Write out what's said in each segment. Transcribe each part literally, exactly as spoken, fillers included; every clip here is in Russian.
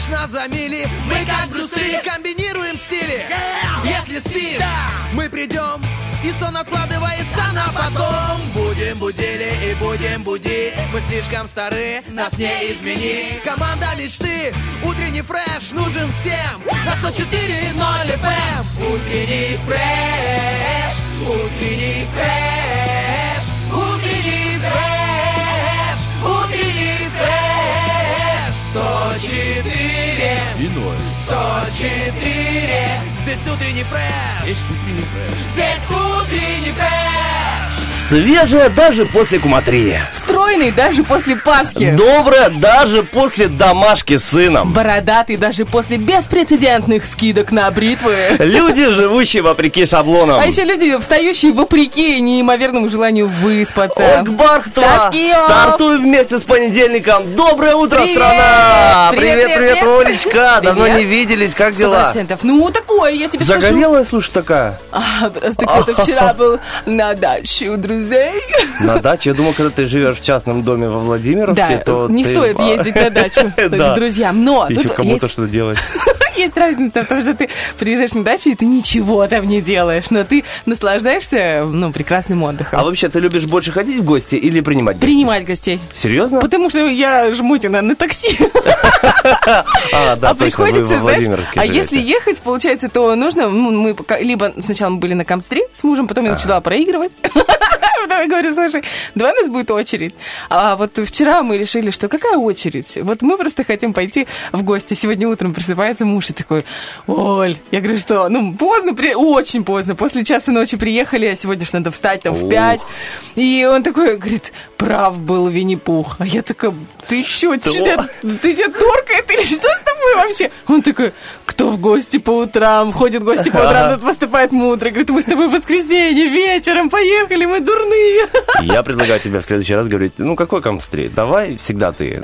нас за мили. Мы как Брюс Ли, комбинируем стили. Если спишь, мы придем, и сон откладывается на потом. Будем будили и будем будить. Мы слишком стары, нас не изменить. Команда мечты, утренний фреш нужен всем. На сто четыре ноль эф эм. Утренний фреш, утренний фреш, утренний фреш, утренний фреш. Сто четыре и ноль. Сто четыре. Здесь утренний фреш. Здесь утренний фреш. Здесь утренний фреш. Свежая даже после куматрии. Стройный даже после Пасхи. Добрая даже после домашки с сыном. Бородатый даже после беспрецедентных скидок на бритвы. Люди, живущие вопреки шаблонам. А еще люди, встающие вопреки неимоверному желанию выспаться. Ок-Бахтва! Стартуй вместе с понедельником. Доброе утро, привет! страна! Привет, Привет, привет, привет. Олечка! Давно не виделись, как Сто дела? процентов. Ну, такое, я тебе скажу. Загорелая, слушай, такая? А, просто кто-то вчера был на даче у друзей. На даче? Я думал, когда ты живешь в частном доме во Владимировке, Да, то не ты... стоит ездить на дачу к друзьям. Но еще тут кому-то есть... что делать. Есть разница в том, что ты приезжаешь на дачу, и ты ничего там не делаешь, но ты наслаждаешься, ну, прекрасным отдыхом. А вообще, ты любишь больше ходить в гости или принимать гостей? Принимать гостей. Серьезно? Потому что я жмотина на такси. А, да, а точно, приходится, вы во знаешь, Владимировке а живете. если ехать, получается, то нужно, ну, мы пока- либо сначала мы были на Камстре с мужем, потом я начала проигрывать. Потом я говорю, слушай, давай у нас будет очередь. А вот вчера мы решили, что какая очередь? Вот мы просто хотим пойти в гости. Сегодня утром просыпается муж и такой: Оль, я говорю, что, ну, поздно, при... очень поздно, после часа ночи приехали, а сегодня ж надо встать там в пять. И он такой говорит: прав был Винни-Пух. А я такая: ты что, ты тебя, ты тебя торкает или что с тобой вообще? Он такой: кто в гости по утрам, ходит в гости по утрам, тот поступает мудро. Говорит: мы с тобой в воскресенье вечером поехали, мы дурные. Я предлагаю тебе в следующий раз говорить: ну, какой Камстрит? Давай всегда ты.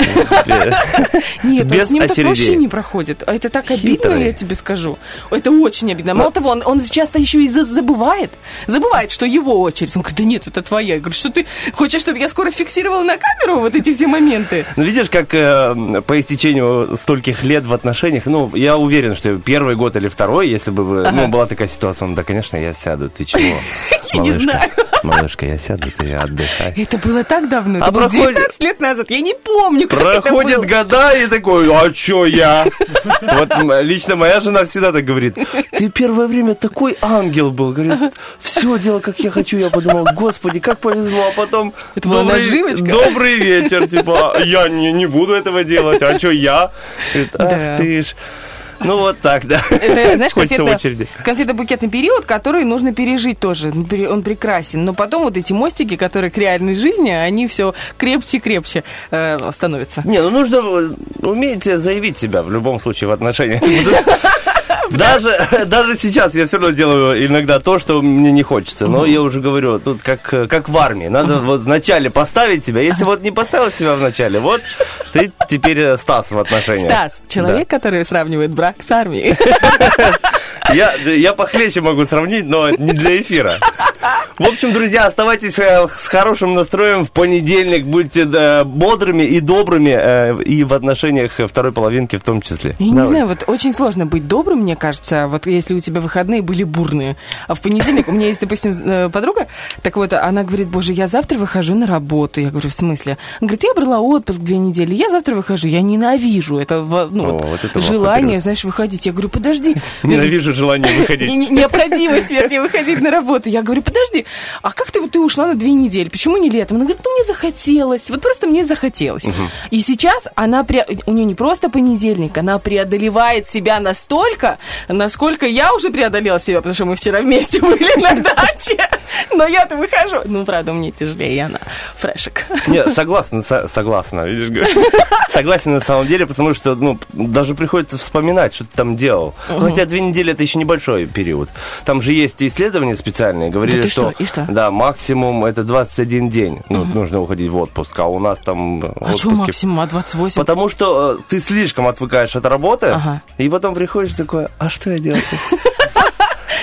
Нет, без он с ним так очередей. вообще не проходит. А это так обидно, Хитрый. я тебе скажу. Это очень обидно. Мало того, он, он часто еще и за- забывает. Забывает, что его очередь. Он говорит: да нет, это твоя. Я говорю: что ты хочешь, чтобы я скоро фиксировала на камеру вот эти все моменты? Ну, видишь, как э, по истечению стольких лет в отношениях, ну, я уверен, что первый год или второй, если бы вы- ну, была такая ситуация, ну, да, конечно, я сяду, ты чего? Я не знаю. Малышка, я сяду, ты отдыхай. Это было так давно. А Это было проходит- девятнадцать лет назад. Я не помню, как это Проходят было. года, и такой: а чё я? Вот м, лично моя жена всегда так говорит: ты первое время такой ангел был. Говорит: все делал, как я хочу. Я подумал: господи, как повезло. А потом: Это была наживочка. добрый вечер. Типа, я не, не буду этого делать. А чё я? Говорит: ах Да. ты ж. Ну вот так, да. Это, знаешь, Хочется в конфета, очереди. конфетно-букетный период, который нужно пережить тоже. Он пере- Он прекрасен. Но потом вот эти мостики, которые к реальной жизни, они все крепче и крепче э, становятся. Не, ну нужно э, уметь заявить себя в любом случае в отношениях. Даже, даже сейчас я все равно делаю иногда то, что мне не хочется. Но я уже говорю, тут как, как в армии. Надо вот вначале поставить себя. Если вот не поставил себя вначале, вот ты теперь Стас в отношениях. Стас, человек, который сравнивает брак с армией. Я, я похлеще могу сравнить, но не для эфира. В общем, друзья, оставайтесь э, с хорошим настроем в понедельник. Будьте э, бодрыми и добрыми, э, и в отношениях второй половинки в том числе. Я не Давай. знаю, вот очень сложно быть добрым, мне кажется, вот если у тебя выходные были бурные. А в понедельник у меня есть, допустим, э, подруга, так вот, она говорит: боже, я завтра выхожу на работу. Я говорю: в смысле? Она говорит: я брала отпуск две недели, я завтра выхожу. Я ненавижу это, во- ну, О, вот вот это желание, вахта, знаешь, выходить. Я говорю: подожди. Ненавижу желание выходить. Не- не- Необходимость, вернее, выходить на работу. Я говорю: подожди, а как ты вот ты ушла на две недели? Почему не летом? Она говорит: ну, мне захотелось. Вот просто мне захотелось. И сейчас она, пре... у нее не просто понедельник, она преодолевает себя настолько, насколько я уже преодолела себя, потому что мы вчера вместе были на даче. Но я-то выхожу. Ну, правда, мне тяжелее, она фрешек. Не, согласна, со- согласна. Видишь, говорю. Согласен на самом деле, потому что, ну, даже приходится вспоминать, что ты там делал. Хотя две недели это еще небольшой период. Там же есть исследования специальные, говорили, Да ты что, что? И что? да, максимум это двадцать один день. Ну, нужно уходить в отпуск, а у нас там А что отпуски- максимум? А двадцать восемь? Потому что э, ты слишком отвыкаешь от работы, Ага. и потом приходишь такой: а что я делаю?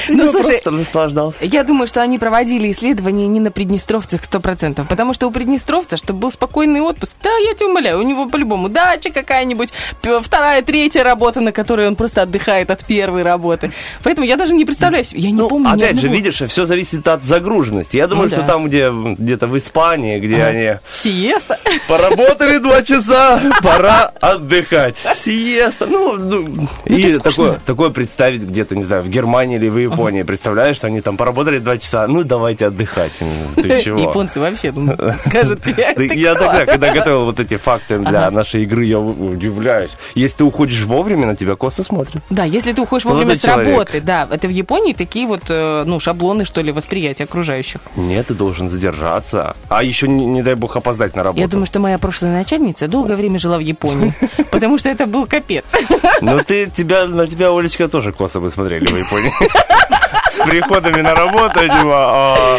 Ну, Я слушай, просто наслаждался. я думаю, что они проводили исследования не на приднестровцах сто процентов, потому что у приднестровца, чтобы был спокойный отпуск, да, я тебя умоляю, у него по-любому дача какая-нибудь, вторая, третья работа, на которой он просто отдыхает от первой работы. Поэтому я даже не представляю себе, я не Ну, помню ни опять же, одного. видишь, все зависит от загруженности. Я думаю, Ну, что да. там, где где-то в Испании, где они Сиеста. поработали два часа, пора отдыхать. Сиеста. Ну, ну и такое, такое представить где-то, не знаю, в Германии или в Японии. Представляешь, что они там поработали два часа, ну, давайте отдыхать. Ты чего? Японцы вообще ну, скажут тебе, Ты- ты Я кто? тогда, когда готовил вот эти факты для нашей игры, я удивляюсь. Если ты уходишь вовремя, на тебя косо смотрят. Да, если ты уходишь вовремя Молодой с работы, человек. да, это в Японии такие вот, э, ну, шаблоны, что ли, восприятия окружающих. Нет, ты должен задержаться. А еще, не, не дай бог, опоздать на работу. Я думаю, что моя прошлая начальница долгое время жила в Японии, потому что это был капец. Но ты, тебя, на тебя, Олечка, тоже косо бы смотрели в Японии. С приходами на работу, типа, а,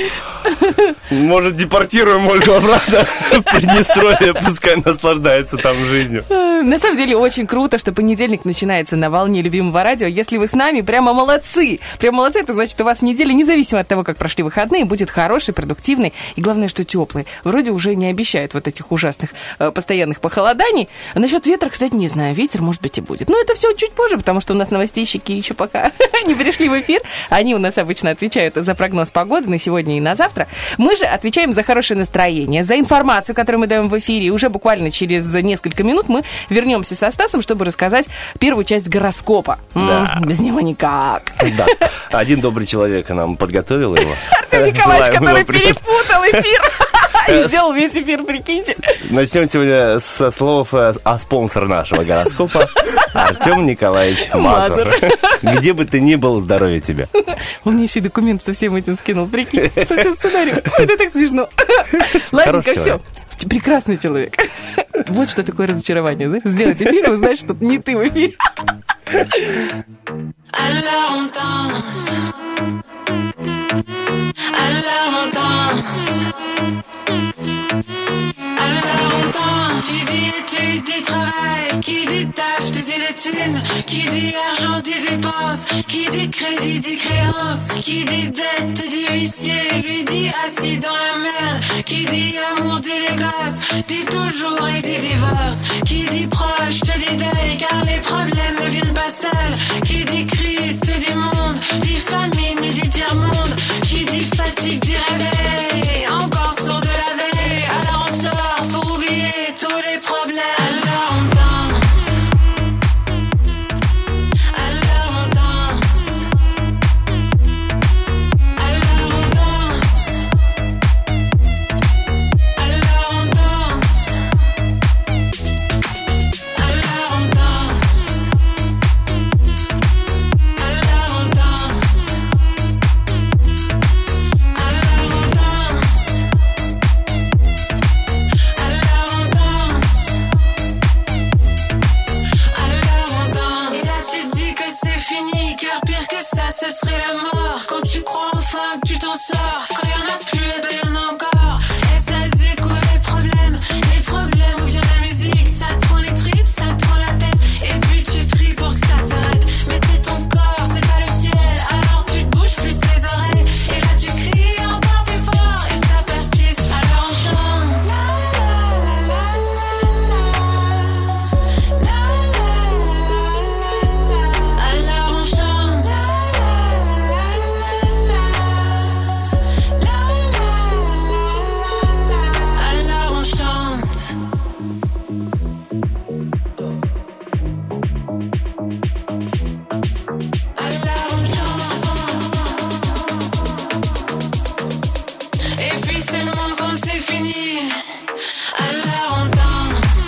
может, депортируем Ольгу обратно в Приднестровье, пускай наслаждается там жизнью. На самом деле очень круто, что понедельник начинается на волне любимого радио. Если вы с нами, прямо молодцы. Прямо молодцы, это значит, у вас неделя, независимо от того, как прошли выходные, будет хорошей, продуктивной и, главное, что теплой. Вроде уже не обещают вот этих ужасных э, постоянных похолоданий. А насчет ветра, кстати, не знаю. Ветер, может быть, и будет. Но это все чуть позже, потому что у нас новостейщики еще пока не пришли в эфир. Они у нас обычно отвечают за прогноз погоды на сегодня и на завтра. Мы же отвечаем за хорошее настроение, за информацию, которую мы даем в эфире. И уже буквально через несколько минут мы вернемся со Стасом, чтобы рассказать первую часть гороскопа. Да. М, без него никак. Да. Один добрый человек нам подготовил его. Артем Николаевич, Желаем который его при- перепутал эфир и сделал весь эфир, прикиньте. Начнем сегодня со слов э, о спонсоре нашего гороскопа. Артем Николаевич Мазур. Где бы ты ни был, здоровья тебе. Он мне еще и документ со всем этим скинул, прикинь, со всем сценарием. Ой, это так смешно. Ладненько, Хороший все. Прекрасный человек. Вот что такое разочарование, знаешь? Сделать эфир и узнать, что не ты в эфире. Alors on danse, alors on danse, alors on danse. Qui dit études dit travail, qui dit taf te dit les thunes, qui dit argent dit dépenses, qui dit crédit dit créance, qui dit dette te dit huissier, lui dit assis dans la merde, qui dit amour dit les gosses, dit toujours et dit divorce, qui dit proche te dit deuil car les problèmes ne viennent pas seuls, qui dit crise te dit monde, dit famine et dit tiers-monde, qui dit fatigue dit réveil, encore sourd de la veille, alors on sort pour oublier tous les problèmes. Alors on danse, alors on danse, alors on danse, alors on danse, alors on danse, alors on danse, alors on danse, alors on danse, alors on danse. Et là tu te dis que c'est fini, car pire que ça, ce serait la mort. Quand tu crois enfin que tu t'en sors, quand y'en a plus, eh ben y'en a encore. Et ça se découle les problèmes, les problèmes ou bien la musique, ça te prend les tripes, ça te prend la tête. Et puis tu pries pour que ça s'arrête, mais c'est ton corps, c'est pas le ciel. Alors tu te bouges plus les oreilles, et là tu cries encore plus fort, et ça persiste. Alors on chante. La la la la la la. La la la la la. Alors on chante. La la la la la. La la la la la. Alors on chante. Alors on chante. Et puis c'est le monde quand c'est fini. Alors on danse.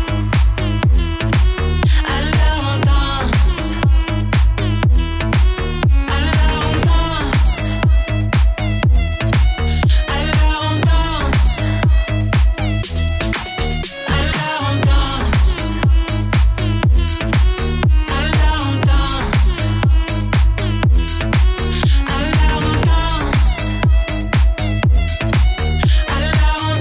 Alors on danse. Alors on danse. Alors on danse. Alors on danse. Alors on danse. Alors on danse. Alors on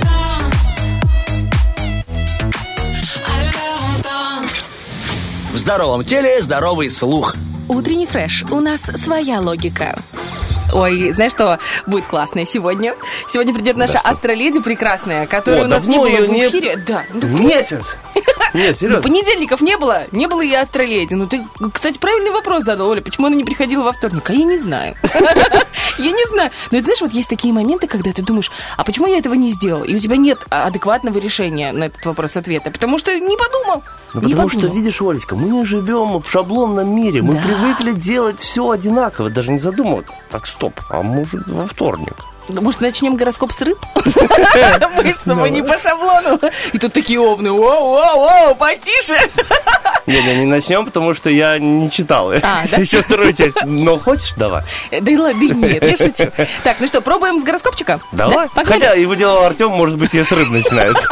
danse. Alors on danse. В здоровом теле здоровый слух. Утренний фреш. У нас своя логика. Ой, знаешь, что будет классное сегодня? Сегодня придет наша да, астроледи прекрасная, которой О, у нас не было в не... эфире. Да. Месяц. Нет, серьезно. Понедельников не было, не было и астроледи. Ну, ты, кстати, правильный вопрос задал, Оля. Почему она не приходила во вторник? А я не знаю. Я не знаю. Но это, знаешь, вот есть такие моменты, когда ты думаешь, а почему я этого не сделал? И у тебя нет адекватного решения на этот вопрос ответа. Потому что не подумал. Ну, не потому подумал. что, видишь, Олечка, мы не живем в шаблонном мире. Мы Да. привыкли делать все одинаково, даже не задумываться. Так, стоп, а может во вторник? Может, начнем гороскоп с рыб? Мы чтобы не по шаблону. И тут такие овны. Воу-воу-воу, потише. Не, не, не начнем, потому что я не читал. А, да? Еще вторую часть. Но хочешь, давай. Да и ладно, нет, я шучу. Так, ну что, пробуем с гороскопчика? Давай. Да? Погнали. Хотя его делал Артем, может быть, и с рыб начинается.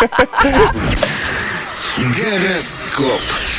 Гороскоп.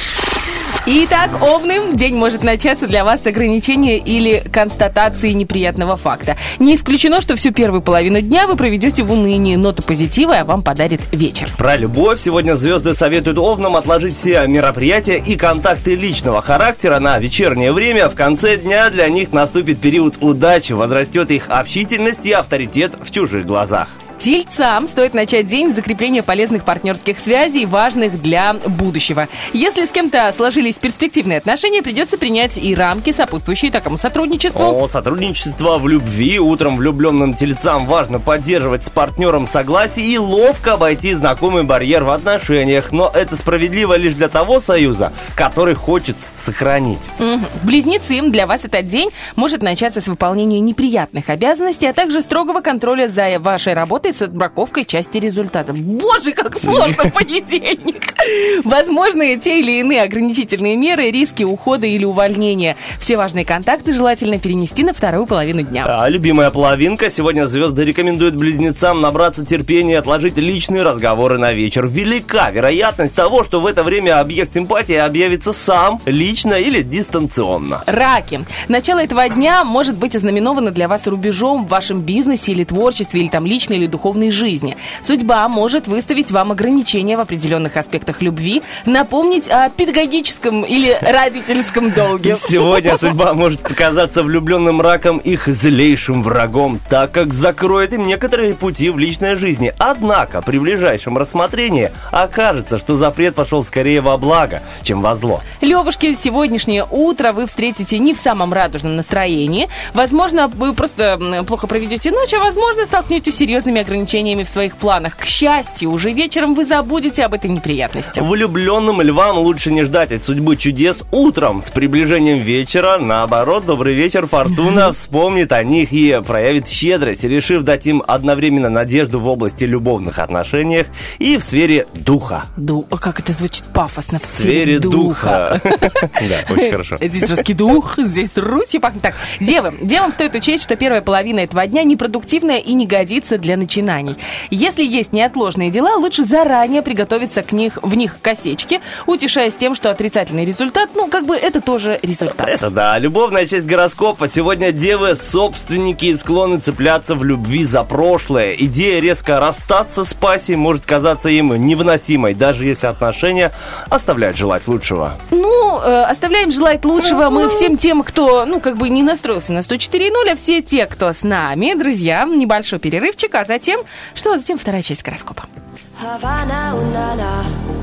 Итак, овны, день может начаться для вас с ограничения или констатации неприятного факта. Не исключено, что всю первую половину дня вы проведете в унынии, ноту позитива вам подарит вечер. Про любовь сегодня звезды советуют овнам отложить все мероприятия и контакты личного характера на вечернее время. В конце дня для них наступит период удачи, возрастет их общительность и авторитет в чужих глазах. Тельцам стоит начать день с закрепления полезных партнерских связей, важных для будущего. Если с кем-то сложились перспективные отношения, придется принять и рамки, сопутствующие такому сотрудничеству. О, сотрудничество в любви. Утром влюбленным тельцам важно поддерживать с партнером согласие и ловко обойти знакомый барьер в отношениях. Но это справедливо лишь для того союза, который хочется сохранить. Угу. Близнецы, для вас этот день может начаться с выполнения неприятных обязанностей, а также строгого контроля за вашей работой с отбраковкой части результата. Боже, как сложно в понедельник! Возможны те или иные ограничительные меры, риски ухода или увольнения. Все важные контакты желательно перенести на вторую половину дня. А любимая половинка. Сегодня звезды рекомендуют близнецам набраться терпения и отложить личные разговоры на вечер. Велика вероятность того, что в это время объект симпатии объявится сам, лично или дистанционно. Раки. Начало этого дня может быть ознаменовано для вас рубежом в вашем бизнесе или творчестве, или там личной или духовной жизни. Судьба может выставить вам ограничения в определенных аспектах любви, напомнить о педагогическом или родительском долге. Сегодня судьба может показаться влюбленным раком их злейшим врагом, так как закроет им некоторые пути в личной жизни. Однако при ближайшем рассмотрении окажется, что запрет пошел скорее во благо, чем во зло. Левушки, сегодняшнее утро вы встретите не в самом радужном настроении. Возможно, вы просто плохо проведете ночь, а возможно, столкнетесь с серьезными ограничениями в своих планах. К счастью, уже вечером вы забудете об этой неприятности. Влюбленным львам лучше не ждать от судьбы чудес утром. С приближением вечера, наоборот, добрый вечер, фортуна вспомнит о них и проявит щедрость, решив дать им одновременно надежду в области любовных отношениях и в сфере духа. Ду... О, как это звучит пафосно. В В сфере духа. Да, очень хорошо. Здесь русский дух, здесь Русь. пахнет так. Девы, девам стоит учесть, что первая половина этого дня непродуктивная и не годится для начинаний. Если есть неотложные дела, лучше заранее приготовиться к них, в них косечки, утешаясь тем, что отрицательный результат, ну, как бы это тоже результат. Это да. Любовная часть гороскопа. Сегодня девы собственники и склонны цепляться в любви за прошлое. Идея резко расстаться с пассией может казаться им невыносимой, даже если отношения оставляют желать лучшего. Ну, э, оставляем желать лучшего мы всем тем, кто, ну, как бы не настроился на сто четыре ноль, а все те, кто с нами. Друзья, небольшой перерывчик, а затем, что затем вторая часть гороскопа. Havana, ooh, na, na.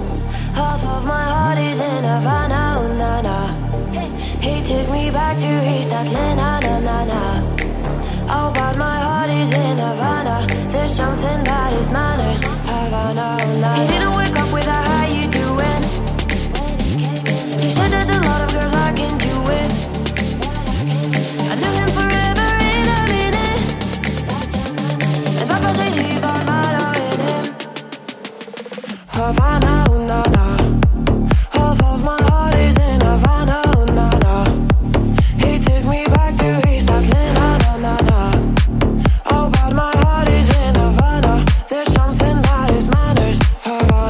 Half of my heart is in Havana, ooh, na, na. He took me back to East Atlanta, na, na, na. Oh, but my heart is in Havana. There's something about his manners. Havana, ooh, na, na. He didn't wake up with a how you doing. He said there's a lot of girls I can do it. I knew him forever in a minute. And Papa says he got my love in him. Havana, ooh, na, na. Half of my heart is in Havana, ooh, na, na. He took me back to East Atlanta, na, na, na. Oh, but my heart is in Havana. There's something about his manners. Havana.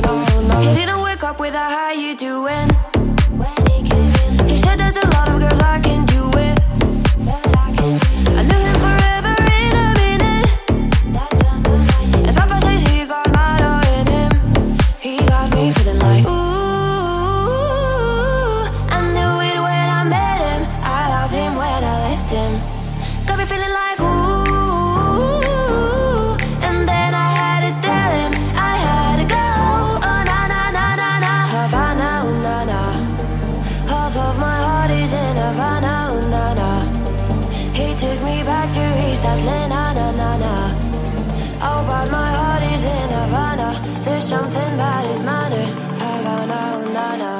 something about his manners. Havana, ooh, na, na.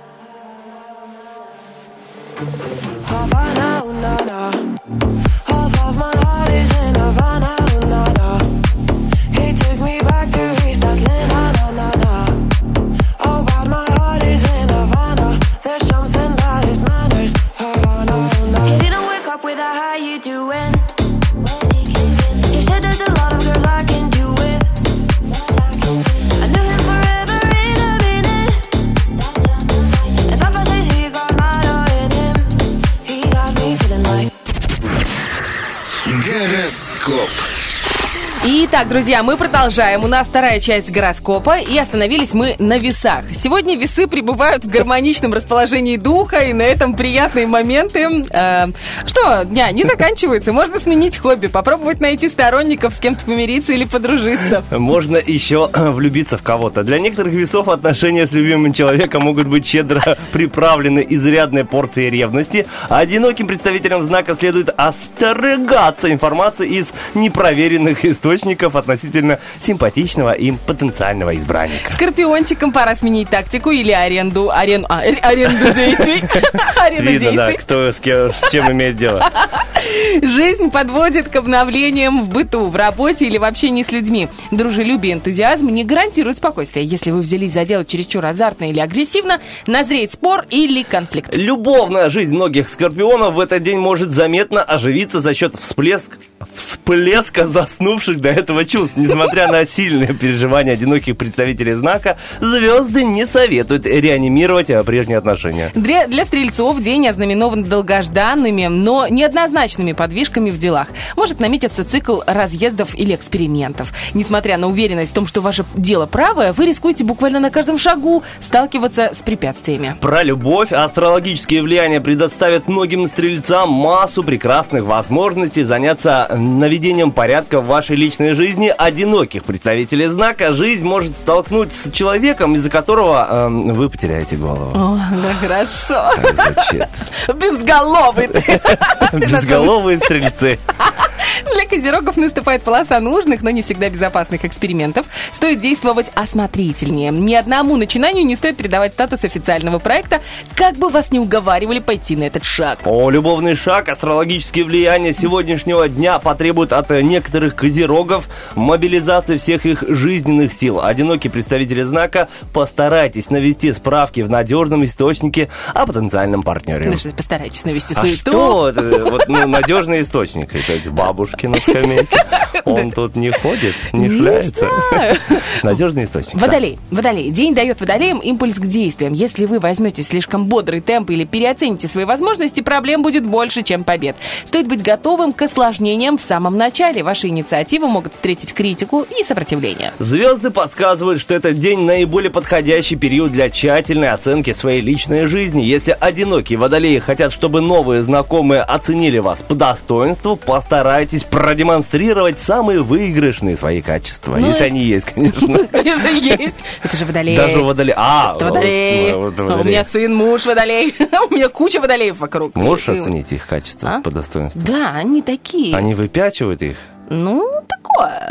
Havana, ooh, na, na. Half of my heart is in Havana, ooh, na, na. He took me back to East Atlanta, na, na, na. Oh, but my heart is in Havana. There's something about his manners. Havana, ooh, na. He didn't wake up with a how you doing. He said there's a lot of girls I can do it. I knew him forever in a minute. And Papa says he got matter in him. He got me feeling like. Гороскоп. Итак, друзья, мы продолжаем. У нас вторая часть гороскопа, и остановились мы на весах. Сегодня весы пребывают в гармоничном расположении духа, и на этом приятные моменты. Э, что, дня не заканчиваются. Можно сменить хобби, попробовать найти сторонников, с кем-то помириться или подружиться. Можно еще влюбиться в кого-то. Для некоторых весов отношения с любимым человеком могут быть щедро приправлены изрядной порцией ревности. А одиноким представителям знака следует остерегаться информации из непроверенных источников относительно симпатичного им потенциального избранника. Скорпиончикам пора сменить тактику или аренду, арен, а, аренду действий. Аренду Видно, да, действий. кто с, кем, с чем имеет дело. Жизнь подводит к обновлениям в быту, в работе или в общении с людьми. Дружелюбие и энтузиазм не гарантируют спокойствие. Если вы взялись за дело чересчур азартно или агрессивно, назреет спор или конфликт. Любовная жизнь многих скорпионов в этот день может заметно оживиться за счет всплеск, всплеска заснувших до этого чувств. Несмотря на сильные переживания одиноких представителей знака, звезды не советуют реанимировать прежние отношения. Для, для стрельцов день ознаменован долгожданными, но неоднозначными подвижками в делах. Может наметиться цикл разъездов или экспериментов. Несмотря на уверенность в том, что ваше дело правое, вы рискуете буквально на каждом шагу сталкиваться с препятствиями. Про любовь астрологические влияния предоставят многим стрельцам массу прекрасных возможностей заняться наведением порядка в вашей личной жизни. Одиноких представителей знака жизнь может столкнуть с человеком, из-за которого э, вы потеряете голову. О, да хорошо. Так звучит. Безголовый ты. Безголовые стрельцы. Для козерогов наступает полоса нужных, но не всегда безопасных экспериментов. Стоит действовать осмотрительнее. Ни одному начинанию не стоит передавать статус официального проекта, как бы вас ни уговаривали пойти на этот шаг. О, любовный шаг, астрологические влияния сегодняшнего дня потребуют от некоторых козерогов мобилизации всех их жизненных сил. Одинокие представители знака, постарайтесь навести справки в надежном источнике о потенциальном партнере. Ну что, постарайтесь навести А суету. что? это? Вот, ну, надежный источник. Это эти бабушки на скамейке. Он тут не ходит, не шляется. Надежный источник. Водолей. Водолей. День дает водолеям импульс к действиям. Если вы возьмете слишком бодрый темп или переоцените свои возможности, проблем будет больше, чем побед. Стоит быть готовым к осложнениям в самом начале. Ваши инициативы могут встретить критику и сопротивление. Звезды подсказывают, что этот день наиболее подходящий период для тщательной оценки своей личной жизни. Если одинокие водолеи хотят, чтобы новые знакомые оценили вас по достоинству, постарайтесь продемонстрировать самые выигрышные свои качества. Ну, если они есть, конечно. Конечно, есть. Это же водолей. Даже водолей. А, Это водолей. вот, вот, А водолей. у меня сын, муж водолей. У меня куча водолеев вокруг. Можешь И- оценить их качество А? по достоинству? Да, они такие. Они выпячивают их? Ну, такое.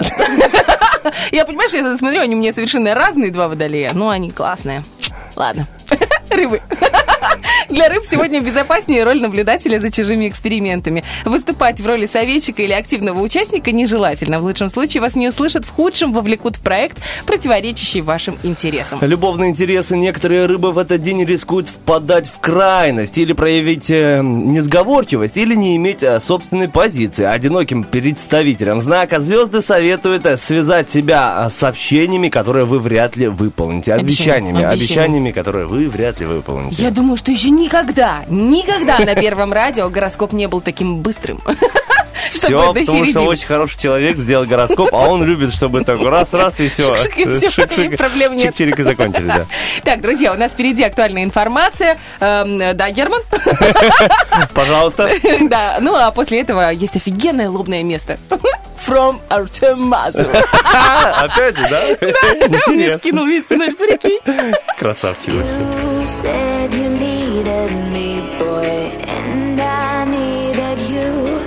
Я, понимаешь, я смотрю, они у меня совершенно разные два водолея, но они классные. Ладно. Рыбы. Для рыб сегодня безопаснее роль наблюдателя за чужими экспериментами. Выступать в роли советчика или активного участника нежелательно. В лучшем случае вас не услышат, в худшем вовлекут в проект, противоречащий вашим интересам. Любовные интересы некоторые рыбы в этот день рискуют впадать в крайность или проявить э, несговорчивость, или не иметь э, собственной позиции. Одиноким представителям знака звезды советуют э, связать себя э, с общениями, которые вы вряд ли выполните. Обещаниями, Обещания. обещаниями, которые вы вряд ли выполните. Я думаю, что еще никогда, никогда на Первом радио гороскоп не был таким быстрым. Все, Чтобы до потому что середины. очень хороший человек сделал гороскоп, а он любит, чтобы так раз-раз и все. Шик-шик, и всё, и проблем нет. Чик-чирик и закончили, да. Так, друзья, у нас впереди актуальная информация. Эм, да, Герман? Пожалуйста. Да, ну а после этого есть офигенное лобное место. From Артем Мазур. Опять же, да? Мне Интересно. скинул весь сценарий, прикинь. Красавчик вообще. You said you needed me, boy, and I needed you.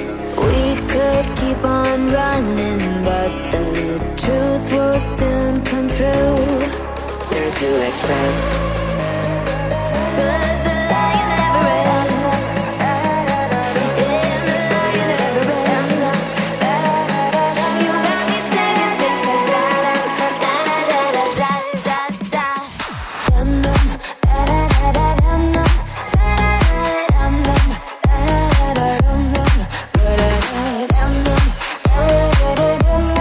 We could keep on running, but the truth will soon come. to express. But the lion never ends. In the lion never ends. You got me singing things like da da da da da da da. Dum dum da da da da dum dum da da dum dum da da dum dum da da dum dum da da dum dum.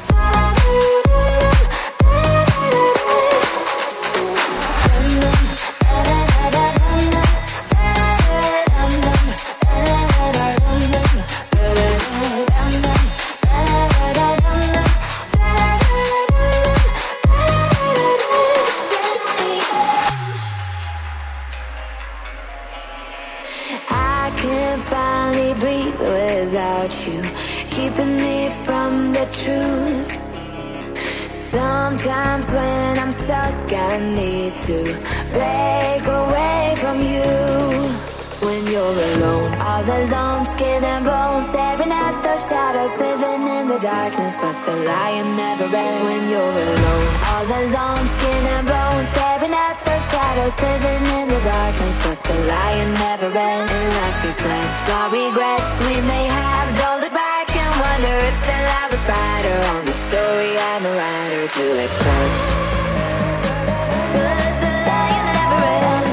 I can finally breathe without you, keeping me from the truth. Sometimes when I'm stuck, I need to break away from you. When you're alone, all alone, skin and bones, staring at those shadows, living in the darkness, but the lion never ends. When you're alone, all alone, skin and bones, staring at those shadows, living in the darkness, but the lion never ends. And life reflects our regrets we may have. Don't look back and wonder if the light was brighter on the story I'm a writer to express. But the lion never ends.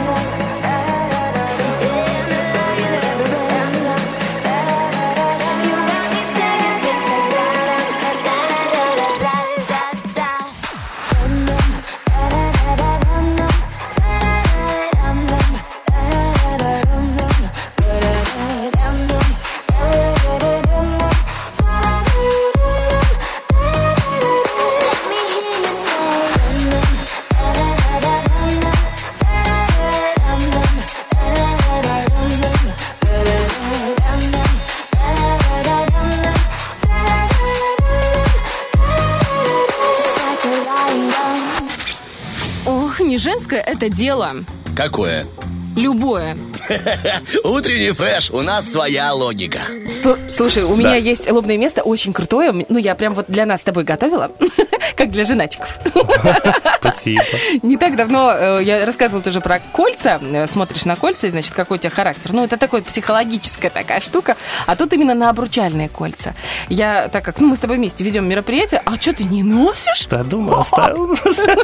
In the lion never ends. You got me singing things like da da da da da da da. Dum dum da da da dum dum da da dum dum da da dum dum da da dum dum da da dum dum. Let me hear you say dum dum da da da dum dum da da dum dum da da dum dum da da dum dum da da dum dum da da dum dum. Just like a lion. Ох, не женское это дело. Какое? Любое. Утренний фреш, у нас своя логика. П- Слушай, у меня есть лобное место очень крутое. Ну, я прям вот для нас с тобой готовила, как для женатиков. Спасибо. Не так давно э, я рассказывала тоже про кольца. Э, Смотришь на кольца, и, значит, какой у тебя характер. Ну, это такая психологическая такая штука. А тут именно на обручальные кольца. Я, так как, ну, мы с тобой вместе ведем мероприятие, а что ты не носишь? Да, думаю, оставил.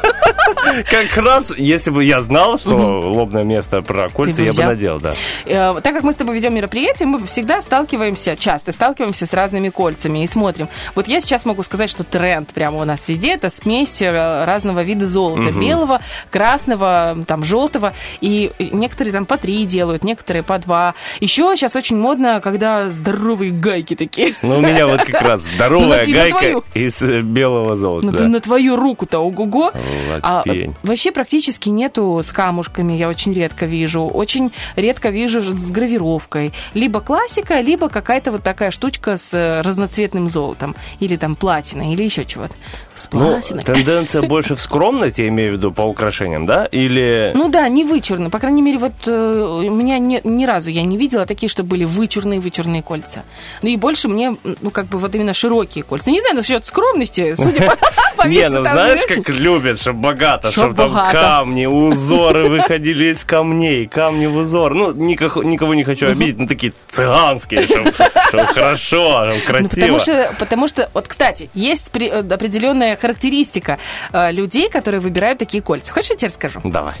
Как раз, если бы я знал, что лобное место про кольца, бы я бы взял? надел, да. Э, Так как мы с тобой ведем мероприятие, мы всегда сталкиваемся, часто сталкиваемся с разными кольцами и смотрим. Вот я сейчас могу сказать, что тренд прямо у нас везде — это смесь э, разного вида золота. Белого, красного, там, желтого. И некоторые там по три делают, некоторые по два. Еще сейчас очень модно, когда здоровые гайки такие. Ну, у меня вот как раз здоровая Ну, и на гайка твою. из э, белого золота. Ну, да. ты на твою руку-то, ого-го. А, Лапень. вообще практически нету с камушками, я очень редко вижу. Очень редко вижу с гравировкой. Либо классика, либо какая-то вот такая штучка с э, разноцветным золотом. Или там платиной, или еще чего-то. С Ну, платиной. тенденция больше в скромность, я имею в виду, по украшениям, да? Или... Ну да, не вычурно. По крайней мере, вот э, у меня не- ни разу я не видела такие, что были вычурные-вычурные кольца. Ну и больше мне, ну как бы вот именно широкие кольца. Не знаю, насчет скромности, судя по, по Не, весу, ну там знаешь, не очень. как любят, чтобы богато, Чтоб чтобы там богато. камни, узоры выходили из камней, камни в узор. Ну, никого, никого не хочу обидеть, но такие цыганские, чтобы хорошо, чтоб Ну, красиво. потому что, потому что, вот, кстати, есть при- э, определенная характеристика э, людей, которые выбирают такие кольца. Хочешь, я тебе расскажу? Давай.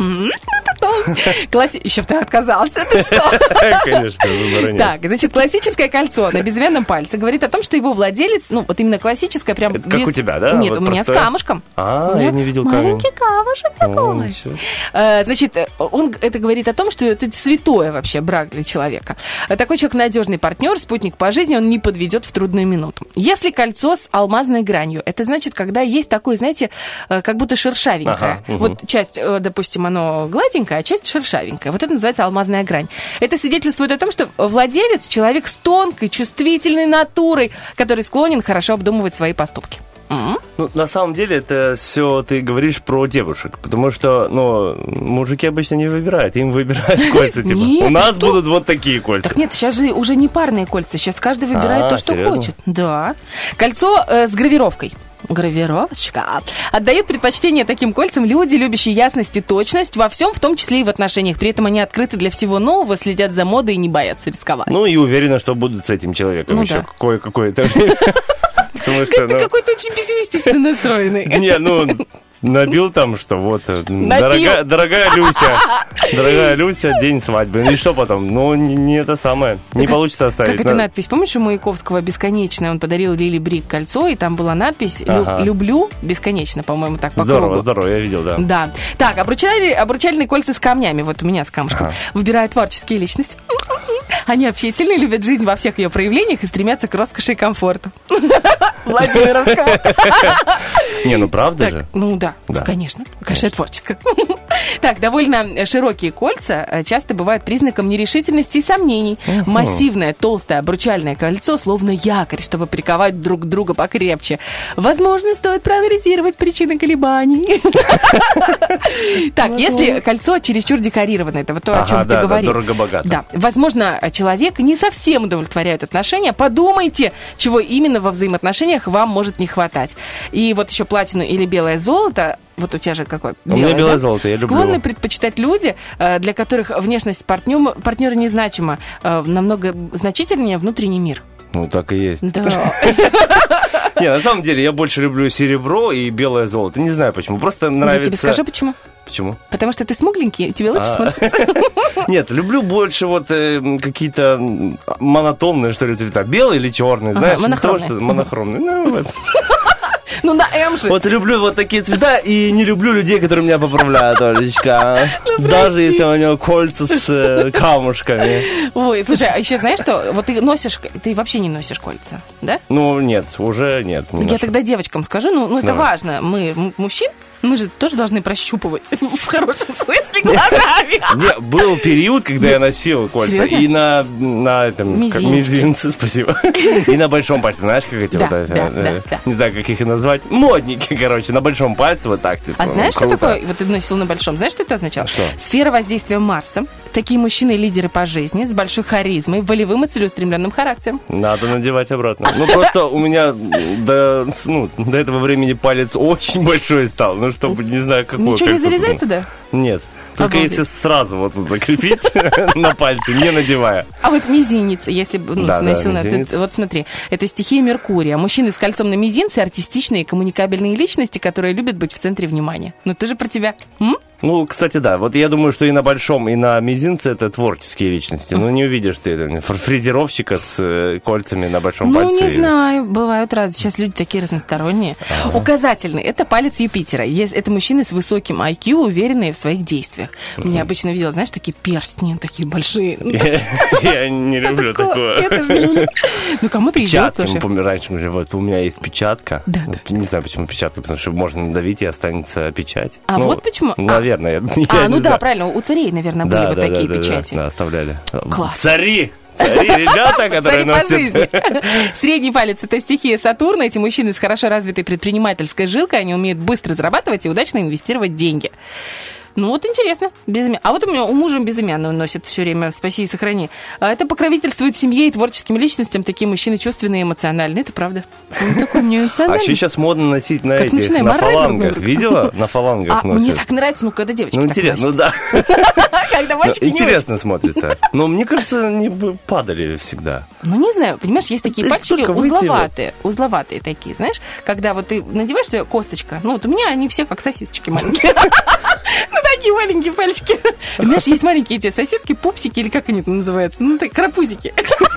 Класси... Еще бы ты отказался, ты что? Конечно, выбора нет. Так, значит, классическое кольцо на безымянном пальце говорит о том, что его владелец, ну, вот именно классическое, прям Это как без- у тебя, да? Нет, Вот у меня простое? с камушком. А, У меня я не видел камень. маленький камушек О, такой. ничего. Э, Значит, э, он это говорит о том, что это святое вообще брак для человека. Э, Такой человек надежный партнер, спутник по жизни, он не подведет в трудную минуту. Если кольцо с алмазной гранью, это значит, когда есть такое, знаете, э, как будто шершавенькое. Ага, мгм. Вот часть, э, допустим, оно гладенькое, а часть шершавенькая. Вот это называется алмазная грань. Это свидетельствует о том, что владелец человек с тонкой, чувствительной натурой, который склонен хорошо обдумывать свои поступки. М? Ну, на самом деле, это все ты говоришь про девушек, потому что, ну, мужики обычно не выбирают, им выбирают кольца, типа, Нет, у нас что? будут вот такие кольца. Так нет, сейчас же уже не парные кольца, сейчас каждый выбирает А, то, что серьезно? хочет. Да. Кольцо э, с гравировкой. Гравировочка. Отдают предпочтение таким кольцам люди, любящие ясность и точность во всем, в том числе и в отношениях. При этом они открыты для всего нового, следят за модой и не боятся рисковать. Ну и уверены, что будут с этим человеком Ну еще да. какое- какое-то время. Потому что, Ты ну, какой-то очень пессимистично настроенный. Не, ну, набил там, что вот, э, Набил. дорогая, дорогая Люся, дорогая Люся, день свадьбы. И что потом? Ну, не, не это самое, не получится оставить. Как эта На- надпись? Помнишь, у Маяковского «Бесконечное» он подарил Лили Брик кольцо, и там была надпись «Лю- Ага. «Люблю бесконечно», по-моему, так по Здорово, кругу. здорово, я видел, да. Да. Так, обручальные, обручальные кольца с камнями. Вот у меня с камушком. Ага. Выбираю творческие личности. Они общительные, любят жизнь во всех ее проявлениях и стремятся к роскоши и комфорту. Владимировского. Не, ну правда Так, же. ну да, Да. конечно. Конечно, творческое. Так, довольно широкие кольца э, часто бывают признаком нерешительности и сомнений. Массивное, толстое обручальное кольцо словно якорь, чтобы приковать друг друга покрепче. Возможно, стоит проанализировать причины колебаний. Так, если кольцо чересчур декорировано, это вот то, о Ага, чем да, ты да, говорил. дорого-богато. Да, возможно, человек не совсем удовлетворяет отношения. Подумайте, чего именно во взаимоотношениях вам может не хватать. И вот еще платину или белое золото, вот у тебя же какое? У меня белое золото, я люблю. Склонны предпочитать люди, э, для которых внешность партнера, партнера незначима, э, намного значительнее внутренний мир. Ну, так и есть. Да. Не, на самом деле, я больше люблю серебро и белое золото. Не знаю почему, просто Я нравится... тебе скажу, почему? Почему? Потому что ты смугленький, тебе лучше А. смотрится. Нет, люблю больше вот э, какие-то м, монотонные, что ли, цвета. Белый или черный, Ага, знаешь? из-за того, монохромные. что- Монохромные. Ну, вот. Ну, на М же. Вот люблю вот такие цвета и не люблю людей, которые меня поправляют, Олечка. Даже если у него кольца с э, камушками. Ой, слушай, а еще знаешь что? Вот ты носишь, ты вообще не носишь кольца, да? Ну, нет, уже нет. не Я ношу. тогда девочкам скажу, ну, ну это Давай. важно. Мы, м- мужчин, мы же тоже должны прощупывать в хорошем смысле глазами. Не, был период, когда я носил кольца. Серьезно? И на, на этом, как Мизинчике. мизинце, спасибо. И на большом пальце, знаешь, как эти Да, вот, да, э, да, э, да. не знаю, как их и назвать, модники, короче, на большом пальце вот так, типа. А знаешь, что круто. такое? Вот ты носил на большом. Знаешь, что это означало? Что? Сфера воздействия Марса. Такие мужчины лидеры по жизни, с большой харизмой, волевым и целеустремленным характером. Надо надевать обратно. Ну, просто у меня до, ну, до этого времени палец очень большой стал. Ну, чтобы, не знаю, какой. Ничего не кольцо залезает тут. туда? Нет. Только Обалдеть. если сразу вот тут закрепить на пальце, не надевая. А вот мизинец, если бы ну, Да, да, носил на- мизинец. ты- вот смотри, это стихия Меркурия. Мужчины с кольцом на мизинце артистичные, коммуникабельные личности, которые любят быть в центре внимания. Ну ты же про тебя. М? Ну, кстати, да. Вот я думаю, что и на большом, и на мизинце это творческие личности. Ну, не увидишь ты это, фр- фрезеровщика с э, кольцами на большом Ну, пальце. не знаю, бывают разные. Сейчас люди такие разносторонние. Указательный – это палец Юпитера. Есть, это мужчины с высоким ай кью, уверенные в своих действиях. Я обычно видела, знаешь, такие перстни, такие большие. Ну, Я я не люблю такое. Я такое. тоже не люблю. Ну, кому-то идет, Печатка. слушай. Мы помню, раньше говорили, вот у меня есть печатка. Да, Вот Не знаю, почему печатка, потому что можно надавить и останется печать. А Ну, вот почему? А. Наверное. я- я А, не ну да, знаю. правильно, у царей, наверное, были Да, вот да, такие да, да, печати. Да, оставляли. Класс. Цари! Цари, ребята, которые Цари по носят... жизни. Средний палец – это стихия Сатурна. Эти мужчины с хорошо развитой предпринимательской жилкой, они умеют быстро зарабатывать и удачно инвестировать деньги. Ну вот интересно, безымя... А вот у меня у мужа безымянный он носит все время, спаси и сохрани. А это покровительствует семье и творческим личностям. Такие мужчины чувственные и эмоциональные, это правда. Он такой у меня А эмоциональный. еще сейчас модно носить на Как этих, начинаем на орать друг на фалангах. друга. Видела? На фалангах А носят. мне так нравится, ну когда девочки Ну, так интересно, ну носят. да. Когда мальчики не очень. Интересно смотрится. Но мне кажется, они бы падали всегда. Ну, не знаю, понимаешь, есть такие Да пальчики только выйти узловатые, узловатые такие, знаешь, когда вот ты надеваешь что косточка, ну, вот у меня они все как сосисочки маленькие. Ну, такие маленькие пальчики. Знаешь, есть маленькие эти сосиски, пупсики, или как они там называются? Ну, так, карапузики.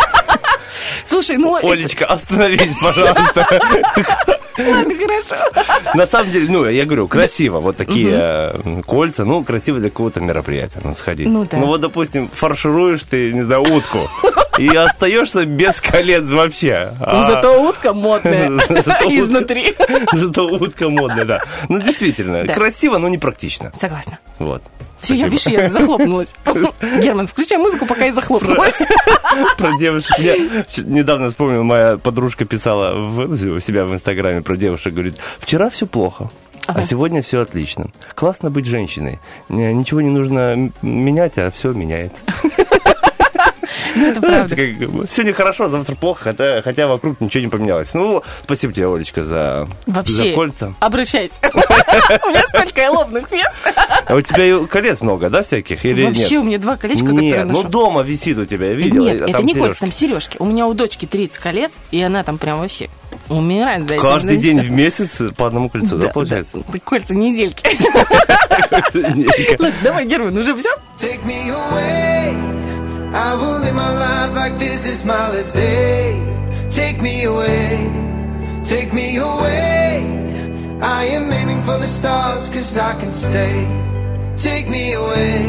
Слушай, ну... это- Олечка, остановись, пожалуйста. Ладно, хорошо. На самом деле, ну, я говорю, красиво. Вот такие э, кольца, ну, красиво для какого-то мероприятия. Ну, сходить. Ну, да. Ну, вот, допустим, фаршируешь ты, не знаю, утку. И остаешься без колец вообще. Ну, А- зато утка модная Зато утка- изнутри. Зато утка модная, да. Ну, действительно, Да. красиво, но не практично. Согласна. Вот. Все, я, Спасибо. видишь, я захлопнулась. Герман, включай музыку, пока я захлопнулась. Про девушек. Я с- недавно вспомнил, моя подружка писала в, у себя в Инстаграме про девушек, говорит, вчера все плохо, Ага. а сегодня все отлично. Классно быть женщиной. Не- Ничего не нужно м- менять, а все меняется. Это правда. Сегодня хорошо, завтра плохо, хотя, хотя вокруг ничего не поменялось. Ну, спасибо тебе, Олечка, за, Вообще, за кольца. Обращайся. У меня столько лобных мест. А у тебя и колец много, да, всяких? Или Вообще, нет? у меня два колечка, которые Нет, ношу. ну дома висит у тебя, я видел. Нет, а это там не кольца, сережки. там сережки. У меня у дочки тридцать колец, и она там прям вообще умирает за этим. Каждый Значит, день в месяц по одному кольцу, да, получается? Да, кольца недельки. Ладно, давай, Герман, уже все? Take me away. I will live my life like this is my last day. Take me away. Take me away. I am aiming for the stars, cause I can stay. Take me away.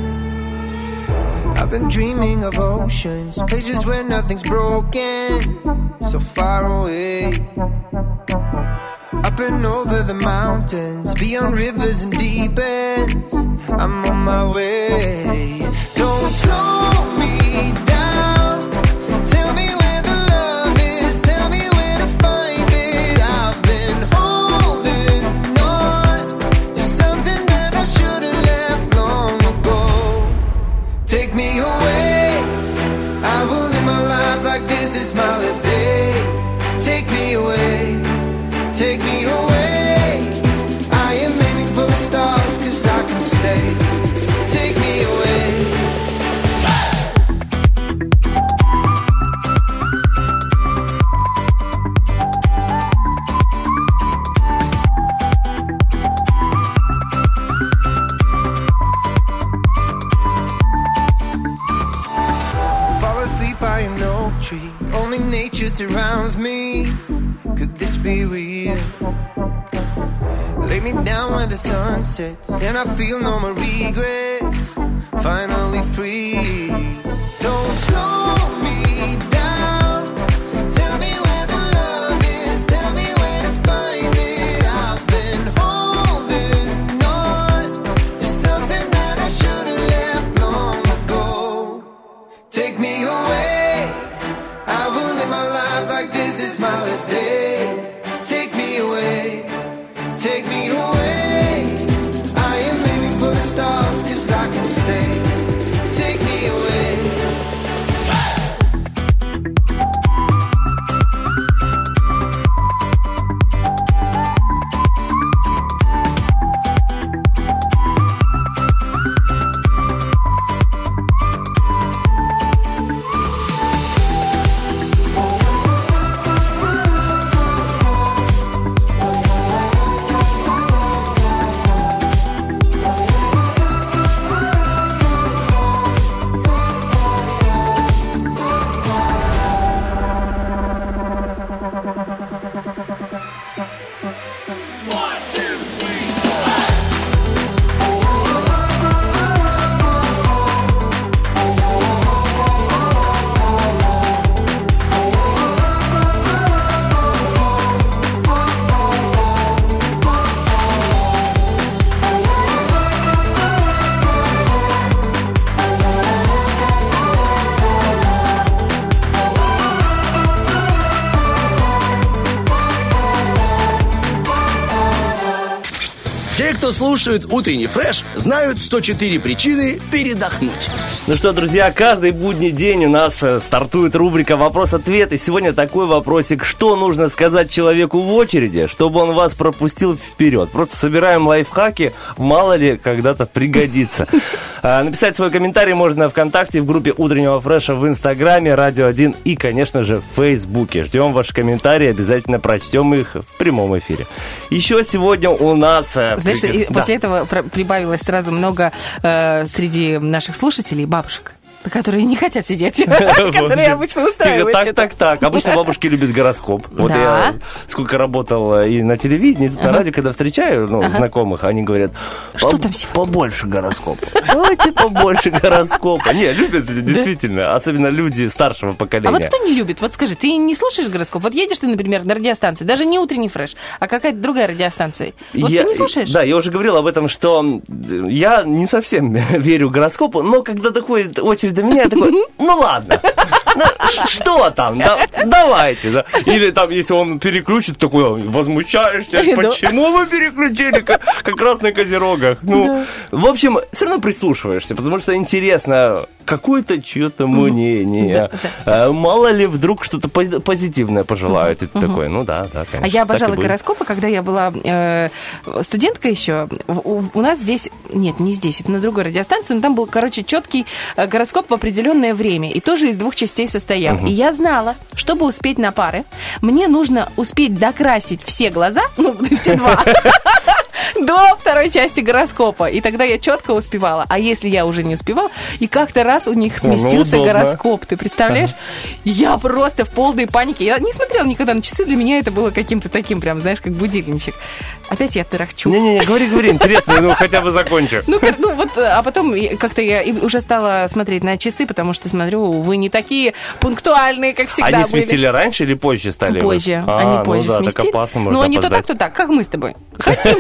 I've been dreaming of oceans, places where nothing's broken, so far away. Up and over the mountains, beyond rivers and deep ends, I'm on my way. Don't slow me down. Tell me where the love is. Tell me where to find it. I've been holding on to something that I should have left long ago. Take me away. I will live my life like this is my last day. Take me away. Take me away. I am aiming for the stars, cause I can stay. Take me away. Fall asleep, I am no tree. Only nature surrounds me. Could this be real? Lay me down where the sun sets, and I feel no more regrets. Finally free. Don't slow me down. Tell me where the love is. Tell me where to find it. I've been holding on to something that I should have left long ago. Take me away. I will live my life like this is my last day. Take me away. Take me away. I am aiming for the stars, cause I can stay. Take me away. Те, кто слушают утренний фреш, знают сто четыре причины передохнуть. Ну что, друзья, каждый будний день у нас э, стартует рубрика «Вопрос-ответ». И сегодня такой вопросик: что нужно сказать человеку в очереди, чтобы он вас пропустил вперед? Просто собираем лайфхаки, мало ли когда-то пригодится. А, написать свой комментарий можно ВКонтакте, в группе утреннего фреша, в Инстаграме, Радио один и, конечно же, в Фейсбуке. Ждем ваши комментарии, обязательно прочтем их в прямом эфире. Еще сегодня у нас... э, Знаешь, и да. после этого про- прибавилось сразу много э, среди наших слушателей бабушек, которые не хотят сидеть, которые обычно устраивают. Так, так, так. Обычно бабушки любят гороскоп. Вот я сколько работал и на телевидении, и на радио, когда встречаю ну, знакомых, они говорят: что там сегодня? Побольше гороскопа. Давайте побольше гороскопа. Не, любят действительно, особенно люди старшего поколения. А вот кто не любит? Вот скажи, ты не слушаешь гороскоп? Вот едешь ты, например, на радиостанции, даже не утренний фреш, а какая-то другая радиостанция. Вот я, ты не слушаешь? Да, я уже говорил об этом, что я не совсем верю гороскопу, но когда доходит очередь до меня, я такой: ну ладно, ну, что там, да, давайте. Да. Или там, если он переключит, такой: возмущаешься, почему вы переключили как раз на Козерогах? Ну, в общем, все равно прислушиваешься, потому что интересно какое-то чье-то мнение. А, мало ли вдруг что-то пози- позитивное пожелают. И ты такой, ну да, да, конечно. А я обожала так и будет. гороскопы, когда я была э, студенткой еще. У, у нас здесь, нет, не здесь, это на другой радиостанции, но там был, короче, четкий гороскоп в определенное время. И тоже из двух частей состоял. Угу. И я знала, чтобы успеть на пары, мне нужно успеть докрасить все глаза, ну, все два, до второй части гороскопа. И тогда я четко успевала. А если я уже не успевала, и как-то раз у них сместился ну, гороскоп, ты представляешь? Ага. Я просто в полной панике. Я не смотрела никогда на часы, для меня это было каким-то таким, прям, знаешь, как будильничек. Опять я тарахчу. Не-не-не, говори, говори, интересно, ну хотя бы закончу. Ну, ну вот, а потом как-то я уже стала смотреть на часы, потому что смотрю, вы не такие пунктуальные, как всегда Они были. сместили раньше или позже стали? Позже, а, они позже ну да, сместили. Так опасно, можно ну, они то опоздать. так, то так, как мы с тобой. Хотим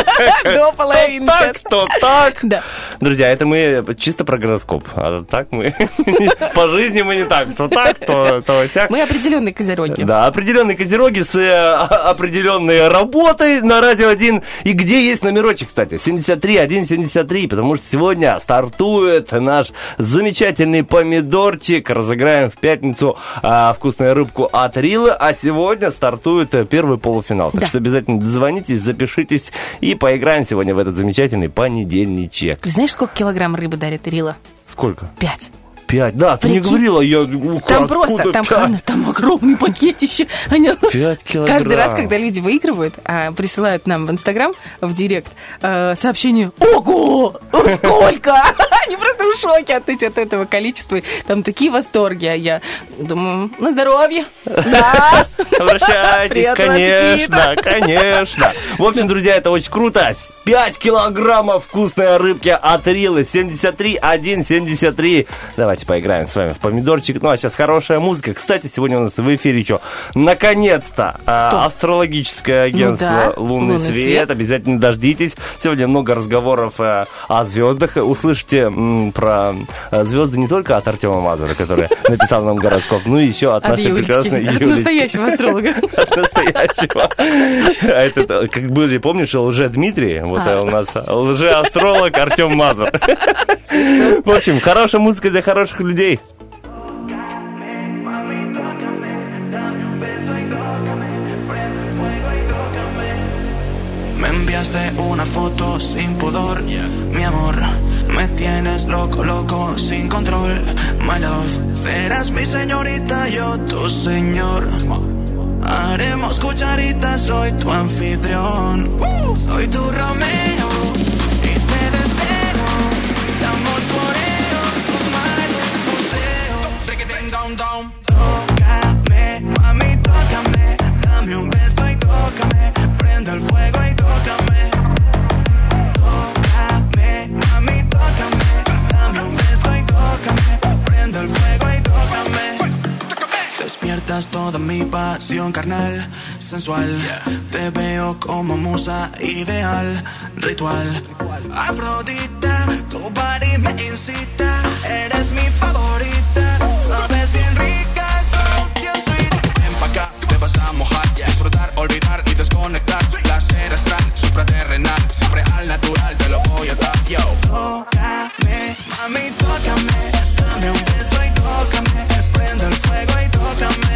до половины часа. То так. Да. Друзья, это мы чисто про гороскоп. А так мы... По жизни мы не так. То так, то, то сяк. Мы определенные козероги. Да, определенные козероги с э, определенной работой на Радио один. И где есть номерочек, кстати? семьдесят три один семьдесят три. Потому что сегодня стартует наш замечательный помидорчик. Разыграем в пятницу э, вкусную рыбку от Рилы. А сегодня стартует первый полуфинал. Так да. что обязательно дозвонитесь, запишитесь и поиграем сегодня в этот замечательный понедельничек. Ты знаешь, сколько килограмм рыбы дарит Рила? Сколько? Пять. Пять, да, ты Прикинь? не говорила, я... Ну, там просто, там, Ханна, там огромный пакетище. Они... Пять килограмм. Каждый раз, когда люди выигрывают, а, присылают нам в Инстаграм, в Директ, а, сообщение: ого, сколько! Они просто в шоке от, от этого количества. Там такие восторги. А я думаю, на здоровье. Да. Обращайтесь, конечно, конечно. В общем, друзья, это очень круто. пять килограммов вкусной рыбки от Рилы. семьдесят три один семьдесят три. Давайте поиграем с вами в помидорчик. Ну, а сейчас хорошая музыка. Кстати, сегодня у нас в эфире что? Наконец-то а, астрологическое агентство ну, да. «Лунный, Лунный свет. свет». Обязательно дождитесь. Сегодня много разговоров а, о звездах. Услышите м, про а, звезды не только от Артема Мазура, который написал нам гороскоп, но и еще от, от нашей Юлечки. прекрасной Юлечки. От настоящего астролога. От настоящего. А это, как были, помнишь, лже-Дмитрий? Вот у нас лже-астролог Артем Мазур. В общем, хорошая музыка для хороших людей. Me enviaste una foto sin pudor, yeah. Mi amor, me tienes loco, loco, sin control. My love, serás mi señorita, yo tu señor. Haremos cucharitas, soy tu anfitrión. Woo. Soy tu Romeo y te deseo de amor torero, tus mares, museos. Reggaeton down, down. Tócame, mami, tócame, dame un beso y tócame, prende el fuego y tócame. Tócame, mami, tócame, dame un beso y tócame, prende el fuego y tócame. Despiertas toda mi pasión carnal, sensual. Te veo como musa ideal, ritual. Afrodita, tu body me incita, eres mi favorita. Sabes bien rica, so sweet. Ven pa' acá, te vas a mojar, disfrutar, olvidar y desconectar. Placer astral, supraterrenal, siempre al natural, te lo voy a dar, yo. Tócame, mami, tócame, dame un beso y tócame, prende el fuego y tócame.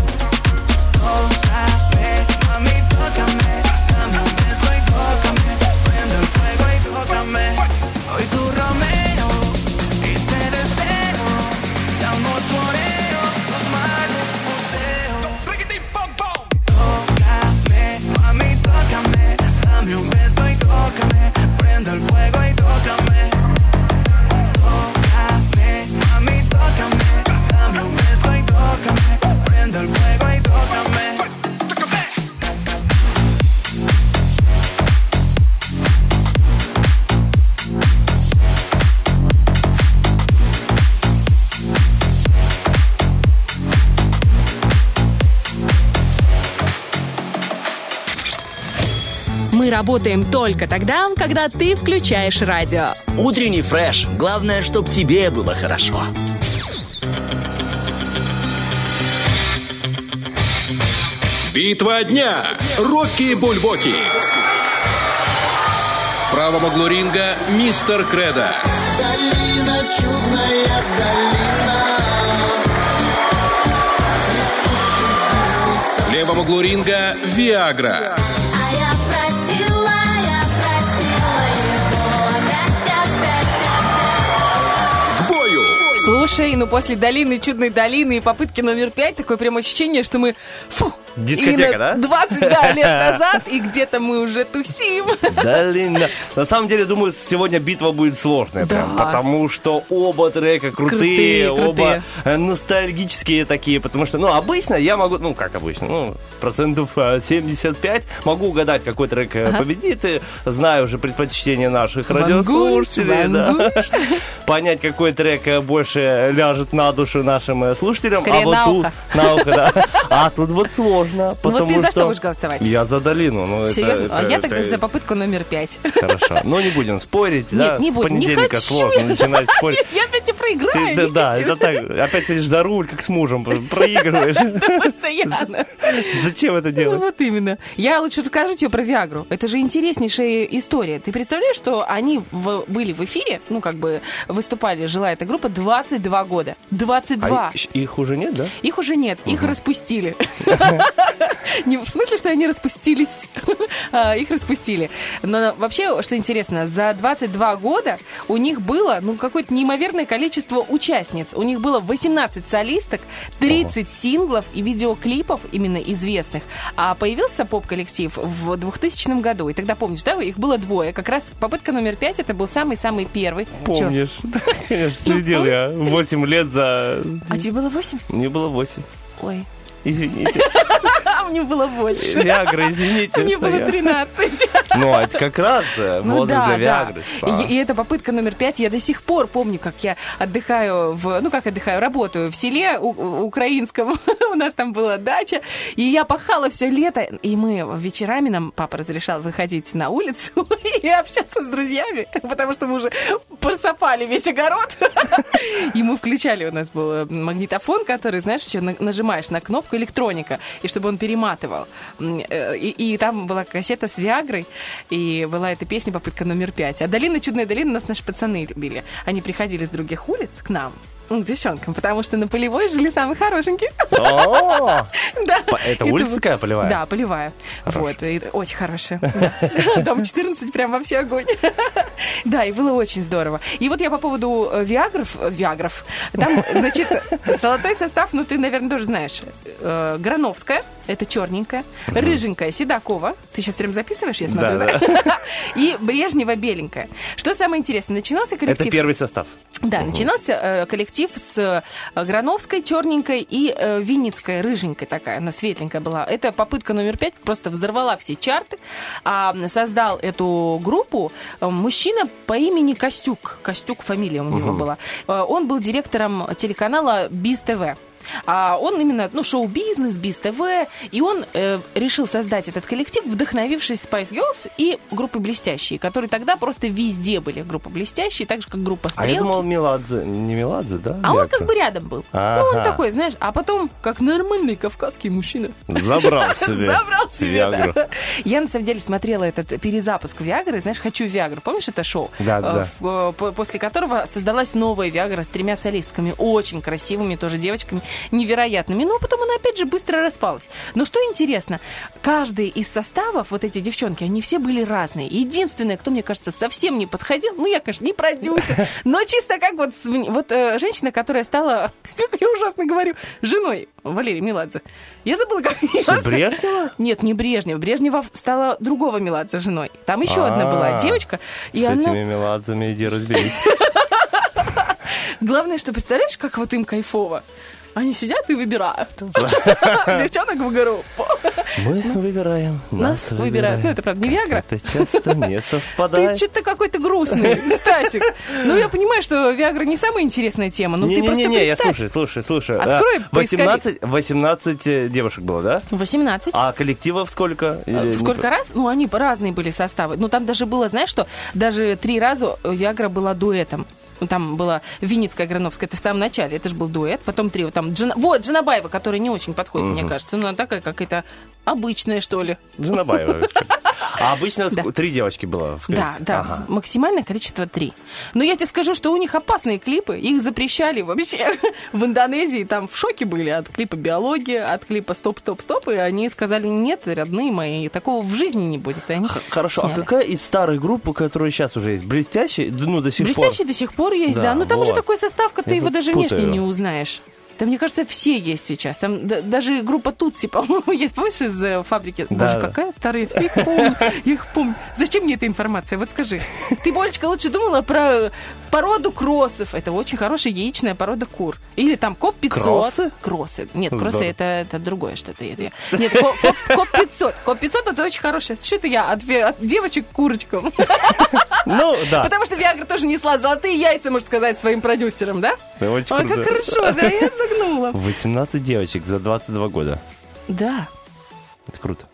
Tócame, mami, tócame, dame un beso y tócame, prende el fuego y tócame. Soy tu Romeo y te deseo de amor torero, tus mares, museos. Tócame, mami, tócame, dame un beso y tócame, prende el fuego y tócame. Tócame, mami, tócame, dame un beso y tócame, prende el fuego y tócame. Мы работаем только тогда, когда ты включаешь радио. Утренний фреш. Главное, чтоб тебе было хорошо. Битва дня. Рокки Бульбоки. В правом углу ринга мистер Кредо. Долина чудная долина. В левом углу ринга Виагра. Слушай, ну после долины, чудной долины и попытки номер пять, такое прям ощущение, что мы... Фу, дискотека, да? двадцать да, лет назад, и где-то мы уже тусим. Долина. На самом деле, думаю, сегодня битва будет сложная. Да. Прям, потому что оба трека крутые, Крутые, крутые. оба ностальгические такие. Потому что, ну, обычно я могу, ну, как обычно, ну, процентов семьдесят пять могу угадать, какой трек ага. победит. И знаю уже предпочтения наших Ван радиослушателей. Гуш, да. Ван Гуш. Понять, какой трек больше ляжет на душу нашим слушателям. Скорее а вот на тут, ухо. На ухо, да. А тут вот сложно. Ну вот ты за что что будешь голосовать? Я за долину. Ну, серьезно? Это, а это, я это... тогда за попытку номер пять. Хорошо. Ну, не будем спорить, Нет, да? не С будем. Не понедельника хочу. сложно начинать спорить. Я опять тебя проиграю. Ты, да, да, это так. Опять сидишь за руль, как с мужем, проигрываешь. Постоянно. Зачем это делать? Вот именно. Я лучше расскажу тебе про Виагру. Это же интереснейшая история. Ты представляешь, что они в, были в эфире, ну, как бы выступали, жила эта группа, двадцать два года. двадцать два. А их уже нет, да? Их уже нет, их угу. распустили. Не в смысле, что они распустились, их распустили. Но вообще, что интересно, за двадцать два года у них было, ну, какое-то неимоверное количество участниц. У них было восемнадцать солисток, тридцать синглов и видеоклипов именно известных. А появился поп-коллектив в двухтысячном году. И тогда, помнишь, да, их было двое. Как раз попытка номер пять, это был самый-самый первый. Помнишь? Конечно, следил я восемь лет за... А тебе было восемь? Мне было восемь. Ой. Извините. Мне было больше. Виагра, извините. Мне было тринадцать. Ну, это как раз возраст для Виагры. И это попытка номер пять. Я до сих пор помню, как я отдыхаю в... Ну, как отдыхаю, работаю в селе украинском. У нас там была дача. И я пахала все лето. И мы вечерами, нам папа разрешал выходить на улицу и общаться с друзьями, потому что мы уже просопали весь огород. И мы включали, у нас был магнитофон, который, знаешь, еще нажимаешь на кнопку, электроника, и чтобы он перематывал. И, и там была кассета с Виагрой, и была эта песня «Попытка номер пять». А «Долина, чудная долина» нас наши пацаны любили. Они приходили с других улиц к нам, к девчонкам, потому что на Полевой жили самые хорошенькие. Это улица такая Полевая? Да, Полевая. Вот, очень хорошая. Дом четырнадцать, прям вообще огонь. Да, и было очень здорово. И вот я по поводу Виагров, Виагров, там, значит, золотой состав, ну, ты, наверное, тоже знаешь. Грановская, это черненькая, рыженькая, Седокова. Ты сейчас прям записываешь, я смотрю, да? И Брежнева беленькая. Что самое интересное, начинался коллектив... Это первый состав. Да, начинался коллектив с Грановской, черненькой и э, Винницкой, рыженькой такая, она светленькая была. Это попытка номер пять, просто взорвала все чарты. А создал эту группу мужчина по имени Костюк. Костюк фамилия у него uh-huh. была. Он был директором телеканала БИЗ-ТВ. А он именно, ну, шоу-бизнес, БИЗ-ТВ, и он э, решил создать этот коллектив, вдохновившись Spice Girls и группой «Блестящие», которые тогда просто везде были, группа «Блестящие», так же, как группа «Стрелки». А я думал, Меладзе, не Меладзе, да? А он как бы рядом был. Ага. Ну, он такой, знаешь, а потом, как нормальный кавказский мужчина. Забрал себе. Забрал себе, да. Я, на самом деле, смотрела этот перезапуск Виагры, знаешь, «Хочу Виагру». Помнишь это шоу? Да, да. После которого создалась новая Виагра с тремя солистками, очень красивыми тоже девочками, невероятными, но потом она опять же быстро распалась. Но что интересно, каждый из составов, вот эти девчонки, они все были разные. Единственное, кто, мне кажется, совсем не подходил, ну, я, конечно, не продюсер, но чисто как вот, вот э, женщина, которая стала, как я ужасно говорю, женой Валерии Меладзе. Я забыла, как ее... Брежнева? Нет, не Брежнева. Брежнева стала другого Меладзе женой. Там еще одна была девочка. С этими Меладзами иди разберись. Главное, что представляешь, как вот им кайфово. Они сидят и выбирают. Девчонок в группу. Мы выбираем, нас выбирают. Ну, это, правда, не Виагра. Это часто не совпадает. Ты что-то какой-то грустный, Стасик. Ну, я понимаю, что Виагра не самая интересная тема, но ты просто представь. Не-не-не, я слушай, слушай, слушай. Открой восемнадцать, восемнадцать девушек было, да? восемнадцать. А коллективов сколько? Сколько раз? Ну, они разные были составы. Ну, там даже было, знаешь что, даже три раза Виагра была дуэтом. Там была Винницкая, Грановская, это в самом начале, это же был дуэт, потом трио, там, Джина... вот, Джанабаева, которая не очень подходит, угу. мне кажется, ну, она такая какая-то обычная, что ли. Джанабаева. А обычно Да. три девочки было в Да, клипе? да, Ага. максимальное количество три. Но я тебе скажу, что у них опасные клипы, их запрещали вообще в Индонезии, там в шоке были от клипа «Биология», от клипа «Стоп, стоп, стоп», и они сказали, нет, родные мои, такого в жизни не будет. И они Х- Хорошо, сняли. а какая из старых групп, которые сейчас уже есть? Блестящий? Ну, до сих Блестящий пор. до сих пор есть, Да, да. Но там вот. уже такой состав, ты Я его вот даже путаю. внешне не узнаешь. Там, мне кажется, все есть сейчас. Там да- даже группа Тутси, по-моему, есть. Помнишь, из э, фабрики? Да, Боже, да. какая старая. Все их помню. Я их помню. Зачем мне эта информация? Вот скажи. Ты, Болечка, лучше думала про породу кроссов. Это очень хорошая яичная порода кур. Или там коп пятьсот. Кроссы? Кроссы. Нет, Здорово. кроссы это, это другое что-то. Это я- Нет, ко- коп, коп пятьсот. коп пятьсот это очень хорошее. Что это я? От, ве- от девочек к курочкам. Ну, да. Потому что Виагра тоже несла золотые яйца, можно сказать, своим продюсерам, да? Да, очень Ой, круто. как хорошо, да, я загнула. восемнадцать девочек за двадцать два года. Да. Это круто.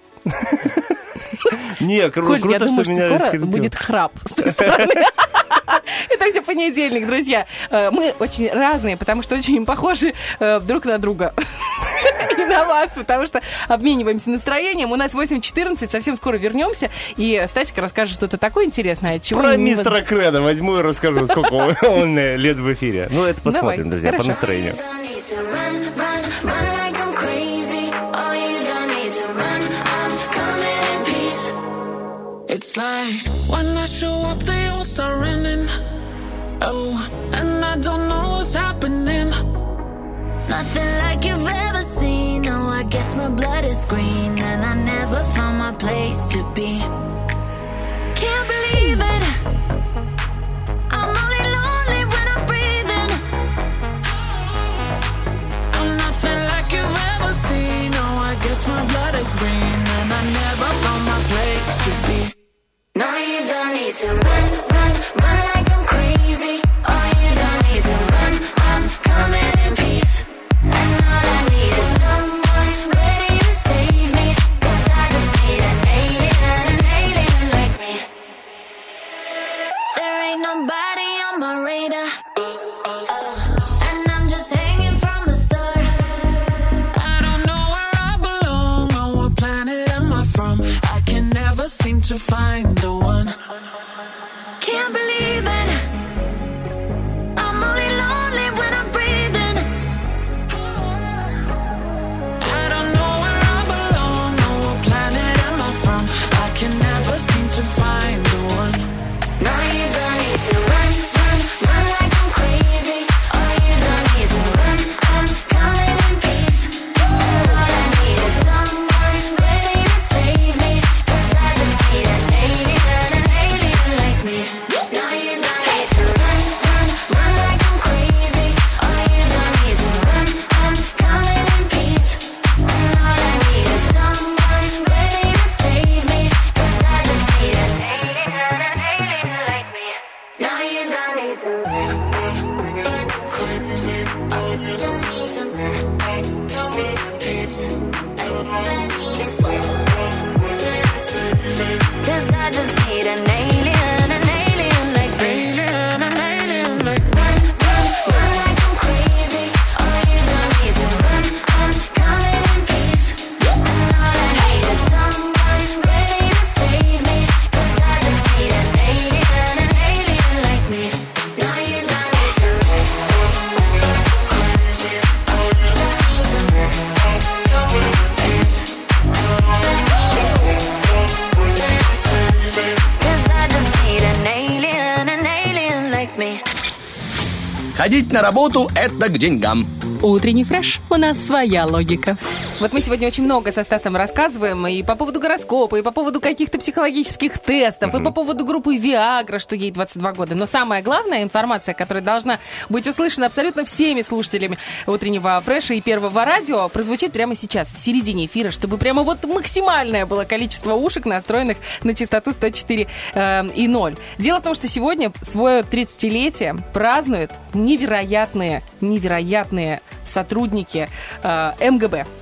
Не, кру- Коль, круто, я думаю, что что меня скоро раскритиковали. будет храп с той стороны. Это все понедельник, друзья. Э, Мы очень разные, потому что очень похожи э, друг на друга. И на вас, потому что обмениваемся настроением. У нас восемь четырнадцать, совсем скоро вернемся. И Стасика расскажет что-то такое интересное, от чего... Про не- мистера Креда возьму и расскажу, сколько он, он, э, лет в эфире. Ну, это посмотрим, Давай, друзья, по хорошо. настроению. Don't need to run, run, run like I'm crazy. Oh, you don't need to run. I'm coming in peace. It's like when I show up, they all start running. Oh, and I don't know what's happening. Nothing like you've ever seen. No, I guess my blood is green, and I never found my place to be. Can't believe it. I'm only lonely when I'm breathing. I'm nothing like you've ever seen. No, I guess my blood is green, and I never found my place to be. No, you don't need to run, run, run like I'm crazy. Oh, you don't need to run. I'm coming in peace. And all I need is someone ready to save me. 'Cause I just need an alien, an alien like me. There ain't nobody on my radar. Uh, and I'm just hanging from a star. I don't know where I belong or what planet am I from. I can never seem to find the one. Can't believe it. I'm only lonely when I'm breathing. I don't know where I belong or what planet am I from. I can never seem to find the one. No, you don't need to run, run, run like I'm crazy. Oh, you don't need to run. I'm coming in peace. All I need is someone ready to save me. 'Cause I just need an alien, an alien like me. No, you don't need to run, run, run like I'm crazy. Oh, you don't need to run. I'm coming in peace. All I need is someone ready to save me. 'Cause I just need an alien, an alien like me. No, you don't need to run. Crazy, oh, you Don't need to run. coming in peace. I need is Cause I just need an alien, an alien like me. Alien, an alien like Run, run, run like I'm crazy. Oh, you don't need to run. I'm coming in peace. And all I need is someone ready to save me. 'Cause I just need an alien, an alien like me. No, you don't need to run. crazy, oh, you Don't need to run. coming in peace. Cause I just need an alien, an alien like me. Ходить на работу – это к деньгам. Утренний фреш. У нас своя логика. Вот мы сегодня очень много со Стасом рассказываем и по поводу гороскопа, и по поводу каких-то психологических тестов, и по поводу группы Viagra, что ей двадцать два года. Но самая главная информация, которая должна быть услышана абсолютно всеми слушателями утреннего фреша и первого радио, прозвучит прямо сейчас, в середине эфира, чтобы прямо вот максимальное было количество ушек, настроенных на частоту сто четыре э, и ноль. Дело в том, что сегодня свое тридцатилетие празднуют невероятные, невероятные сотрудники э, эм гэ бэ.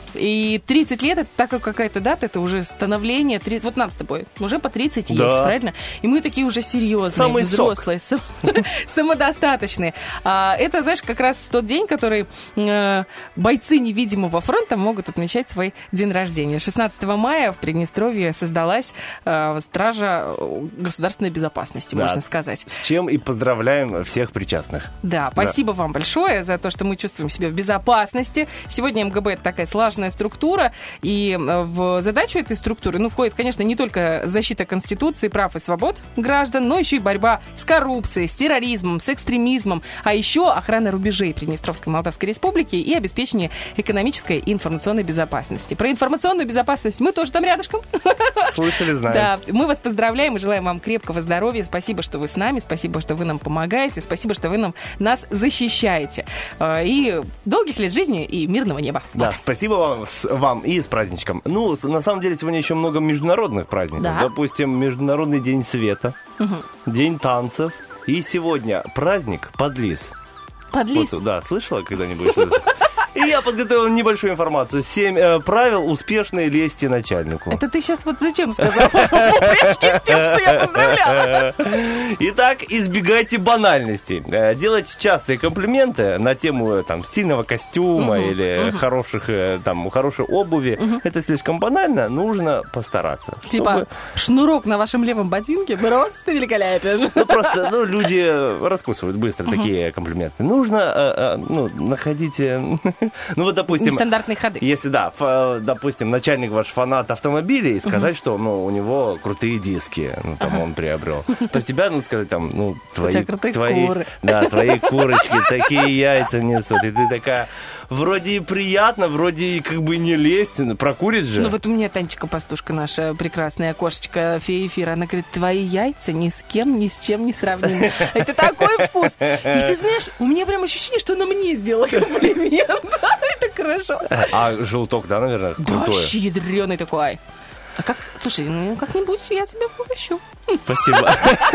И тридцать лет, это такая какая-то дата, это уже становление. тридцать Вот нам с тобой уже по тридцать Да. есть, правильно? И мы такие уже серьезные, Самый сок. взрослые, сам- самодостаточные. А, Это, знаешь, как раз тот день, который э, бойцы невидимого фронта могут отмечать свой день рождения. шестнадцатого мая в Приднестровье создалась э, стража государственной безопасности, Да. можно сказать. С чем и поздравляем всех причастных. Да, спасибо вам большое за то, что мы чувствуем себя в безопасности. Сегодня МГБ — это такая слаженная структура, и э, в задачу этой структуры, ну, входит, конечно, не только защита Конституции, прав и свобод граждан, но еще и борьба с коррупцией, с терроризмом, с экстремизмом, а еще охрана рубежей Приднестровской Молдавской Республики и обеспечение экономической и информационной безопасности. Про информационную безопасность мы тоже там рядышком. Слышали, знаем. Да, мы вас поздравляем и желаем вам крепкого здоровья. Спасибо, что вы с нами, спасибо, что вы нам помогаете, спасибо, что вы нам нас защищаете. Э, И долгих лет жизни и мирного неба. Да, Вот. спасибо вам, с- вам и с праздничком. Ну, с- на самом деле, сегодня еще много международных праздников. Да. Допустим, Международный день света, Мгм. День танцев. И сегодня праздник Подлиз. Подлиз. Вот, да, слышала когда-нибудь? что это? И я подготовил небольшую информацию. Семь э, правил успешной лести начальнику. Это ты сейчас вот зачем сказал? В упряжке с тем, что я поздравляла. Итак, избегайте банальностей. Э, Делать частые комплименты на тему э, там, стильного костюма Мгм, или мгм. хороших, э, там, хорошей обуви. Это слишком банально, нужно постараться. Типа, чтобы- шнурок на вашем левом ботинке просто великолепен. Ну, просто, ну, люди раскусывают быстро такие комплименты. Нужно, э, э, ну, находить... э, Ну, вот, допустим... Нестандартные ходы. Если, да, ф- допустим, начальник ваш фанат автомобилей, и сказать, что, ну, у него крутые диски, ну, там, он приобрел. Про тебя, ну, сказать, там, ну, твои... тебя крутые твои куры. Да, твои курочки такие яйца несут. И ты такая, вроде и приятно, вроде и как бы не лезть, но прокурит же. Ну вот у меня Танечка Пастушка, наша прекрасная кошечка фея эфира, она говорит, твои яйца ни с кем, ни с чем не сравнимы. Это такой вкус. И ты знаешь, у меня прям ощущение, что она мне сделала комплимент. Это хорошо. А желток, да, наверное, крутой. Вообще ядреный такой. А как, слушай, ну как-нибудь я тебя попрощу. Спасибо.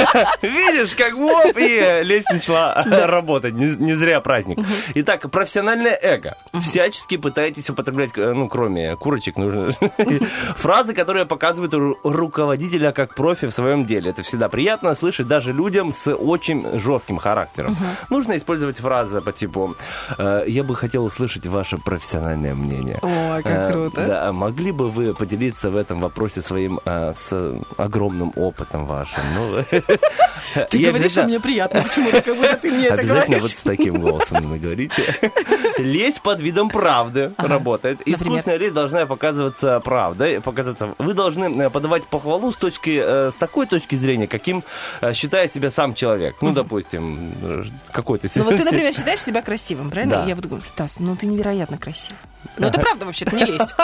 Видишь, как вот и лесть начала работать. Не, не зря праздник. Итак, профессиональное эго. Всячески пытаетесь употреблять, ну, кроме курочек, нужно фразы, которые показывают ру- руководителя как профи в своем деле. Это всегда приятно слышать даже людям с очень жестким характером. Нужно использовать фразы по типу э, «Я бы хотел услышать ваше профессиональное мнение». Ой, как Э, круто. Да, могли бы вы поделиться в этом вопросе своим э, с огромным опытом вашим? Ну, Ты я говоришь, а обязательно- мне приятно почему-то, как будто ты мне это Обязательно говоришь. вот с таким голосом наговорите. Лесть под видом правды работает. Например? Искусственная лесть должна показываться правдой. Показаться. Вы должны э, подавать похвалу с точки, э, с такой точки зрения, каким э, считает себя сам человек. Ну, допустим, э, какой-то... Ну вот ты, например, считаешь себя красивым, правильно? Да. Я вот говорю, Стас, ну ты невероятно красивый. Ну это правда вообще-то, не лезть.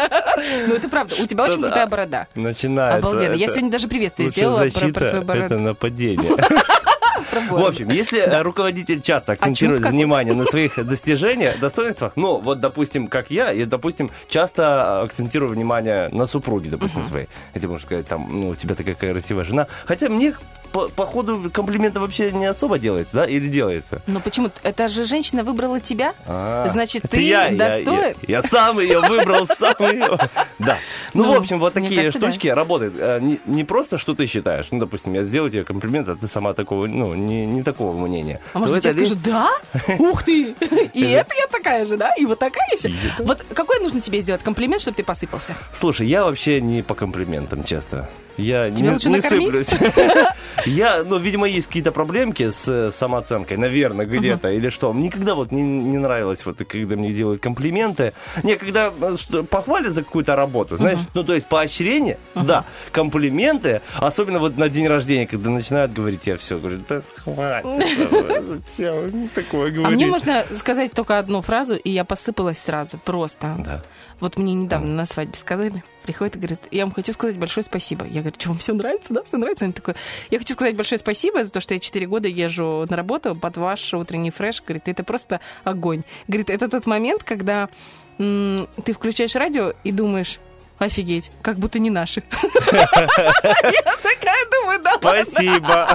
Ну это правда. У тебя очень Да-да. крутая борода. Начинается. Обалденно. Я это сегодня даже приветствие лучше сделала про- защита, про твою бороду. это нападение. Про В бороду. общем, если э, руководитель часто акцентирует чуб какой? внимание на своих достижениях, достоинствах, ну, вот, допустим, как я, я, допустим, часто акцентирую внимание на супруге, допустим, своей. Я тебе могу сказать, там, ну, у тебя такая красивая жена. Хотя мне, по, по ходу, комплимента вообще не особо делается, да, или делается? Ну почему? Это же женщина выбрала тебя. А, Значит, это ты я, я- достоин. Я, я сам ее выбрал, сам ее. Да. Ну, Ну, в общем, вот мне такие кажется, да. штучки работают. Э, Не, не просто, что ты считаешь. Ну, допустим, я сделаю тебе комплимент, а ты сама такого, ну, не, не такого мнения. А может То быть, я это скажу, да? Ух ты! И это я такая же, да? И вот такая еще. Вот какой нужно тебе сделать комплимент, чтобы ты посыпался? Слушай, я вообще не по комплиментам, честно. Я Тебя не, лучше не накормить? сыплюсь. Я, ну, видимо, есть какие-то проблемки с э, самооценкой, наверное, где-то, или что. Никогда вот не, не нравилось, вот, когда мне делают комплименты. Не, когда э, что, похвалят за какую-то работу, знаешь, ну, то есть поощрение, да, комплименты, особенно вот на день рождения, когда начинают говорить, я все, говорю, да хватит, зачем такое А говорить? мне можно сказать только одну фразу, и я посыпалась сразу, просто. Да. Вот мне недавно на свадьбе сказали, приходит и говорит, я вам хочу сказать большое спасибо. Я говорю, что, вам все нравится, да? Все нравится? Они такой, я хочу сказать большое спасибо за то, что я четыре года езжу на работу под ваш утренний фреш. Говорит, это просто огонь. Говорит, это тот момент, когда м, ты включаешь радио и думаешь, офигеть, как будто не наши. Я такая думаю, Спасибо.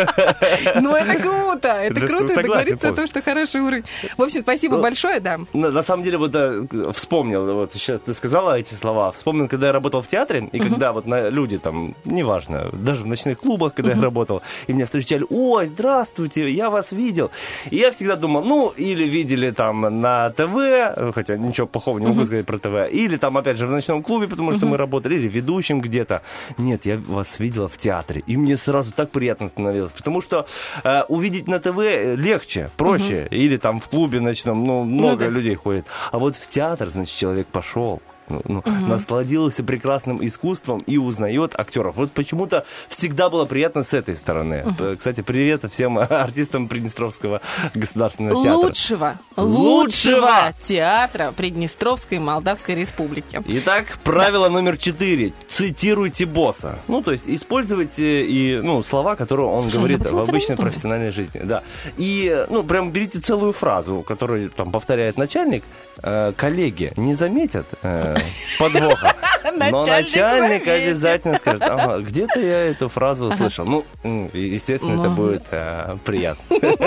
Ну, это круто, это Да, круто, согласен договориться о том, полностью. что хороший уровень. В общем, спасибо Ну, большое, да. На, на самом деле, вот да, вспомнил, вот сейчас ты сказала эти слова, вспомнил, когда я работал в театре, и когда вот на, люди там, неважно, даже в ночных клубах, когда я работал, и меня встречали, ой, здравствуйте, я вас видел. И я всегда думал, ну, или видели там на ТВ, хотя ничего плохого не могу сказать про ТВ, или там, опять же, в ночном клубе, потому что мы работали, или ведущим где-то. Нет, я вас видела в театре, и мне сразу так приятно становилось, потому что э, увидеть на ТВ легче, проще, или там в клубе ночном, ну, много да. людей ходит. А вот в театр, значит, человек пошел, ну, ну, насладился прекрасным искусством и узнает актеров. Вот почему-то всегда было приятно с этой стороны. П- Кстати, привет всем артистам Приднестровского государственного театра. Лучшего, Лучшего! лучшего театра Приднестровской Молдавской Республики. Итак, правило номер четыре. Цитируйте босса. Ну, то есть, используйте и, ну, слова, которые он Слушай, говорит я об в этом обычной не думала. профессиональной жизни. Да. И, ну, прям берите целую фразу, которую там повторяет начальник. Э, коллеги не заметят э, подвоха, но Начальник начальник заметит. обязательно скажет, ага, где-то я эту фразу услышал. Ну, м, естественно, это Ну. будет э, приятно.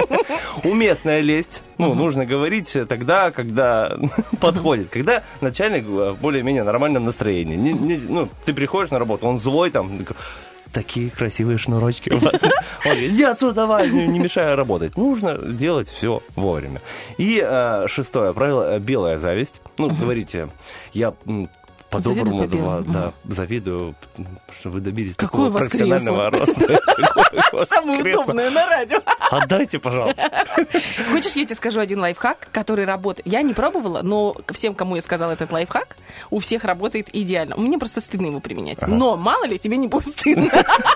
Уместная лесть. Ну, нужно говорить тогда, когда подходит. Когда начальник в более-менее нормальном настроении. Не- не- ну, ты приходишь на работу, он злой там, такой, такие красивые шнурочки у вас. Он говорит, иди отсюда, давай, не, не мешай работать. Нужно делать все вовремя. И э, шестое правило, э, белая зависть. Ну, говорите, я м, по-доброму Завидую да, по-белому. да, завидую, что вы добились Какое такого у вас профессионального роста. Какое у вас Самое кресло. удобное на радио. Отдайте, пожалуйста. Хочешь, я тебе скажу один лайфхак, который работает? Я не пробовала, но всем, кому я сказала этот лайфхак, у всех работает идеально. Мне просто стыдно его применять. Но мало ли, тебе не будет стыдно.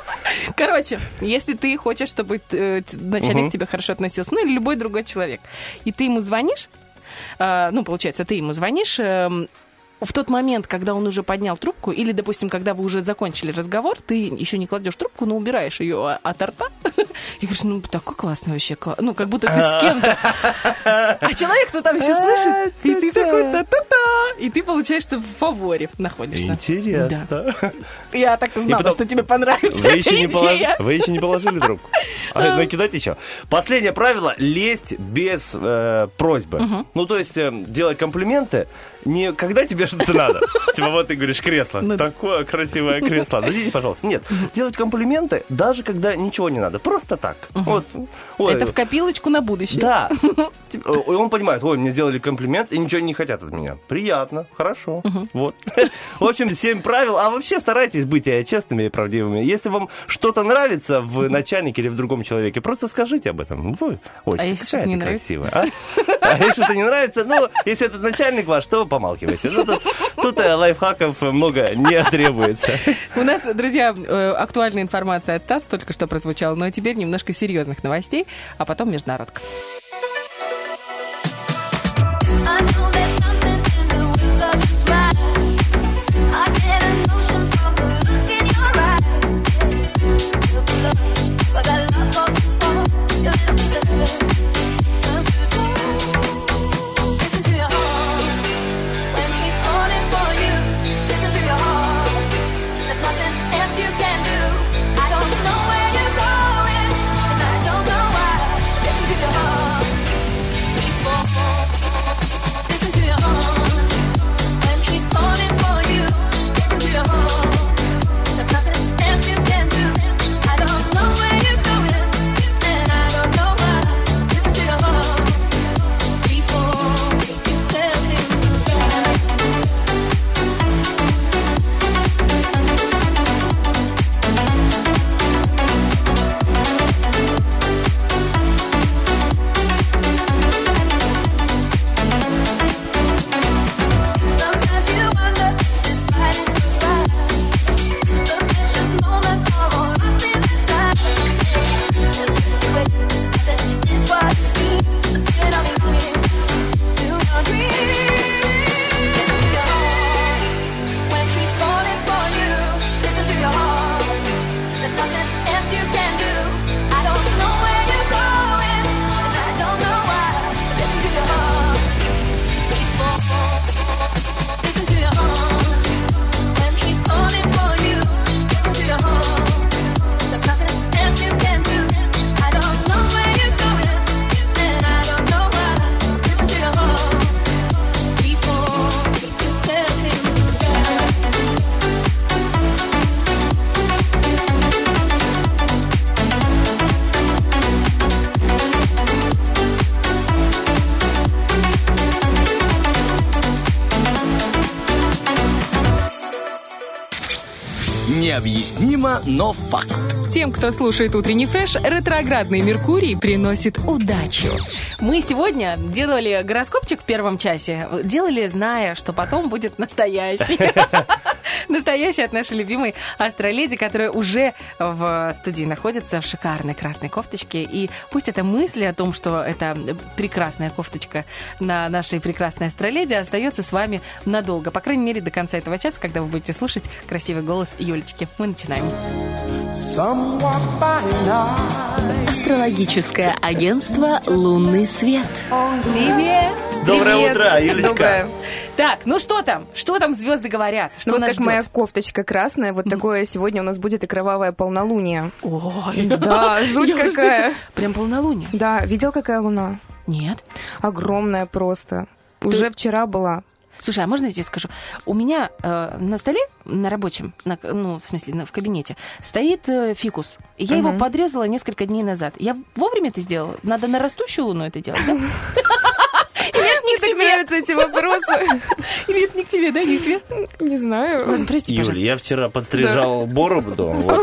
Короче, если ты хочешь, чтобы э, начальник к тебе хорошо относился, ну или любой другой человек, и ты ему звонишь, э, ну, получается, ты ему звонишь, э, в тот момент, когда он уже поднял трубку, или, допустим, когда вы уже закончили разговор, ты еще не кладешь трубку, но убираешь ее от рта, и говоришь, ну, такой классный вообще, кла-». Ну, как будто ты с кем-то. А человек-то там еще слышит, и ты такой та-та-та, и ты, получается, в фаворе находишься. Интересно. Да. Я так и знала, потом- что тебе понравится Вы эта еще, не полож- идея. Вы еще не положили трубку. А накидать еще. Последнее правило – лезть без э, просьбы. Ну, то есть э, делать комплименты не когда тебе что-то надо. Типа вот ты говоришь, кресло, Ну да. такое красивое кресло. Дадите, пожалуйста. Нет, делать комплименты даже когда ничего не надо. Просто так. Вот. Ой, Это в копилочку на будущее. Да. Типа, И он понимает, ой, мне сделали комплимент и ничего не хотят от меня. Приятно, хорошо. Вот. В общем, семь правил. А вообще старайтесь быть э, честными и правдивыми. Если вам что-то нравится в начальнике или в другом человеке, просто скажите об этом. Вы, ой, А если какая что-то не ты нравится? красивая. А? А если что-то не нравится, ну, если этот начальник ваш, то помалкивайте. Ну, тут тут, э, лайфхаков много не требуется. У нас, друзья, э, актуальная информация от ТАСС только что прозвучала, но теперь немножко серьезных новостей, а потом международка. I know there's something in the look of your smile. I get an emotion from the look in your eyes. Guilty love, but that love goes apart. Your little piece of heaven turns to gold. Listen to your heart when he's calling for you. Listen to your heart. There's nothing else you can do. I don't know where you're going, and I don't know why. Listen to your heart. Необъяснимо, но факт. Тем, кто слушает утренний фреш, ретроградный Меркурий приносит удачу. Мы сегодня делали гороскопчик в первом часе. Делали, зная, что потом будет настоящий. Настоящий от нашей любимой астроледи, которая уже в студии находится в шикарной красной кофточке. И пусть эта мысль о том, что это прекрасная кофточка на нашей прекрасной астроледи, остается с вами надолго. По крайней мере, до конца этого часа, когда вы будете слушать красивый голос Юлечки. Мы начинаем. Астрологическое агентство «Лунный свет». Привет! Доброе Привет. утро, Юлечка. Доброе. Так, ну что там? Что там звезды говорят? Что вот нас как ждет? моя кофточка красная, вот такое сегодня у нас будет и кровавое полнолуние. Ой, да, жуть я какая. жду. Прям полнолуние? Да, видел, какая луна? Нет. Огромная просто. Уже вчера была. Слушай, а можно я тебе скажу? У меня э, на столе, на рабочем, на, ну, в смысле, на, в кабинете, стоит э, фикус. И я Угу. его подрезала несколько дней назад. Я вовремя это сделала? Надо на растущую луну это делать, да? Мне так нравятся эти вопросы. Или это не к тебе, да, не к тебе? Не знаю. Ладно, прости, Юль, пожалуйста. я вчера подстрижал бороду. Вот.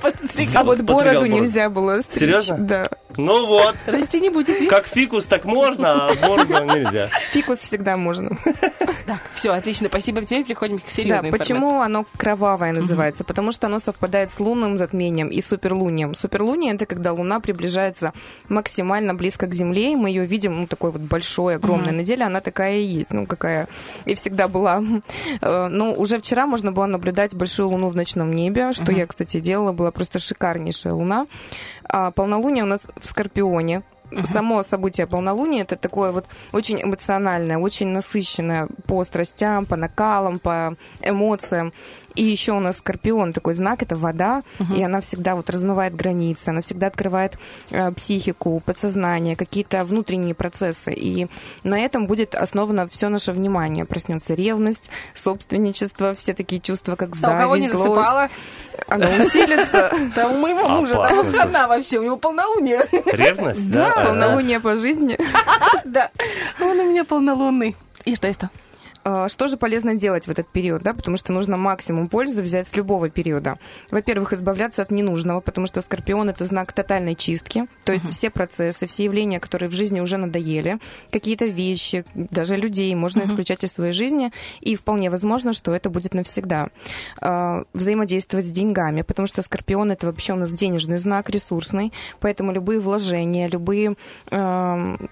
А вот Подстригал бороду бороду. нельзя было стричь. Серьезно? Да. Ну вот. Расти не будет, видишь? Как фикус, так можно, а бороду нельзя. Фикус всегда можно. Так, все, отлично, спасибо тебе, переходим к Да, серьезной почему оно кровавое называется? Потому что оно совпадает с лунным затмением и суперлунием. Суперлуние — это когда Луна приближается максимально близко к Земле, и мы ее видим, ну, такой вот большой, огромной. Мгм. На деле она такая и есть, ну, какая и всегда была. Э, Но уже вчера можно было наблюдать большую Луну в ночном небе, что Мгм. я, кстати, делала, была просто шикарнейшая Луна. А полнолуние у нас в Скорпионе. Мгм. Само событие полнолуния — это такое вот очень эмоциональное, очень насыщенное по страстям, по накалам, по эмоциям. И еще у нас Скорпион, такой знак, это вода, Мгм. и она всегда вот размывает границы, она всегда открывает э, психику, подсознание, какие-то внутренние процессы. И на этом будет основано все наше внимание. Проснется ревность, собственничество, все такие чувства, как А у зависть, кого не злость. засыпала? Оно усилится. Да у моего мужа, там Опасно вот хана вообще, у него полнолуние. Ревность, да? Да, А, Полнолуние по жизни. Да, он у меня полнолунный. И что это? А, Что же полезно делать в этот период, да? Потому что нужно максимум пользы взять с любого периода. Во-первых, избавляться от ненужного, потому что Скорпион — это знак тотальной чистки. То есть все процессы, все явления, которые в жизни уже надоели, какие-то вещи, даже людей можно Мгм. исключать из своей жизни, и вполне возможно, что это будет навсегда. А, Взаимодействовать с деньгами, потому что Скорпион — это вообще у нас денежный знак, ресурсный, поэтому любые вложения, любые... ам,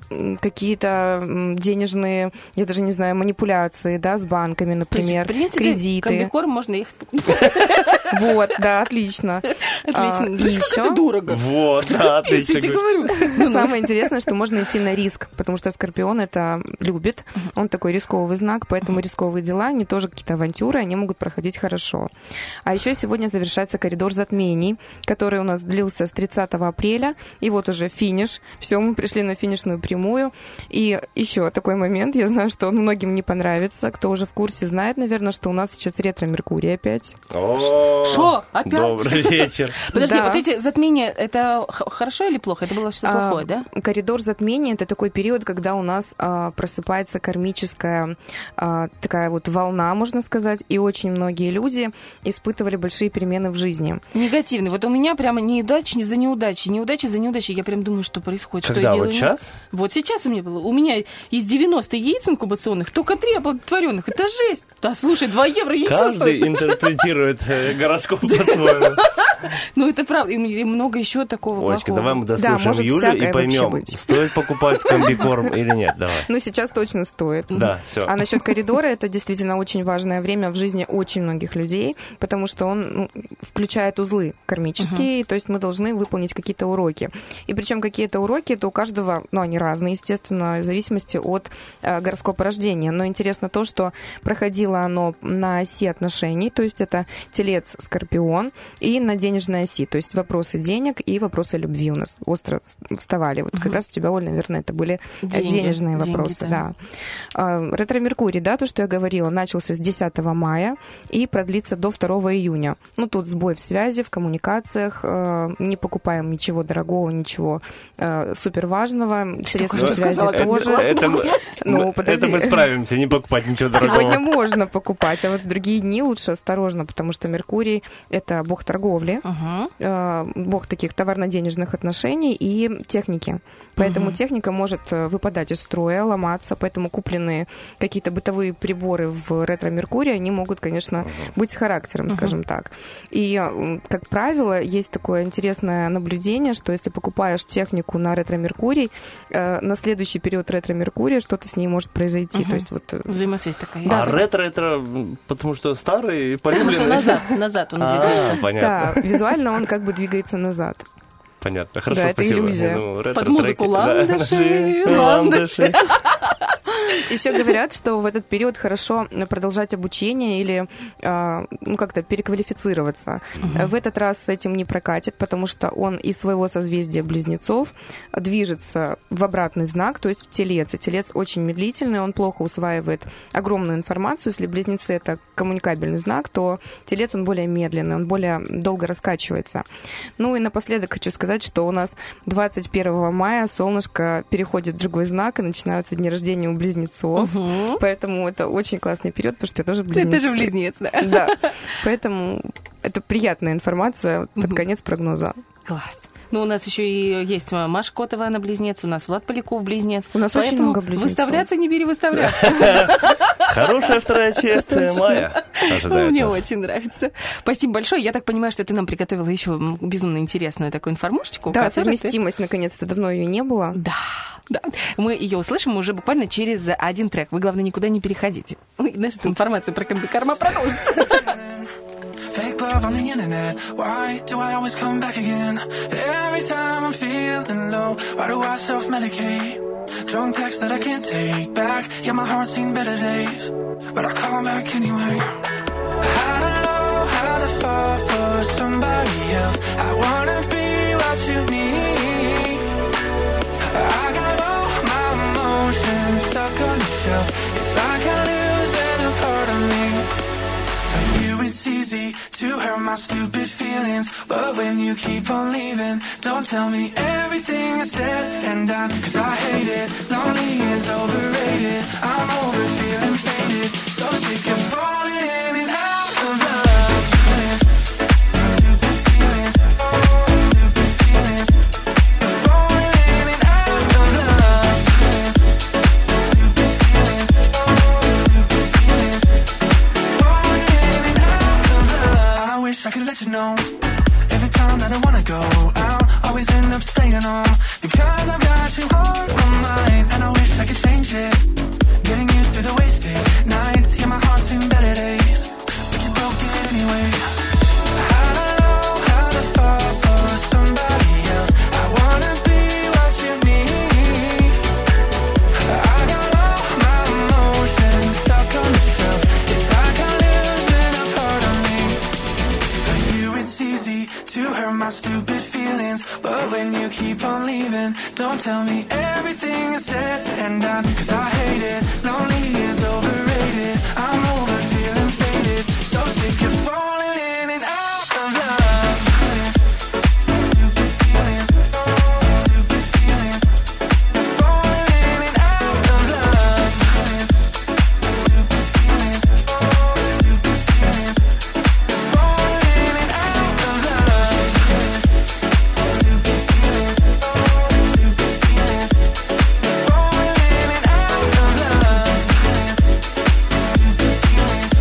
какие-то м, денежные, я даже не знаю, манипуляции, да, с банками, например, То есть, в принципе, кредиты. комбикорм можно ехать. Вот, да, отлично. Отлично. А, и Видишь, как это еще дорого. Вот, да, отлично. Я тебе говорю. самое интересное, что можно идти на риск, потому что Скорпион это любит, он такой рисковый знак, поэтому рисковые дела, они тоже какие-то авантюры, они могут проходить хорошо. А еще сегодня завершается коридор затмений, который у нас длился с тридцатого апреля, и вот уже финиш, все, мы пришли на финишную прямую. И еще такой момент, я знаю, что он многим не понравится, кто уже в курсе знает, наверное, что у нас сейчас ретро-меркурий опять. О, Шо? Опять? Добрый вечер. Подожди, Да. вот эти затмения, это х- хорошо или плохо? Это было что-то А, плохое, да? Коридор затмения — это такой период, когда у нас а, просыпается кармическая а, такая вот волна, можно сказать, и очень многие люди испытывали большие перемены в жизни. Негативный. Вот у меня прямо неудачи за неудачи, неудачи за неудачи. Я прям думаю, что происходит, что Когда, я делаю. вот не- сейчас? Вот сейчас у меня было. У меня из девяноста яиц инкубационных только три оплодотворенных. Это жесть. Да, слушай, два евро яйцо Каждый стоит. интерпретирует э, гороскоп по-своему. Ну, это правда. И м- и много еще такого Олечка, плохого. давай мы Да, дослушаем может Юлю всякое и вообще поймем, быть. стоит покупать комбикорм или нет. Давай. Но сейчас точно стоит. Да, все. А насчет коридора, это действительно очень важное время в жизни очень многих людей, потому что он ну, включает узлы кармические, то есть мы должны выполнить какие-то уроки. И причем какие-то уроки, это у каждого, ну, они разные, естественно, в зависимости от э, гороскопа рождения. Но интересно то, что проходило оно на оси отношений, то есть это Телец, Скорпион, Скорпион, и на денежной оси, то есть вопросы денег и вопросы любви у нас остро вставали. Вот угу. как раз у тебя, Оль, наверное, это были деньги, денежные вопросы. Деньги, да. Да. Ретро-Меркурий, да, то, что я говорила, начался с десятого мая и продлится до второго июня. Ну, тут сбой в связи, в коммуникациях, не покупаем ничего дорогого, ничего супер важного, средства связи тоже. Это, ну, это мы справимся, не покупать ничего дорогого. Сегодня можно покупать, а вот в другие дни лучше осторожно, потому что Меркурий — это бог торговли, uh-huh. бог таких товарно-денежных отношений и техники. Поэтому uh-huh. техника может выпадать из строя, ломаться, поэтому купленные какие-то бытовые приборы в ретро-Меркурии, они могут, конечно, uh-huh. быть с характером, uh-huh. скажем так. И, как правило, есть такое интересное наблюдение, что если покупаешь технику на ретро-Меркурий, на следующий период ретро-Меркурия что-то с ней может произойти. Uh-huh. То есть, вот... Взаимосвязь такая. А ретро это потому что старый и полюбленный? Потому что назад, назад он двигается. А, понятно. Да, визуально он как бы двигается назад. Понятно, хорошо, да, спасибо. Это иллюзия. Ну, под музыку ландыши, ландыши. Еще говорят, что в этот период хорошо продолжать обучение или ну, как-то переквалифицироваться. Угу. В этот раз с этим не прокатит, потому что он из своего созвездия Близнецов движется в обратный знак, то есть в Телец. И Телец очень медлительный, он плохо усваивает огромную информацию. Если Близнецы — это коммуникабельный знак, то Телец, он более медленный, он более долго раскачивается. Ну и напоследок хочу сказать, что у нас двадцать первого мая солнышко переходит в другой знак, и начинаются дни рождения у Близнецов. Угу. Поэтому это очень классный период, потому что я тоже близнец. Ты тоже близнец, да. Да. Поэтому это приятная информация под угу. конец прогноза. Класс. Ну, у нас еще и есть Маша Котова, она близнец, у нас Влад Поляков близнец. У нас очень много близнецов. Выставляться не перевыставляться. Хорошая вторая часть мая. Мне очень нравится. Спасибо большое. Я так понимаю, что ты нам приготовила еще безумно интересную такую информашечку. Да, совместимость, наконец-то, давно ее не было. Да. Да. Мы ее услышим уже буквально через один трек. Вы, главное, никуда не переходите. Знаешь, эта информация про комбикарма продолжится. Fake love on the internet. Why do I always come back again? Every time I'm feeling low, why do I self-medicate? Drunk text that I can't take back. Yeah, my heart's seen better days, but I call back anyway. I don't know how to fall for somebody else. I wanna be what you need. I got all my emotions stuck on the shelf. It's like I'm losing a part of me. For you it's easy to hurt my stupid feelings, but when you keep on leaving, don't tell me everything is said and done, cause I hate it. Lonely is overrated. I'm over feeling faded, so sick of falling in and out of love. Feelings, stupid feelings, stupid feelings. Falling in and out of love. Feelings, stupid feelings, stupid feelings. Falling in and out of love. I wish I could let you know. Every time that I wanna go out, always end up staying home, because I've got you on my mind, and I wish I could change it. Getting used to the wasted nights, yeah, my heart's in better days, but you broke it anyway. I don't know how to fall for somebody else. I wanna be what you need. I got all my emotions stuck on the shelf. It's like I'm losing a part of me. For you it's easy to hurt my stupid feelings, but when you keep on leaving, don't tell me everything is said and done, cause I hate it. Lonely is overrated. I'm over feeling faded, so sick of falling in and out of love. Feelings, stupid feelings, stupid feelings. Falling in and out of love. Feelings, stupid feelings, stupid feelings. Falling in and out of love. Feelings, stupid feelings, stupid feelings. Falling in and out of love. Feelings, stupid feelings, stupid feelings.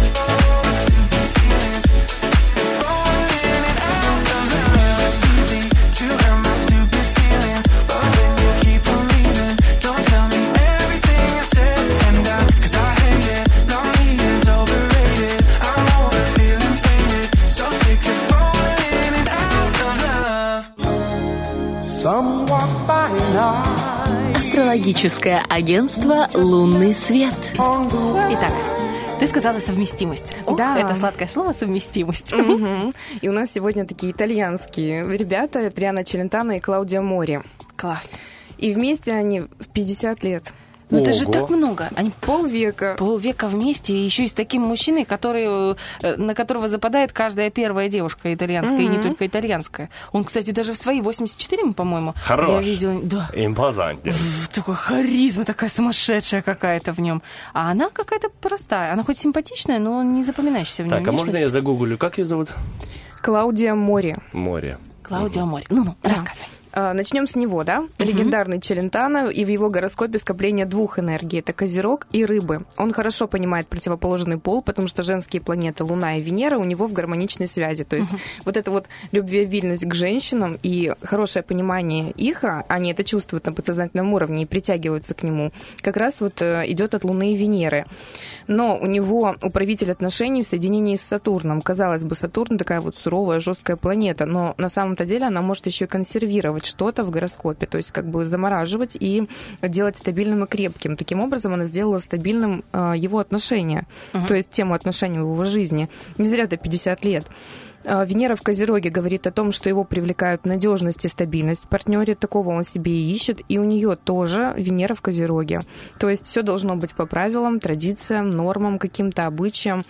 Falling in and out of love. It's easy to hurt my stupid feelings, but when you keep on leaving, don't tell me everything is said and done, cause I hate it. Lonely is overrated. I'm over feeling faded, so sick of falling in and out of love. Somewhat by night. Астрологическое агентство «Лунный свет». Итак, Ты сказала совместимость. Ох, Да. это сладкое слово совместимость. Мгм. И у нас сегодня такие итальянские ребята, Адриано Челентано и Клаудио Мори. Класс. И вместе они с пятьдесят лет. Ну это же Ого. так много. Они Полвека. полвека вместе, и еще и с таким мужчиной, который, э, на которого западает каждая первая девушка итальянская, и не только итальянская. Он, кстати, даже в свои восемьдесят четыре, по-моему, Хорош. я видела. Да. Импозантен. Такой харизма такая сумасшедшая какая-то в нем. А она какая-то простая. Она хоть симпатичная, но не запоминающаяся в ней Так, а можно я загуглю? Как ее зовут? Клаудио Мори. Море. Клаудио Мори. Ну-ну, Да. рассказывай. А, Начнем с него, да? Легендарный Челентано, и в его гороскопе скопление двух энергий. Это Козерог и Рыбы. Он хорошо понимает противоположный пол, потому что женские планеты Луна и Венера у него в гармоничной связи. То есть вот эта вот любвеобильность к женщинам и хорошее понимание их, а они это чувствуют на подсознательном уровне и притягиваются к нему, как раз вот э, идет от Луны и Венеры. Но у него управитель отношений в соединении с Сатурном. Казалось бы, Сатурн такая вот суровая, жесткая планета, но на самом-то деле она может еще и консервировать что-то в гороскопе, то есть как бы замораживать и делать стабильным и крепким. Таким образом, она сделала стабильным э, его отношения, uh-huh. то есть тему отношений в его жизни. Не зря это пятьдесят лет. Венера в Козероге говорит о том, что его привлекают надежность и стабильность в партнере, такого он себе и ищет, и у нее тоже Венера в Козероге. То есть все должно быть по правилам, традициям, нормам, каким-то обычаям.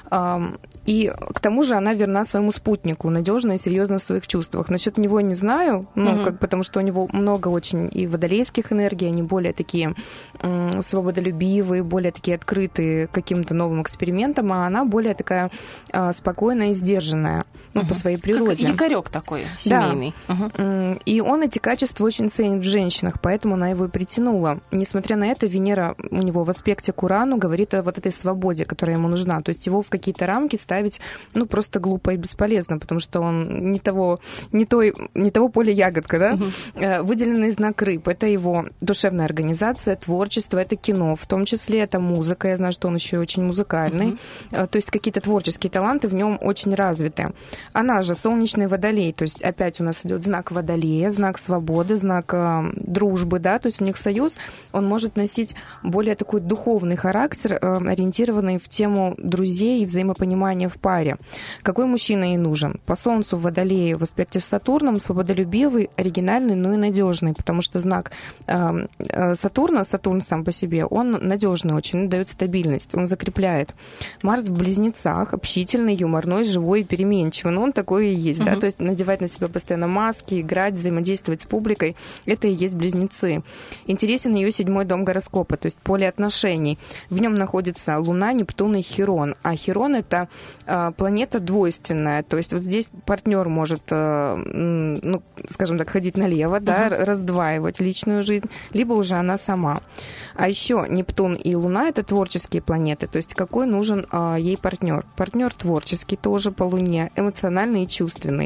И к тому же она верна своему спутнику, надежна и серьезна в своих чувствах. Насчет него не знаю, ну, угу. как, потому что у него много очень и водолейских энергий, они более такие м, свободолюбивые, более такие открытые к каким-то новым экспериментам, а она более такая а, спокойная и сдержанная. Ну, угу. по своей природе. Как якорек такой, семейный. Да. Угу. И он эти качества очень ценит в женщинах, поэтому она его и притянула. Несмотря на это, Венера у него в аспекте к Урану говорит о вот этой свободе, которая ему нужна. То есть его в какие-то рамки ставить, ну, просто глупо и бесполезно, потому что он не того, не той, не того поля ягодка, да? Угу. Выделенный знак рыб. Это его душевная организация, творчество, это кино, в том числе это музыка. Я знаю, что он еще и очень музыкальный. Угу. То есть какие-то творческие таланты в нем очень развиты. Она же солнечный водолей, то есть опять у нас идет знак водолея, знак свободы, знак э, дружбы, да, то есть у них союз, он может носить более такой духовный характер, э, ориентированный в тему друзей и взаимопонимания в паре. Какой мужчина ей нужен? По Солнцу в водолее в аспекте с Сатурном свободолюбивый, оригинальный, но и надежный, потому что знак э, э, Сатурна, Сатурн сам по себе, он надежный очень, он дает стабильность, он закрепляет. Марс в Близнецах, общительный, юморной, живой и переменчивый. Но он такой и есть, uh-huh. да, то есть надевать на себя постоянно маски, играть, взаимодействовать с публикой, это и есть Близнецы. Интересен ее седьмой дом гороскопа, то есть поле отношений. В нем находится Луна, Нептун и Хирон, а Хирон это э, планета двойственная, то есть вот здесь партнер может, э, ну, скажем так, ходить налево, uh-huh. да, раздваивать личную жизнь, либо уже она сама. А еще Нептун и Луна это творческие планеты, то есть какой нужен э, ей партнер? Партнер творческий тоже по Луне, эмоциональный и чувственный.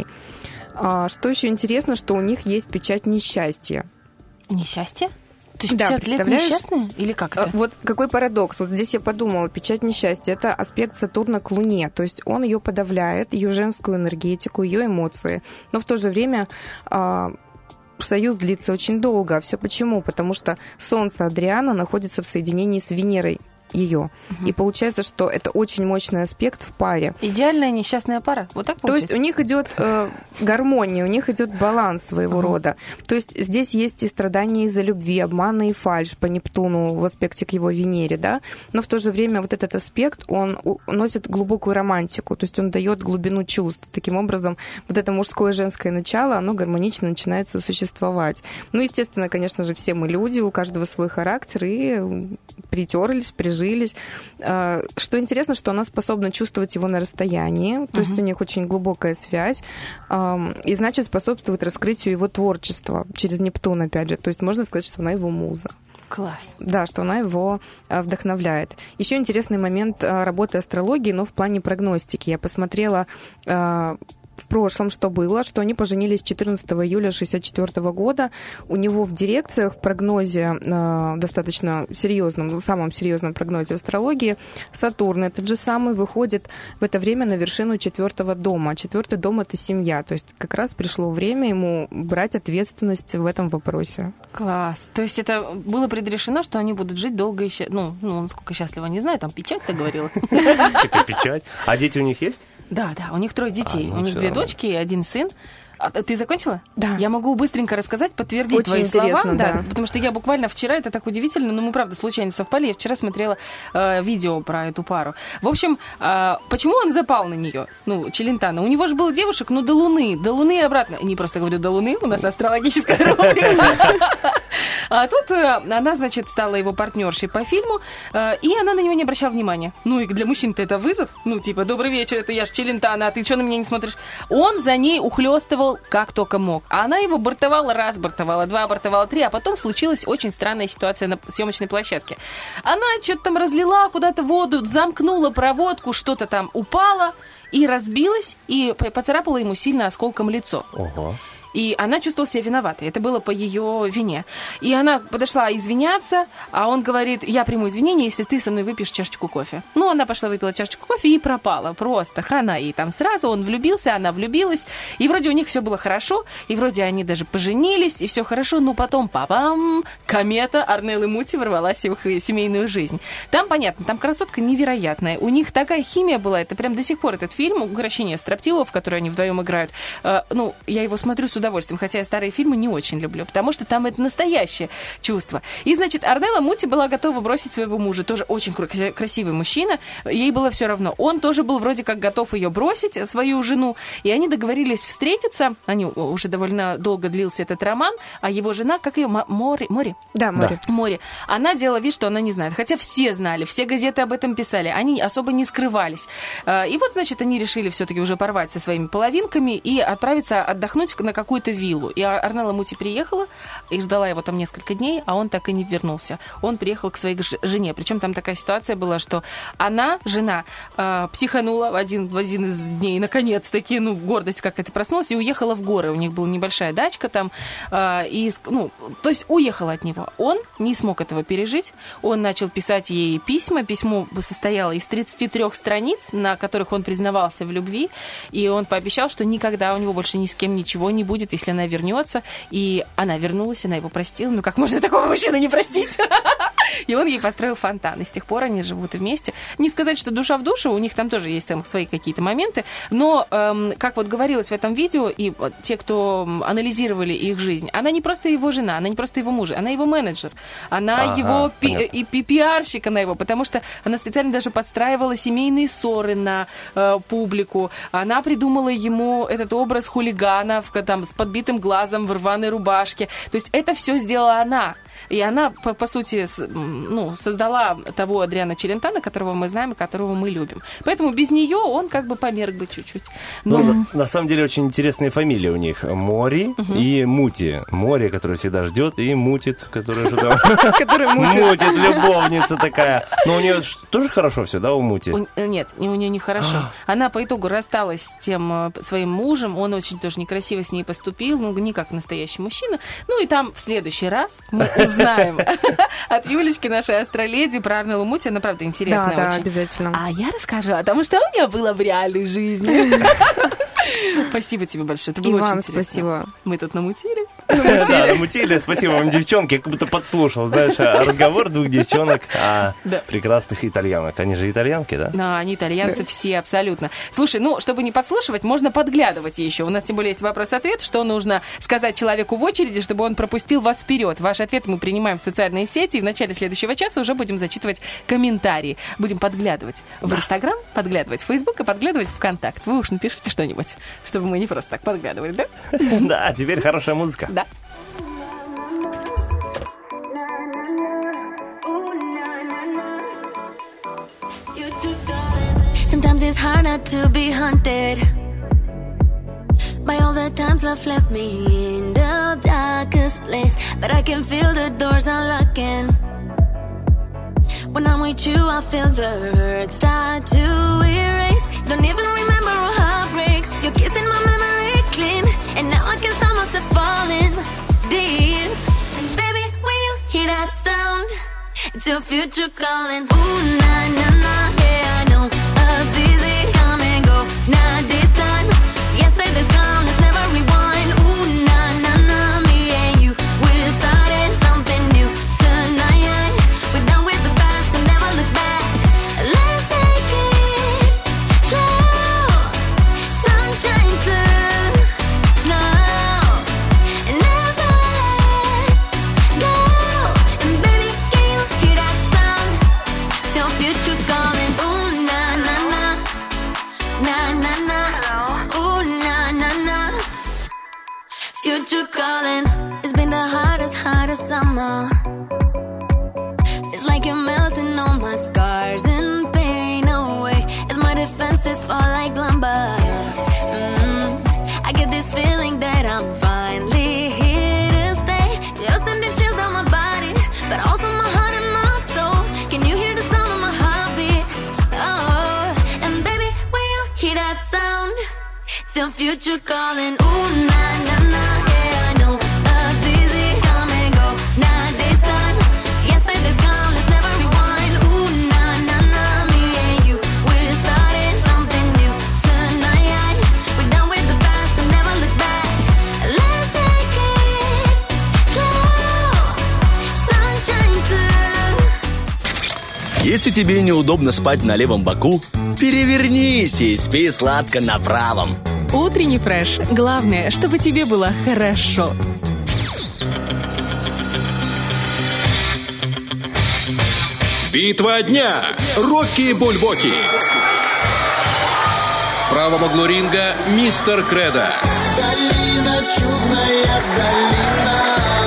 А, что еще интересно, что у них есть печать несчастья. Несчастье? То есть да, пятьдесят лет несчастные? Или как это? Вот какой парадокс. Вот здесь я подумала, печать несчастья – это аспект Сатурна к Луне. То есть он ее подавляет, ее женскую энергетику, ее эмоции. Но в то же время а, союз длится очень долго. Все почему? Потому что Солнце Адриано находится в соединении с Венерой ее. Угу. И получается, что это очень мощный аспект в паре. Идеальная несчастная пара. Вот так получается? То есть у них идет э, гармония, у них идет баланс своего угу. рода. То есть здесь есть и страдания из-за любви, обмана и фальшь по Нептуну в аспекте к его Венере, да. Но в то же время вот этот аспект, он носит глубокую романтику, то есть он дает глубину чувств. Таким образом, вот это мужское и женское начало, оно гармонично начинает существовать. Ну, естественно, конечно же, все мы люди, у каждого свой характер, и притерлись, прижились. Что интересно, что она способна чувствовать его на расстоянии, то uh-huh. есть у них очень глубокая связь, и значит способствует раскрытию его творчества через Нептун, опять же. То есть можно сказать, что она его муза. Класс. Да, что она его вдохновляет. Еще интересный момент работы астрологии, но в плане прогностики. Я посмотрела в прошлом, что было, что они поженились четырнадцатого июля шестьдесят четвёртого года. У него в дирекциях, в прогнозе э, достаточно серьезном, самом серьезном прогнозе астрологии, Сатурн, этот же самый, выходит в это время на вершину четвертого дома. Четвертый дом — это семья. То есть как раз пришло время ему брать ответственность в этом вопросе. Класс. То есть это было предрешено, что они будут жить долго и счастливо. Ну, ну, насколько счастливо, не знаю, там печать-то говорила. Какая печать? А дети у них есть? Да, да, у них трое детей. А, ну, у них две нормально. дочки и один сын. А ты закончила? Да. Я могу быстренько рассказать, подтвердить Очень твои слова. интересно, Да, да. потому что я буквально вчера, это так удивительно, но мы, правда, случайно совпали. Я вчера смотрела э, видео про эту пару. В общем, э, почему он запал на нее? Ну, Челентано. У него же было девушек, ну, до Луны. До Луны и обратно. Не просто говорю до Луны, у нас астрологическая рубрика. А тут э, она, значит, стала его партнершей по фильму, э, и она на него не обращала внимания. Ну, и для мужчин-то это вызов. Ну, типа, добрый вечер, это я ж Челентано, а ты что на меня не смотришь? Он за ней ухлёстывал как только мог. А она его бортовала раз, бортовала два, бортовала три, а потом случилась очень странная ситуация на съемочной площадке. Она что-то там разлила куда-то воду, замкнула проводку, что-то там упало и разбилась, и поцарапала ему сильно осколком лицо. Ого. И она чувствовала себя виноватой. Это было по ее вине. И она подошла извиняться, а он говорит: я приму извинения, если ты со мной выпьешь чашечку кофе. Ну, она пошла, выпила чашечку кофе и пропала. Просто хана. И там сразу он влюбился, она влюбилась. И вроде у них все было хорошо, и вроде они даже поженились, и все хорошо. Но потом, папам, комета Арнеллы Мути ворвалась в их семейную жизнь. Там, понятно, там красотка невероятная. У них такая химия была. Это прям до сих пор этот фильм «Укрощение строптивого», в который они вдвоем играют. Э, ну, я его смотрю с удовольствием, хотя я старые фильмы не очень люблю, потому что там это настоящее чувство. И, значит, Арнелла Мути была готова бросить своего мужа, тоже очень красивый мужчина, ей было все равно. Он тоже был вроде как готов ее бросить, свою жену, и они договорились встретиться, они уже довольно долго длился этот роман, а его жена, как ее, Мори? Мори? Да, Мори. Да. Мори. Она делала вид, что она не знает, хотя все знали, все газеты об этом писали, они особо не скрывались. И вот, значит, они решили все-таки уже порвать со своими половинками и отправиться отдохнуть на какую-то виллу. И Арнелла Мути приехала и ждала его там несколько дней, а он так и не вернулся. Он приехал к своей жене. Причем там такая ситуация была, что она, жена, э, психанула в один, в один из дней, наконец-таки, ну, в гордость как-то проснулась, и уехала в горы. У них была небольшая дачка там. Э, и, ну, то есть уехала от него. Он не смог этого пережить. Он начал писать ей письма. Письмо состояло из тридцати трёх страниц, на которых он признавался в любви. И он пообещал, что никогда у него больше ни с кем ничего не будет, если она вернется. И она вернулась, она его простила. Ну, как можно такого мужчину не простить? И он ей построил фонтан. И с тех пор они живут вместе. Не сказать, что душа в душу, у них там тоже есть там свои какие-то моменты. Но, эм, как вот говорилось в этом видео, и вот те, кто анализировали их жизнь, она не просто его жена, она не просто его муж, она его менеджер. Она ага, его пи- понятно. и пи- пиарщик, она его, потому что она специально даже подстраивала семейные ссоры на э, публику. Она придумала ему этот образ хулигана в, там, с подбитым глазом в рваной рубашке. То есть это все сделала она. И она, по, по сути, с, ну, создала того Адриано Челентано, которого мы знаем и которого мы любим. Поэтому без нее он как бы померк бы чуть-чуть. Но... Ну, на, на самом деле очень интересные фамилии у них. Мори Угу. и Мути. Мори, который всегда ждет, и мутит, который же там... Который мутит. Мутит, любовница такая. Но у нее тоже хорошо все, да, у Мути? У- Нет, у нее нехорошо. Она по итогу рассталась с тем э, своим мужем. Он очень тоже некрасиво с ней поступил, ну, не как настоящий мужчина. Ну, и там в следующий раз мы узнаем от Юлечки, нашей астроледи, про Арнеллу Мути. Она, правда, интересная Да, да, очень. обязательно. А я расскажу о том, что у меня было в реальной жизни. Спасибо тебе большое. Это было И очень вам интересно. спасибо. Мы тут намутили. Да, намутили. Спасибо вам, девчонки. Я как будто подслушал, знаешь, разговор двух девчонок о Да. прекрасных итальянок. Они же итальянки, да? Да, они итальянцы все, абсолютно. Слушай, ну, чтобы не подслушивать, можно подглядывать еще. У нас тем более есть вопрос-ответ, что нужно сказать человеку в очереди, чтобы он пропустил вас вперед. Ваши ответы мы принимаем в социальные сети, и в начале следующего часа уже будем зачитывать комментарии. Будем подглядывать в Инстаграм, подглядывать в Фейсбук и подглядывать в ВКонтакт. Вы уж напишите что-нибудь, чтобы мы не просто так подглядывали, да? Да, теперь хорошая музыка. Да. Sometimes it's hard not to be haunted by all the times love left me in the darkest place, but I can feel the doors unlocking. When I'm with you, I feel the hurt start to erase. Don't even remember our heartbreaks. Your kiss in my memory clean, and now I can't stop myself falling deep. And baby, when you hear that sound, it's your future calling. Ooh, na na na, yeah I know. Love's easy, come and go. Not this time. Yesterday's gone, let's never rewind. Ooh, na na na, me and you, we're starting something new tonight. We're done with the past and never look back. Let's take it slow, sunshine too slow, and never let go. And baby, can you hear that sound? It's your future calling. Ooh, na na na, na na na. Ooh, na na na. Future calling. It's been the hardest, hardest summer. It's like you're melting all my scars and pain away as my defenses fall like lumber. Mm. I get this feeling that I'm finally here to stay. You're sending chills on my body, but also my heart and my soul. Can you hear the sound of my heartbeat? Oh, and baby, when you hear that sound, it's your future calling. Ooh, na na na, yeah I know. Love's easy, come and go. Not this time. Yesterday's gone, let's never rewind. Ooh, na na na, me and you, we're starting something new tonight. We're done with the past and never look back. Let's take it slow, sunshine too. Если тебе неудобно спать на левом боку, перевернись и спи сладко на правом. Утренний фреш. Главное, чтобы тебе было хорошо. Битва дня. Рокки Бульбоки. В правом углу ринга мистер Кредо. Долина, чудная долина.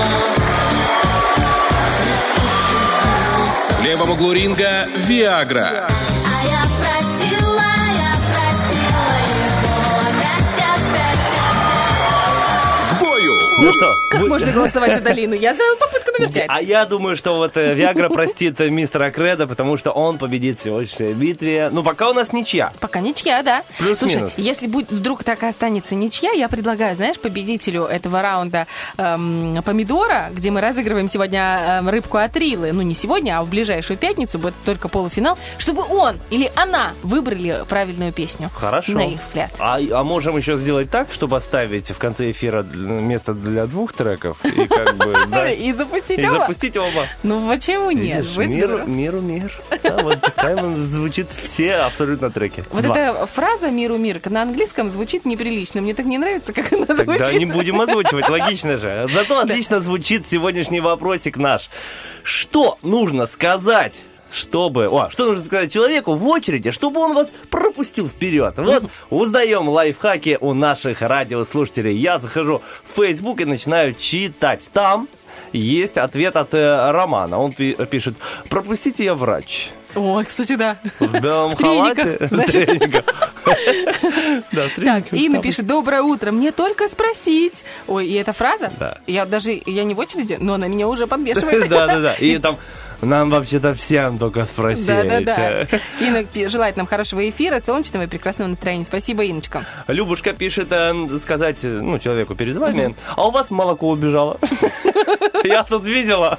В левом углу ринга Виагра. А я простила, я простила его опять, опять, опять. К бою. Ну что? Как вы- можно голосовать за Долину? Я за попытку номер пять. А я думаю, что вот э, Виагра простит э, мистера Кредо, потому что он победит в сегодняшней битве. Ну, пока у нас ничья. Пока ничья, да. Плюс-минус. Слушай, если будет, вдруг так и останется ничья, я предлагаю, знаешь, победителю этого раунда эм, помидора, где мы разыгрываем сегодня эм, рыбку от Рилы, ну не сегодня, а в ближайшую пятницу, будет только полуфинал, чтобы он или она выбрали правильную песню. Хорошо. На их взгляд. А, а можем еще сделать так, чтобы оставить в конце эфира место для двух треков и как бы да, И запустить и оба. запустить оба. Ну почему нет? Видишь, Будет миру, здорово. миру мир. Да, вот пускай он звучит все абсолютно треки. Вот Два. эта фраза «миру мир» на английском звучит неприлично. Мне так не нравится, как она звучит. Тогда не будем озвучивать, логично же. Зато отлично звучит сегодняшний вопросик наш. Что нужно сказать, чтобы... О, что нужно сказать человеку в очереди, чтобы он вас пропустил вперед? Вот узнаем лайфхаки у наших радиослушателей. Я захожу в Facebook и начинаю читать. Там есть ответ от э, Романа. Он пи- пишет: пропустите, я врач. Ой, кстати, да. В белом В трениках, халате. знаешь. В трениках. Да, в Так, трениках. Инна пишет: доброе утро, мне только спросить. Ой, и эта фраза, Да. я даже, я не в очереди, но она меня уже подбешивает. Да, да, да. И там нам вообще-то всем только спросить. Да, да, да. Инна пи- желает нам хорошего эфира, солнечного и прекрасного настроения. Спасибо, Инночка. Любушка пишет э, сказать, ну, человеку перед вами: а у вас молоко убежало. Я тут видела.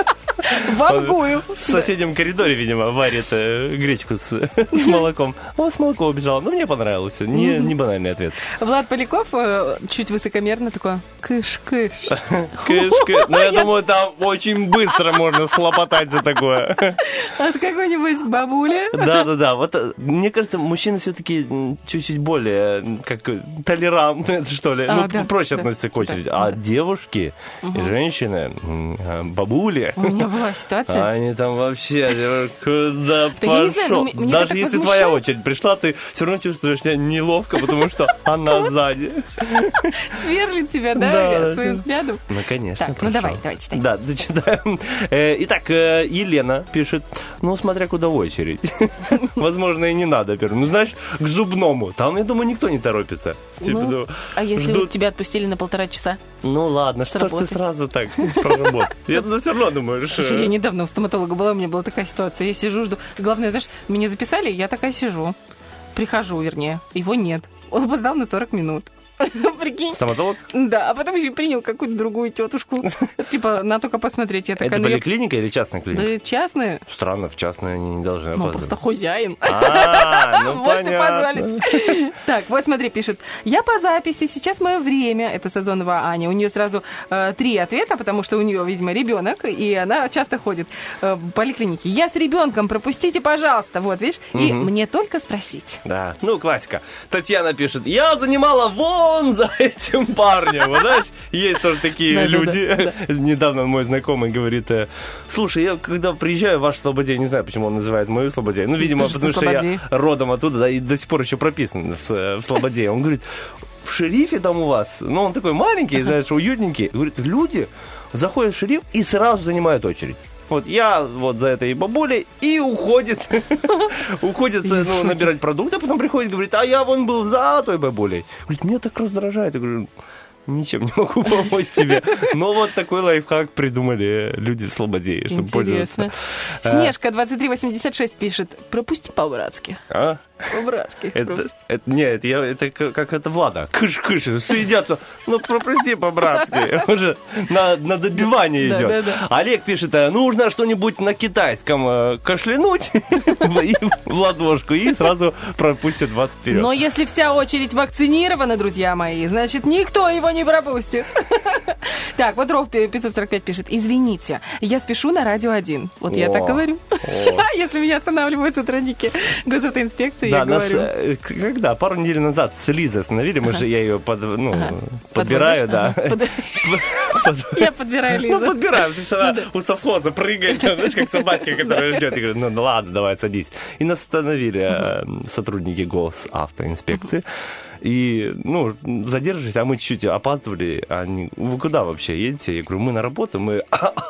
Вангую. В соседнем коридоре, видимо, варит э, гречку с, с молоком. А у вас молоко убежало. Ну, мне понравился. Не, не банальный ответ. Влад Поляков э, чуть высокомерно такой: кыш-кыш. Кыш-кыш. Но я думаю, там очень быстро можно схлопотать за такое. От какой-нибудь бабули. Да, да, да. Вот э, мне кажется, мужчины все-таки чуть-чуть более м, как э, толерантны, что ли. А, ну, да, проще да, относятся к очереди. да, а да. девушки и женщины, м, э, бабули, У меня была ситуация. они там вообще э, куда Да я не знаю, но пошел. м- меня Даже это так если возмущает. твоя очередь пришла, ты все равно чувствуешь себя неловко, потому что она сзади. Сверлит тебя, Да, да, своим да. взглядом. Ну, конечно. Так, ну прошу. давай, давай, читай. Да, дочитаем. Э, Итак, э, Елена пишет: ну, смотря куда очередь. Возможно, и не надо первым. Ну, знаешь, к зубному. Там, я думаю, никто не торопится. Типа, Ну, ну, а если ждут. тебя отпустили на полтора часа? Ну, ладно, что ж ты работы. сразу так проработал? Я все равно думаю, Слушай, я что... недавно у стоматолога была, у меня была такая ситуация. Я сижу, жду. Главное, знаешь, меня записали, я такая сижу. Прихожу, вернее. Его нет. Он опоздал на сорок минут. Прикинь. Стоматолог? Да, а потом еще принял какую-то другую тетушку. Типа, на только посмотреть. Я такая, Это ну, я- поликлиника или частная клиника? Да частная. Странно, в частной они не должны Ну, опаздывать. просто хозяин. А, ну Можете понятно. позволить. Так, вот смотри, пишет. Я по записи, сейчас мое время. Это Сазонова Аня. У нее сразу э, три ответа, потому что у нее, видимо, ребенок, и она часто ходит э, в поликлинике. Я с ребенком, пропустите, пожалуйста. Вот, видишь? И Мгм. мне только спросить. Да, ну классика. Татьяна пишет, я занимала вон за этим парнем. Вот, знаешь, есть тоже такие Да, да, люди. Недавно мой знакомый говорит, э, слушай, я когда приезжаю в ваш Слободей, не знаю, почему он называет мою Слободей, ну, видимо, Ты же потому со что я Слободей. родом оттуда, да, и до сих пор еще прописан в, в Слободее. Он говорит, в шерифе там у вас, ну, он такой маленький, знаешь, уютненький. Говорит, люди заходят в шериф и сразу занимают очередь. Вот я вот за этой бабулей и уходит. Уходит ну, набирать продукты, а потом приходит, говорит, а я вон был за той бабулей. Говорит, меня так раздражает. Я говорю, ничем не могу помочь тебе. Но вот такой лайфхак придумали люди в Слободее, чтобы пользоваться. Интересно. Снежка двадцать три восемьдесят шесть пишет. Пропусти по-братски. А? По-братски. Это, пропусти. это, нет, я, это как, как это Влада. Кыш-кыш, сидят, ну, прости по-братски. Уже на, на добивание Да, идет. да, да. Олег пишет, э, нужно что-нибудь на китайском э, кашлянуть в в ладошку, и сразу пропустят вас вперед. Но если вся очередь вакцинирована, друзья мои, значит, никто его не пропустит. Так, вот Ров пятьсот сорок пять пишет. Извините, я спешу на радио один. Вот я О, так говорю. о. Если меня останавливают сотрудники госавтоинспекции, Да, я нас, говорю. э, к- когда, пару недель назад с Лизой остановили, мы же, я ее под, ну, подбираю, да. Подводишь? Ага. Под- Я подбираю Ну, Лизу. подбираем, потому что она у совхоза прыгает, там, знаешь, как собачка, которая ждет. Я говорю, ну, ну ладно, давай, садись. И нас остановили э, сотрудники госавтоинспекции. И, ну, задерживались, а мы чуть-чуть опаздывали. Они, вы куда вообще едете? Я говорю, мы на работу, мы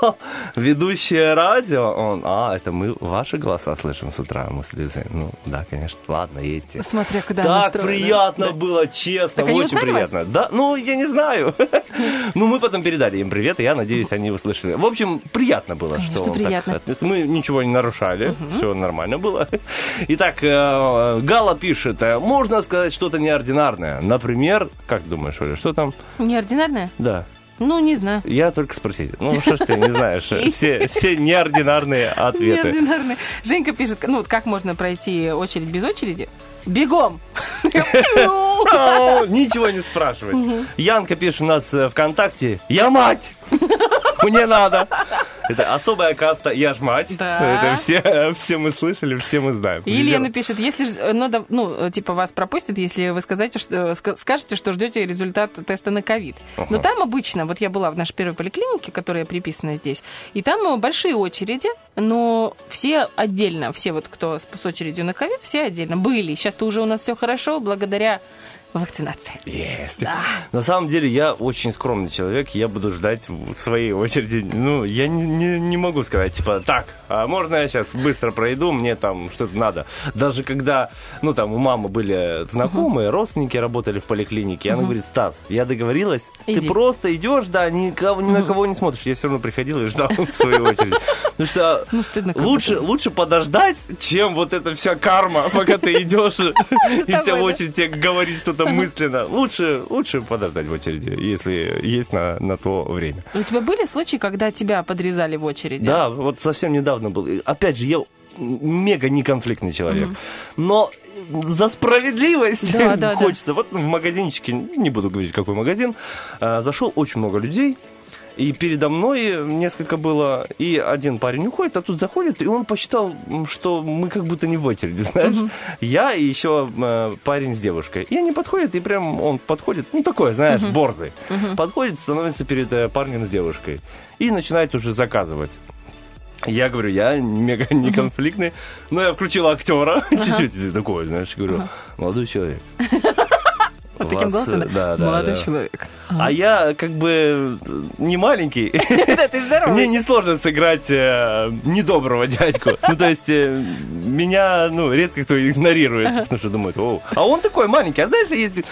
ведущее радио. Он, а, это мы ваши голоса слышим с утра, мы с Лизой. Ну, да, конечно, ладно, едьте. Смотря куда Так настроено. приятно Да. было, честно, Так они очень узнали вас? приятно. Да, ну, я не знаю. Ну, мы потом передали им привет, и я надеюсь, они услышали. В общем, приятно было, Конечно, что он так приятно. отнесся. Мы ничего не нарушали, все нормально было. Итак, э, Гала пишет, э, можно сказать что-то неординарное. Например, как думаешь, Оля, что там? Неординарная? Да. Ну, не знаю. Я только спросить. Ну, что ж ты не знаешь? Все, все неординарные ответы. Неординарная. Женька пишет, ну, вот как можно пройти очередь без очереди? Бегом! О, ничего не спрашивать. Янка пишет у нас э, ВКонтакте. Я мать! Мне надо. Это особая каста «Я ж мать». Да. Это все, все мы слышали, все мы знаем. И Елена пишет, если, ж- ну, да, ну, типа, вас пропустят, если вы скажете, что, ска- скажете, что ждете результат теста на ковид. Но там обычно, вот я была в нашей первой поликлинике, которая приписана здесь, и там э, большие очереди, но все отдельно, все вот, кто с, с очередью на ковид, все отдельно были. Сейчас-то уже у нас все хорошо, благодаря вакцинации. Есть. Да. На самом деле я очень скромный человек, я буду ждать в своей очереди. Ну, я не, не, не могу сказать, типа, так, а можно я сейчас быстро пройду, мне там что-то надо. Даже когда, ну, там у мамы были знакомые, uh-huh. родственники работали в поликлинике, uh-huh. она говорит, Стас, я договорилась, Иди. ты просто идешь, да, никого, ни на кого не смотришь. Я все равно приходил и ждал в свою очередь. Потому что Ну, стыдно как лучше, будто. лучше подождать, чем вот эта вся карма, пока ты идешь, и вся тобой, да? очередь тебе говорит что-то мысленно. Лучше, лучше подождать в очереди, если есть на, на то время. У тебя были случаи, когда тебя подрезали в очереди? Да, вот совсем недавно был. И опять же, я мега неконфликтный человек. Угу. Но за справедливость да, да, хочется. Да. Вот в магазинчике, не буду говорить, какой магазин, зашел очень много людей. И передо мной несколько было, и один парень уходит, а тут заходит, и он посчитал, что мы как будто не в очереди, знаешь. Uh-huh. Я и еще э, парень с девушкой. И они подходят, и прям он подходит, ну такой, знаешь, uh-huh. борзый. Uh-huh. Подходит, становится перед э, парнем с девушкой. И начинает уже заказывать. Я говорю, я мега неконфликтный, uh-huh. но я включил актера, uh-huh. чуть-чуть такой, знаешь, говорю, uh-huh. молодой человек. Вот таким голосом, да, да, молодой да. человек. А, а я как бы не маленький. Да, ты здоровый. Мне несложно сыграть э, недоброго дядьку. Ну, то есть, э, меня, ну, редко кто игнорирует, ага. потому что думает, о. А он такой маленький, а знаешь, есть...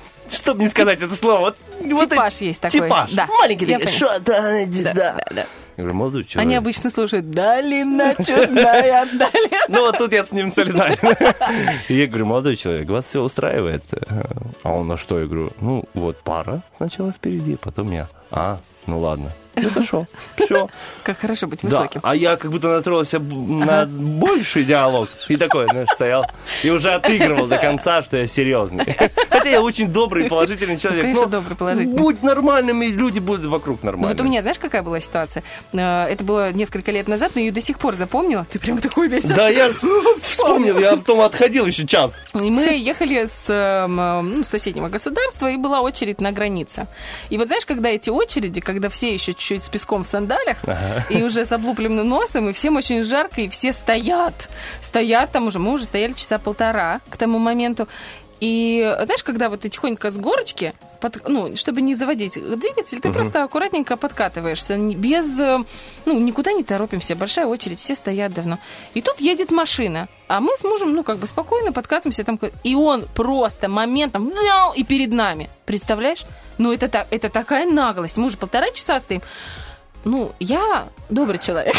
Чтобы не сказать Тип... это слово. Вот, типаж вот есть такой. Типаж. Да. Маленький Я такой. Что да, да, да, да, да. Я говорю, молодой человек. Они обычно слушают «Долина чудная, долина». Ну, вот тут я с ним солидарен. И я говорю, молодой человек, вас все устраивает? А он на что? Я говорю, ну, вот пара сначала впереди, потом я. А, ну ладно. Я дошел. Все. Как хорошо быть Да, высоким. а я как будто настроился на больший диалог. И такой, знаешь, стоял. И уже отыгрывал до конца, что я серьезный. Хотя я очень добрый, положительный человек. Конечно, но добрый, положительный. Будь нормальным, и люди будут вокруг нормальными. Вот у меня, знаешь, какая была ситуация? Э, Это было несколько лет назад, но я ее до сих пор запомнила. Ты прям такой весь... Да, я вспомнил, я потом отходил еще час. И мы ехали с, э, ну, с соседнего государства, и была очередь на границе. И вот знаешь, когда эти очереди, когда все еще чуть-чуть с песком в сандалях, ага. и уже с облупленным носом, и всем очень жарко, и все стоят. Стоят там уже. Мы уже стояли часа полтора к тому моменту. И знаешь, когда вот ты тихонько с горочки, под, ну, чтобы не заводить двигатель, ты угу. просто аккуратненько подкатываешься, без, ну, никуда не торопимся, большая очередь, все стоят давно. И тут едет машина, а мы с мужем, ну, как бы спокойно подкатываемся, там, и он просто моментом взял и перед нами. Представляешь? Ну, это, так, это такая наглость. Мы уже полтора часа стоим. Ну, я добрый человек.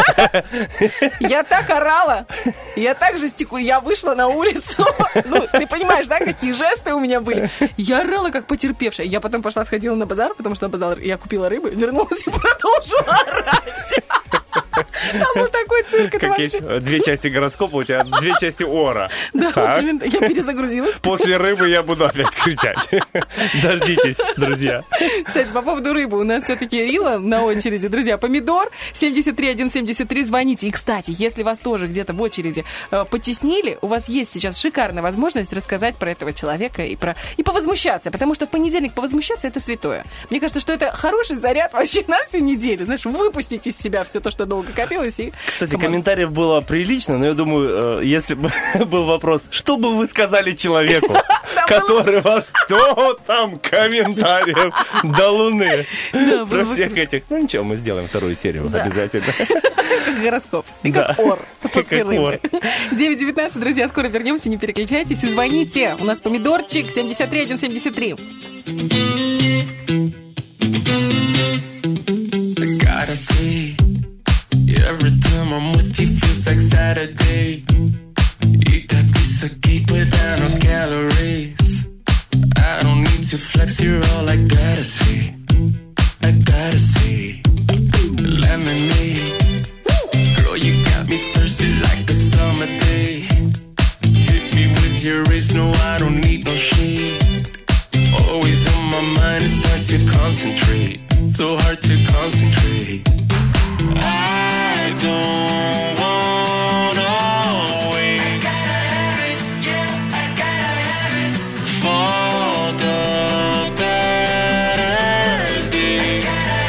Я так орала, я так жестикулировала, я вышла на улицу. Ну, ты понимаешь, да, какие жесты у меня были? Я орала, как потерпевшая. Я потом пошла, сходила на базар, потому что на базар я купила рыбу, вернулась и продолжила орать. Там был такой цирк, это вообще... Две части гороскопа, у тебя две части ора. Да, вот, я перезагрузилась. После рыбы я буду опять кричать. Дождитесь, друзья. Кстати, по поводу рыбы, у нас все-таки Рила на очереди. Друзья, помидор семьдесят три сто семьдесят три, звоните. И, кстати, если вас тоже где-то в очереди э, потеснили, у вас есть сейчас шикарная возможность рассказать про этого человека и, про... и повозмущаться, потому что в понедельник повозмущаться — это святое. Мне кажется, что это хороший заряд вообще на всю неделю. Знаешь, выпустить из себя все то, что долго копилось. И... Кстати, Команд... комментариев было прилично, но я думаю, э, если бы был вопрос, что бы вы сказали человеку, который вас... Что там комментариев до Луны? Про всех этих... Ну ничего, мы сделаем вторую серию да. обязательно. Как гороскоп. И да. как ор. После как рыбы. девять девятнадцать, друзья, скоро вернемся, не переключайтесь и звоните. У нас помидорчик семьдесят три сто семьдесят три. Every time I'm with you feels like Saturday. Eat that piece of cake without no calories. I don't need to flex, you're all I gotta see. I gotta see lemonade. Girl, you got me thirsty like a summer day. Hit me with your wrist, no, I don't need no shade. Always on my mind, it's hard to concentrate. So hard to concentrate. I don't wanna wait for the better day.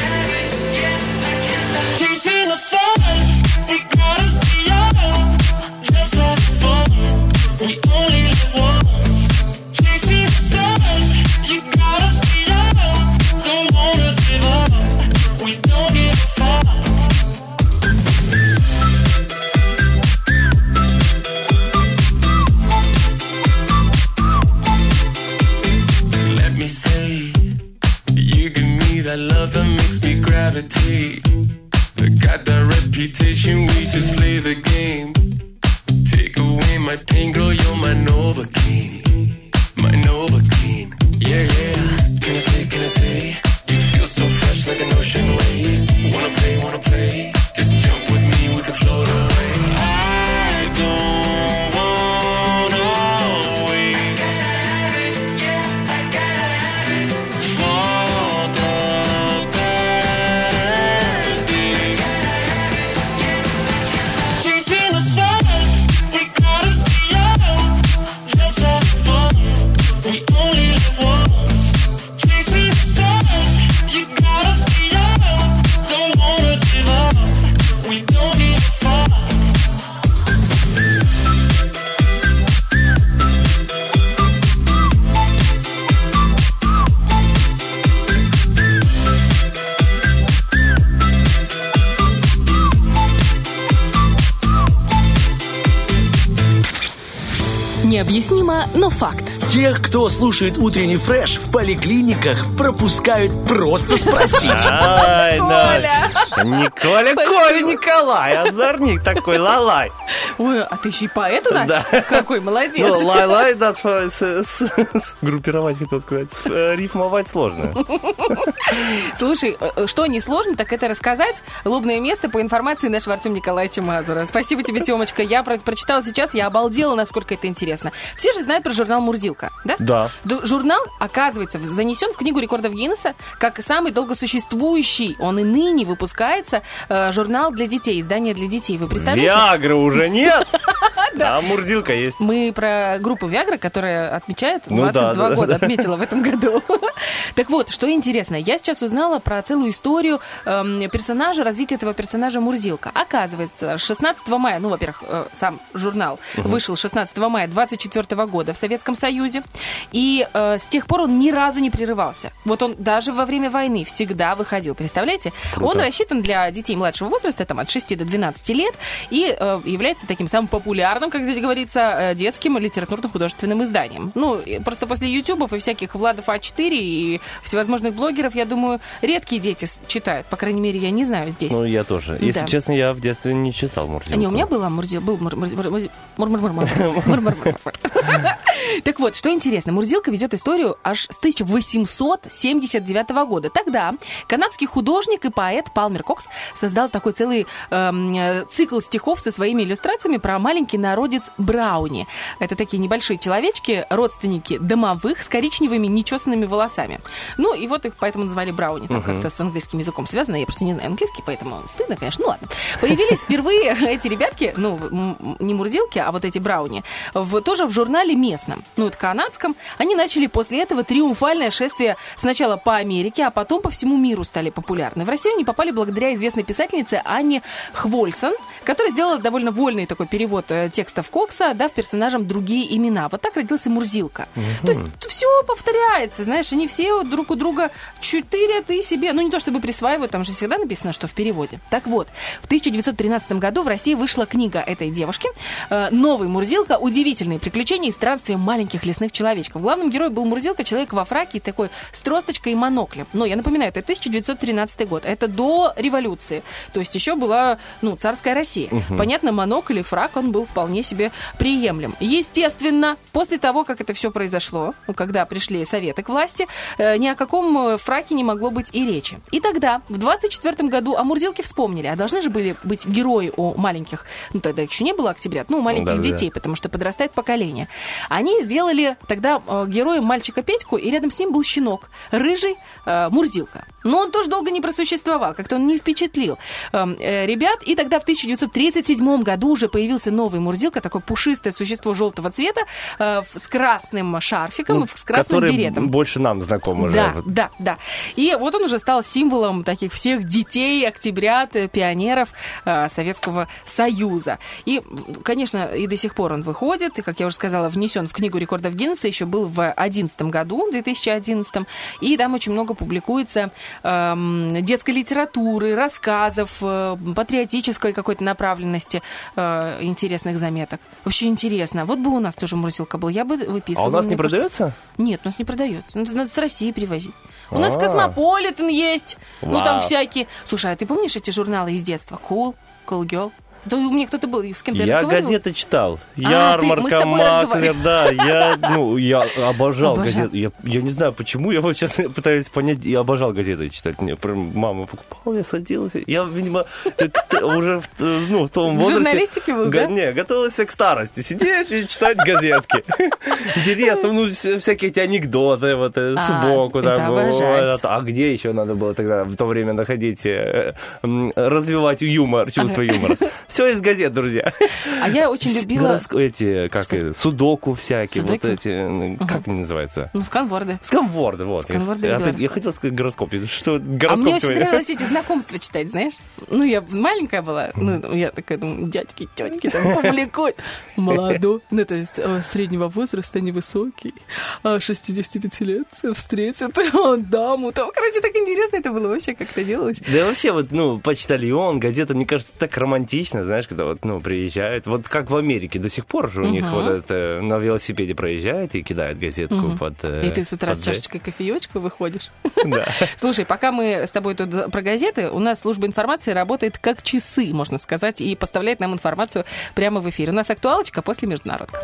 Chasing the sun, we gotta stay young. Just have fun, we only live once. Chasing the sun, you gotta stay young. Don't wanna give up, we don't give a fuck. Say, you give me that love that makes me gravitate. I got that reputation, we just play the game. Take away my pain, girl, you're my Novocaine. My Novocaine, yeah, yeah. Can I say, can I say, you feel so fresh like an ocean wave. Wanna play, wanna play, just jump with me, we can float away. I don't wanna wait Необъяснимо, но факт. Тех, кто слушает утренний фреш, в поликлиниках пропускают просто спросить. Коля! Николя, Коля, Николай, озорник такой, лалай. Ой, а ты еще и поэт у нас? Да. Какой молодец. Ну, лай-лай, да, с, с- с- группировать, хотел сказать, с- э, рифмовать сложно. Слушай, э, что несложно, так это рассказать лобное место по информации нашего Артема Николаевича Мазура. Спасибо тебе, Тёмочка. Я про- прочитала сейчас, я обалдела, насколько это интересно. Все же знают про журнал «Мурзилка», да? Да. Д- Журнал, оказывается, занесен в Книгу рекордов Гиннесса как самый долгосуществующий. Он и ныне выпускается. э, журнал для детей, издание для детей. Вы представляете? Виагры уже нет, Да. а Мурзилка есть. Мы про группу «Виагра», которая отмечает Ну двадцать два да, да, года, да. отметила в этом году. Так вот, что интересно, я сейчас узнала про целую историю эм, персонажа, развития этого персонажа Мурзилка. Оказывается, шестнадцатого мая, ну, во-первых, э, сам журнал Мгм. вышел шестнадцатого мая двадцать четвёртого года в Советском Союзе, и э, с тех пор он ни разу не прерывался. Вот он даже во время войны всегда выходил, представляете? Круто. Он рассчитан для детей младшего возраста, там, от шести до двенадцати лет, и э, является таким самым популярным, как здесь говорится, э, детским литературно-художественным изданием. Ну, и просто после ютубов и всяких Владов А четыре и всевозможных блогеров, я думаю, редкие дети с- читают. По крайней мере, я не знаю здесь. Ну, я тоже. Если Да. честно, я в детстве не читал Мурзилку. Не, у меня была Мурзил, был Мур- Мур- Мур- Мур- Мур-мур-мур-мур. Мур-мур-мур-мур. Так вот, что интересно, Мурзилка ведет историю аж с тысяча восемьсот семьдесят девятого года. Тогда канадский художник и поэт Палмер Кокс создал такой целый эм, э, цикл стихов со своими иллюстрациями про маленький народец Брауни. Это такие небольшие человечки, родственники домовых с коричневыми нечесанными волосами. Ну, и вот их поэтому назвали Брауни. Там Мгм. как-то с английским языком связано. Я просто не знаю английский, поэтому стыдно, конечно. Ну, ладно. Появились впервые эти ребятки, ну, м- не Мурзилки, а вот эти Брауни, в, тоже в журнале местном, ну, вот канадском. Они начали после этого триумфальное шествие сначала по Америке, а потом по всему миру стали популярны. В Россию они попали благодаря известной писательнице Анне Хвольсон, которая сделала довольно вольный такой перевод э, текстов Кокса, дав персонажам другие имена. Вот так родился Мурзилка. То есть все повторяется, знаешь, они все друг у друга четыре, ты себе, ну не то чтобы присваивают, там же всегда написано, что в переводе. Так вот, в тысяча девятьсот тринадцатом году в России вышла книга этой девушки э, «Новый Мурзилка. Удивительные приключения и странствия маленьких лесных человечков». Главным героем был Мурзилка, человек во фраке, такой с тросточкой и моноклем. Но я напоминаю, это тысяча девятьсот тринадцатый год, это до революции. То есть еще была, ну, царская Россия. Мгм. Понятно, монокль и фрак, он был вполне себе приемлем. Естественно, после того, как это все произошло, ну, когда пришли советы к власти, э, ни о каком э, фраке не могло быть и речи. И тогда, в двадцать четвёртом году, о Мурзилке вспомнили, а должны же были быть герои у маленьких, ну, тогда еще не было октябрят, ну, у маленьких Да-да-да. детей, потому что подрастает поколение. Они сделали тогда э, героем мальчика Петьку, и рядом с ним был щенок, рыжий э, Мурзилка. Но он тоже долго не просуществовал, как-то он не впечатлил э, э, ребят. И тогда в тысяча девятьсот тридцать седьмом году уже появился новый Мурзилка, такое пушистое существо желтого цвета э, с красным шарфиком, Ну, и с красным который беретом. больше нам знаком уже. Да, Вот. да, да. И вот он уже стал символом таких всех детей, октябрят, э, пионеров э, Советского Союза. И, м, конечно, и до сих пор он выходит, и, как я уже сказала, внесен в Книгу рекордов Гиннесса, еще был в одиннадцатом году, в две тысячи одиннадцатом, и там очень много публикуется эм, детской литературы, рассказов, э, патриотической какой-то направленности, э, интересных заметок. Вообще интересно. Вот бы у нас тоже Мурзилка был, я бы А выписывала. у нас не мне кажется. продается? Нет, у нас не продается. Ну, надо с России привозить. У нас А. Космополитен есть. Ну, там Вау. всякие. Слушай, а ты помнишь эти журналы из детства? Cool, Cool Girl? Да у меня кто-то был, с кем-то я Я разговаривала. газеты читал. А, ты- мы с Ярмарка, тобой Маклер, разговаривали. да. Я, ну, я обожал, Обожал. газеты. Я, я не знаю, почему. Я вот сейчас пытаюсь понять. Я обожал газеты читать. Мне прям мама покупала, я садился. Я, видимо, как-то уже в, ну, в том В возрасте... журналистике был, Га- да? Не, готовился к старости. Сидеть и читать газетки. Интересно, ну, вс- всякие эти анекдоты вот э, А, сбоку. это там, обожается. вот. А где еще надо было тогда в то время находить, э, м, развивать юмор, чувство юмора? Все из газет, друзья. А я очень Все любила... городск- эти, как это, судоку всякие, Судоку? вот эти, м, как они называются? Ну, сканворды. Сканворды, вот. Сканворды я, белорусские. я хотел сказать гороскоп. Что А гороскоп мне очень сегодня? нравилось эти знакомства читать, знаешь? Ну, я маленькая была, ну, я такая, думаю, дядьки, тетки там публикуют. Молодой, ну, то есть э, среднего возраста, невысокий, а, шестидесяти пяти лет встретит он даму. Там, короче, так интересно это было вообще, как это делалось. Да и вообще, вот, ну, почтальон, газета, мне кажется, так романтично, знаешь, когда вот, ну, приезжают. Вот как в Америке до сих пор же у uh-huh. них вот это на велосипеде проезжают и кидают газетку uh-huh. под... И ты с утра с чашечкой кофеечка выходишь. Да. Слушай, пока мы с тобой тут про газеты, у нас служба информации работает как часы, можно сказать, и поставляет нам информацию прямо в эфир. У нас актуалочка после международка.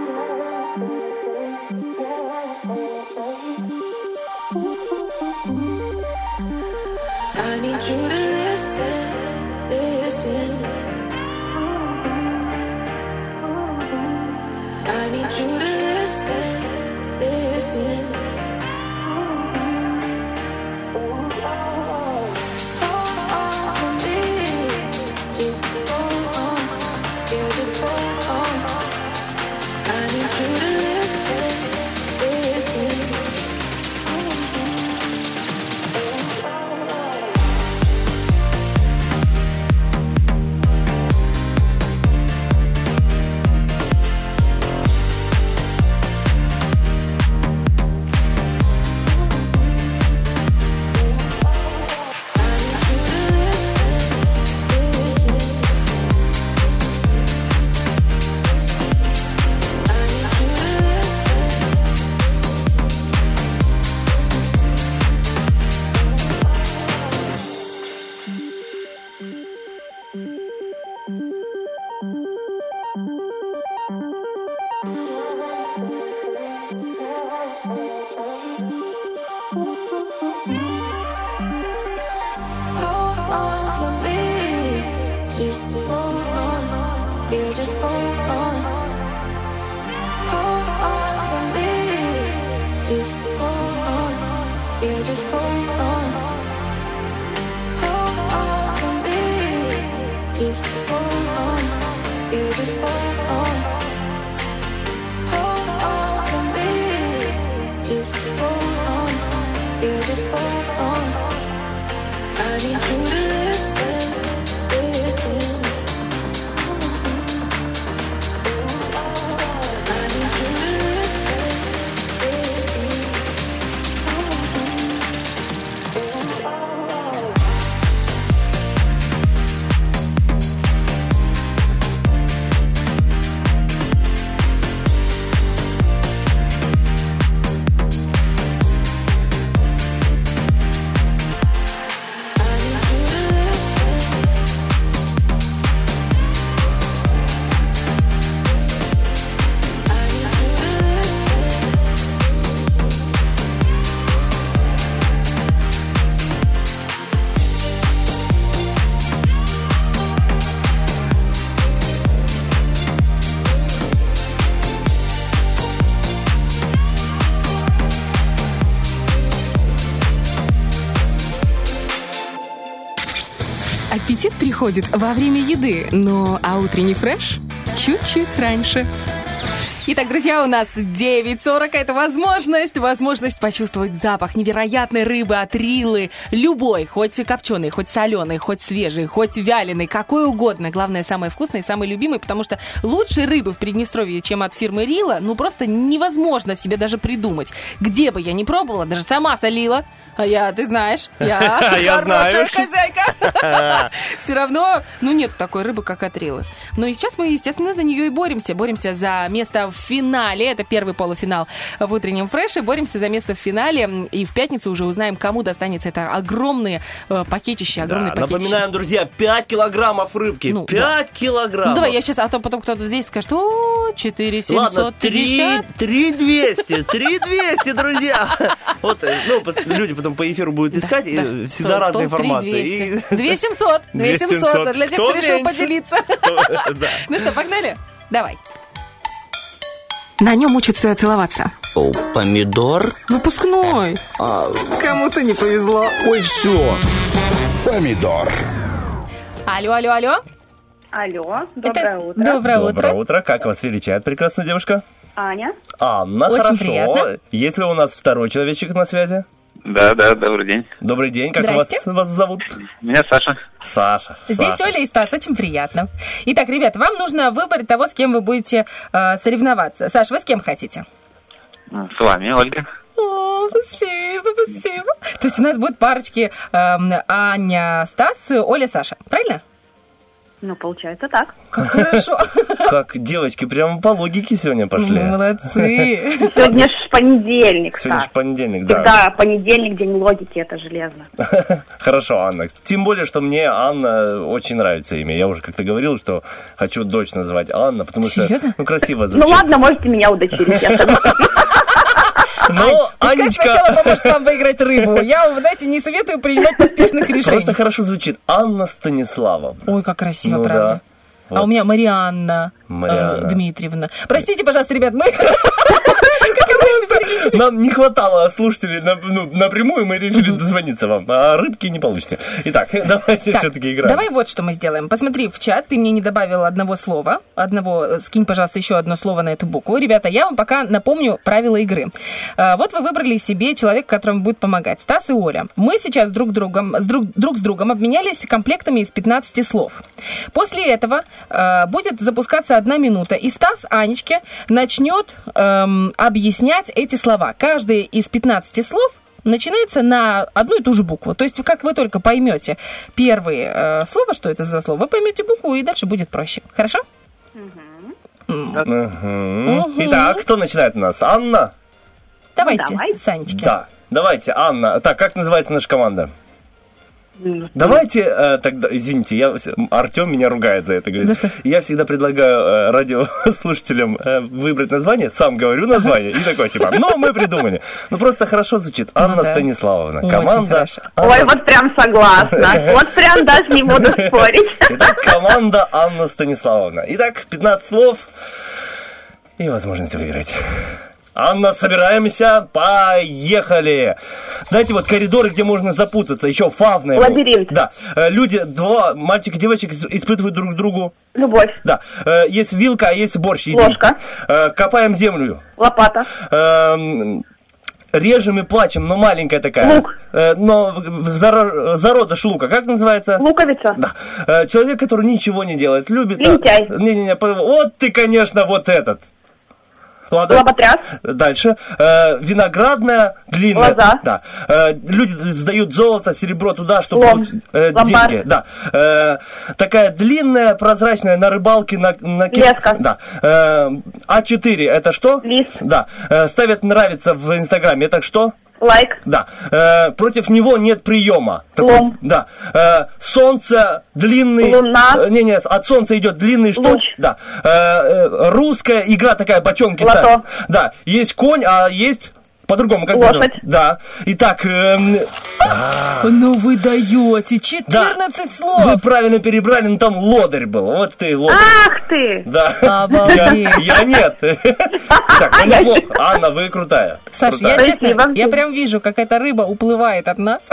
Аппетит приходит во время еды, но а утренний фреш чуть-чуть раньше. Итак, друзья, у нас девять сорок. Это возможность, возможность почувствовать запах невероятной рыбы от Рилы. Любой, хоть копченый, хоть соленый, хоть свежий, хоть вяленый, какой угодно. Главное, самый вкусный и самый любимый, потому что лучше рыбы в Приднестровье, чем от фирмы Рила, ну просто невозможно себе даже придумать. Где бы я ни пробовала, даже сама солила. А я, ты знаешь, я хорошая хозяйка. Все равно, ну, нет такой рыбы, как от Рилы. Ну и сейчас мы, естественно, за нее и боремся. Боремся за место в финале. Это первый полуфинал в утреннем фреше. Боремся за место в финале. И в пятницу уже узнаем, кому достанется это огромные э, пакетище, огромные да, пакетище. Напоминаем, друзья, пять килограммов рыбки. Ну, пять да. килограммов. Ну, давай, я сейчас, а то потом кто-то здесь скажет, о, четыре семьсот пятьдесят. три двести, три двести, друзья. Вот, ну, люди потом по эфиру будут искать, да, и всегда то, разная информация. И... две семьсот, две семьсот, для тех, кто, кто решил поделиться. Ну что, погнали? Давай. На нем учатся целоваться. О, помидор? Выпускной. А... Кому-то не повезло. Ой, все. Помидор. Алло, алло, алло. Алло, доброе Это... утро. Доброе утро. Доброе утро. Как вас величает прекрасная девушка? Аня. Анна, очень хорошо. Приятно. Есть ли у нас второй человечек на связи? Да, да, добрый день. Добрый день. Как вас, вас зовут? Меня Саша. Саша. Здесь Саша. Оля и Стас. Очень приятно. Итак, ребята, вам нужно выбрать того, с кем вы будете э, соревноваться. Саш, вы с кем хотите? С вами, Ольга. О, спасибо, спасибо. То есть у нас будут парочки э, Аня, Стас, Оля, Саша. Правильно? Ну, получается так. Как хорошо. Как девочки прямо по логике сегодня пошли. Молодцы. Сегодня ж понедельник, Сегодня Саш. же понедельник, да. Всегда понедельник, день логики, это железно. Хорошо, Анна. Тем более, что мне Анна очень нравится имя. Я уже как-то говорил, что хочу дочь называть Анна, потому что, Серьезно? ну, красиво звучит. Ну ладно, можете меня удочерить, я согласна. Но, Пускай Анечка, сначала поможет вам выиграть рыбу. Я вам, знаете, не советую принимать поспешных решений. просто хорошо звучит. Анна Станиславовна. Ой, как красиво, Ну правда. да. А Вот. у меня Марианна, Марианна. э, Дмитриевна. Простите, пожалуйста, ребят, мы... Как обычно переключились. Нам не хватало слушателей на- ну, напрямую, мы решили дозвониться вам, а рыбки не получите. Итак, давайте Так, все-таки играем. давай вот что мы сделаем. Посмотри в чат, ты мне не добавил одного слова. Одного, скинь, пожалуйста, еще одно слово на эту букву. Ребята, я вам пока напомню правила игры. А, вот вы выбрали себе человека, которому будет помогать. Стас и Оля. Мы сейчас друг, другом, с друг, друг с другом обменялись комплектами из пятнадцати слов. После этого а, будет запускаться одна минута, и Стас Анечке начнет эм, объяснять эти слова. Каждый из пятнадцати слов начинается на одну и ту же букву. То есть, как вы только поймете первое э, слово, что это за слово, вы поймете букву, и дальше будет проще. Хорошо? Мгм. Итак, кто начинает у нас? Анна? Давайте, Ну, давай. Санечки. Да. Давайте, Анна. Так, как называется наша команда? Давайте э, тогда, извините, я, Артем меня ругает за это. Говорит. За что? Я всегда предлагаю э, радиослушателям э, выбрать название, сам говорю название, и такой типа, ну, мы придумали. Ну, просто хорошо звучит. Анна Ну да. Станиславовна. Очень Команда хорошо. Анна- Ой, вот прям согласна. Вот прям даже не буду спорить. Итак, команда Анна Станиславовна. Итак, пятнадцать слов и возможность выиграть. Анна, собираемся, поехали. Знаете, вот коридоры, где можно запутаться, еще фавны. Лабиринт. Да. Э, Люди, два, мальчик и девочек испытывают друг другу. Любовь. Да. Э, Есть вилка, а есть борщ. едим. Ложка. Э, Копаем землю. Лопата. Эм, Режем и плачем, но маленькая такая. Лук. Э, Но в- в заро- зародыш лука, как называется? Луковица. Да. Э, Человек, который ничего не делает, любит... Лентяй. Не-не-не, по- вот ты, конечно, вот этот. Ладно. Лоботряс. Дальше. Э, виноградная, длинная. Лоза. Да. Э, люди сдают золото, серебро туда, чтобы Лом. получить э, Ломбард. деньги. Да. Э, такая длинная, прозрачная, на рыбалке, на... на ки- Леска. Да. Э, А четыре, это что? Лис. Да. Э, ставят нравится в Инстаграме, это что? Лайк. Да. Э, против него нет приема. Лом. Да. Э, солнце, длинный... Луна. Э, не-не, от солнца идет длинный что? Луч. Да. Э, э, русская игра такая, бочонки Лото. ставят. Да. Есть конь, а есть... По-другому, как Лошадь. называется? Да. Итак, эм, Ну вы даете четырнадцать слов. вы правильно перебрали, но там лодырь был. Вот ты лодырь. Ах ты! Да. Обалдеть. Я, я нет. Так, ну неплохо. Анна, вы крутая. Саш, Крутая. я честно, Спасибо. я прям вижу, как эта рыба уплывает от нас.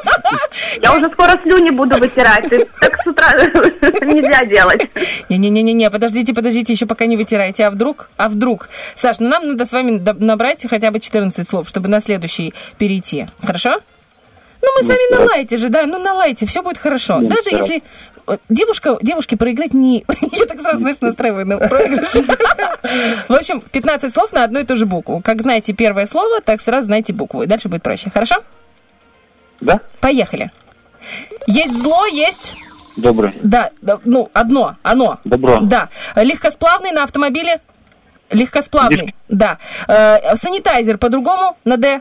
Я уже скоро слюни буду вытирать. Ты так с утра нельзя делать. Не-не-не-не, подождите, подождите, еще пока не вытирайте. А вдруг? А вдруг? Саш, ну нам надо с вами доб- набрать хотя бы четырнадцать слов, чтобы на следующий перейти. Хорошо? Ну, мы с вами налайте же, да, ну налайте, все будет хорошо. Даже если э, девушка, девушке проиграть не... Я так сразу, знаешь, настраиваю на проигрыш. В общем, пятнадцать слов на одну и ту же букву. Как знаете первое слово, так сразу знаете букву. И дальше будет проще. Хорошо? Да? Поехали. Есть зло, есть... Добрый. Да, да, ну, одно, оно. Добро. Да. Легкосплавный на автомобиле? Легкосплавный, Легкий. да. Э, санитайзер по-другому на «Д».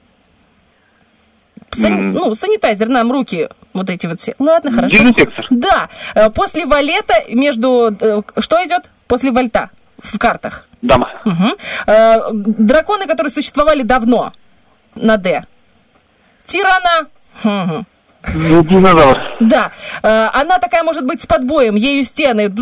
Сан- М. Ну, санитайзер, нам руки вот эти вот все. Ладно, хорошо. Дезинфектор. Да. Э, После валета между... э, Что идет? После вальта в картах. Дама. Мгм. Э, Драконы, которые существовали давно на «Д». Тирана. Мгм. Динозавр. Да. Э, Она такая может быть с подбоем, ею стены.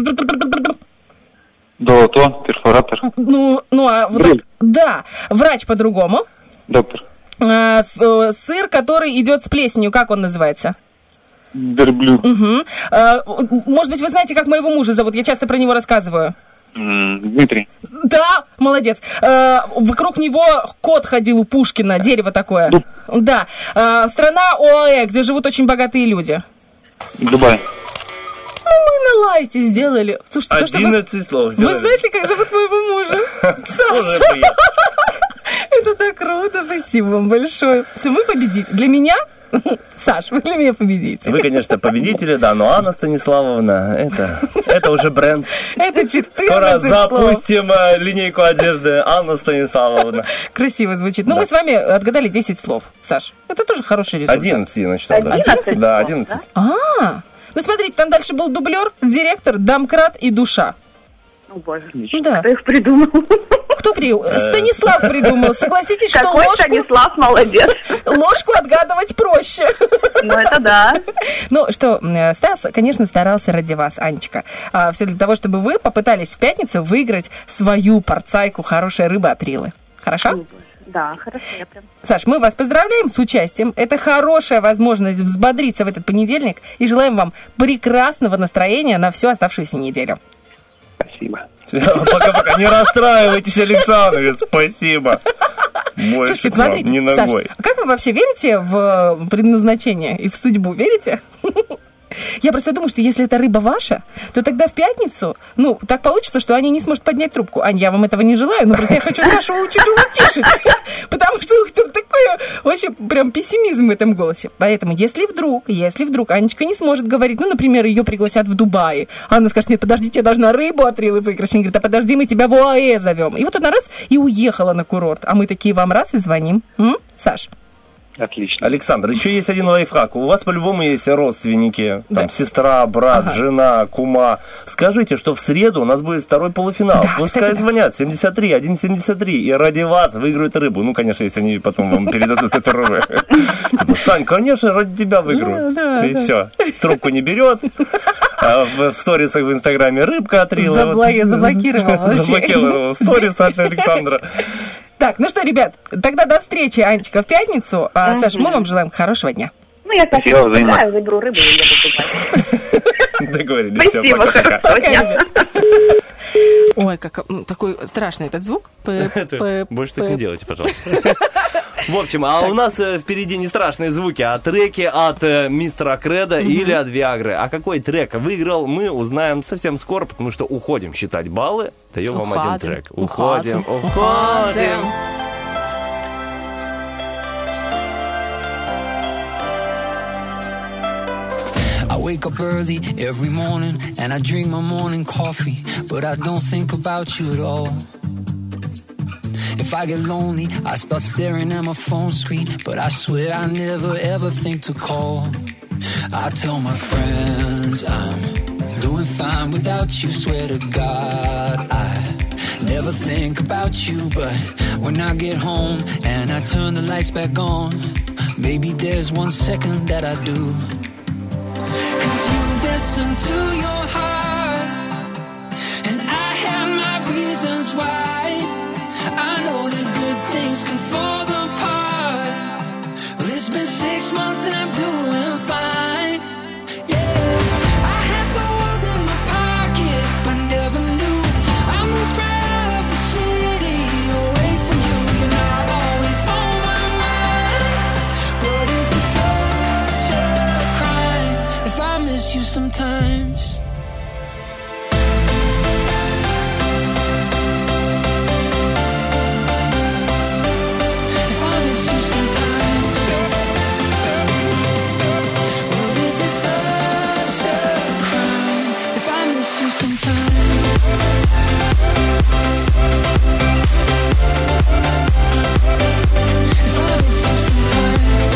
Долото. Перфоратор. Ну, ну а вот Брель. так- да, врач по-другому. Доктор. Э, ф- э, сыр, который идет с плесенью, как он называется? Верблюд. Мгм. Э, может быть, вы знаете, как моего мужа зовут? Я часто про него рассказываю. М, Дмитрий. Да, молодец. Э, вокруг него кот ходил у Пушкина, дерево такое. Дуб. Да. Э, страна ОАЭ, где живут очень богатые люди. Дубай. Ну, мы на лайте сделали. Слушайте, то, что вы... одиннадцать слов Вы сделали. знаете, как зовут моего мужа? Уже Саша. приятно. Это так круто, спасибо вам большое. Все, мы победители. Для меня Саш, вы для меня победитель. Вы, конечно, победители, да, но Анна Станиславовна, это, это уже бренд. Это четырнадцать Скоро слов. запустим э, линейку одежды Анна Станиславовна. Красиво звучит. Ну, Да. мы с вами отгадали десять слов, Саш. Это тоже хороший результат. одиннадцать, я начитал. да. одиннадцать? Да, одиннадцать. А, ну смотрите, там дальше был дублер, директор, домкрат и душа. О, боже. Да. Кто их придумал? Кто придумал? Станислав придумал. Согласитесь, что Какой ложку... Станислав молодец. Ложку отгадывать проще. Ну, это да. Ну, что, э, Стас, конечно, старался ради вас, Анечка. А, все для того, чтобы вы попытались в пятницу выиграть свою порцайку хорошей рыбы от Рилы. Хорошо? Да, хорошо, я прям. Саш, мы вас поздравляем с участием. Это хорошая возможность взбодриться в этот понедельник. И желаем вам прекрасного настроения на всю оставшуюся неделю. Спасибо. Пока-пока. Не расстраивайтесь, Александр. Спасибо. Больше Слушайте, к вам смотрите, не Саш, ногой. а как вы вообще верите в предназначение и в судьбу? Верите? Я просто думаю, что если эта рыба ваша, то тогда в пятницу, ну, так получится, что Аня не сможет поднять трубку. Ань, я вам этого не желаю, но просто я хочу Сашу чуть утешить, потому что тут такой вообще прям пессимизм в этом голосе. Поэтому, если вдруг, если вдруг Анечка не сможет говорить, ну, например, ее пригласят в Дубай, Анна скажет: нет, подождите, я должна рыбу от Рилы выиграть. Она говорит: а подожди, мы тебя в ОАЭ зовем. И вот она раз и уехала на курорт, а мы такие вам раз и звоним. М? Саш? Отлично. Александр, еще есть один лайфхак. У вас по-любому есть родственники, Да. там сестра, брат, Ага. жена, кума. Скажите, что в среду у нас будет второй полуфинал. Да, Пускай кстати, да. звонят семьдесят три один семьдесят три и ради вас выиграют рыбу. Ну, конечно, если они потом вам передадут эту рыбу. Типа: Сань, конечно, ради тебя выиграю. Да, да, И да. все. Трубку не берет. А в, в сторисах в Инстаграме рыбка от Рилы. Забла- заблокировал вообще. Заблокировал сторис от Александра. Так, ну что, ребят, тогда до встречи, Анечка, в пятницу. А, Мгм. Саш, мы вам желаем хорошего дня. Ну, я так Спасибо, взаимно. поздравляю, заберу рыбу и еду в Дубай. Договорились. Все, Спасибо, пока-пока. хорошего дня. Ой, как м, такой страшный этот звук. П- п- Больше так п- не делайте, пожалуйста. В общем, а у нас э, впереди не страшные звуки, а треки от э, мистера Кредо или от Виагры. А какой трек выиграл, мы узнаем совсем скоро, потому что уходим считать баллы. Даем вам один Уходим, трек. уходим, Уходим, уходим. уходим. I wake up early every morning and I drink my morning coffee, but I don't think about you at all. If I get lonely, I start staring at my phone screen, but I swear I never ever think to call. I tell my friends I'm doing fine without you, swear to God I never think about you, but when I get home and I turn the lights back on, maybe there's one second that I do. Listen to your heart, and I have my reasons why. I know that good things can fall apart. Well, it's been six months and I'm doing fine. Yeah, I had the world in my pocket, but never knew I moved right out of the city, away from you. You're not always on my mind, but is it such a crime if I miss you sometimes? If I miss you sometimes, well, is it such a crime if I miss you sometimes? If I miss you sometimes,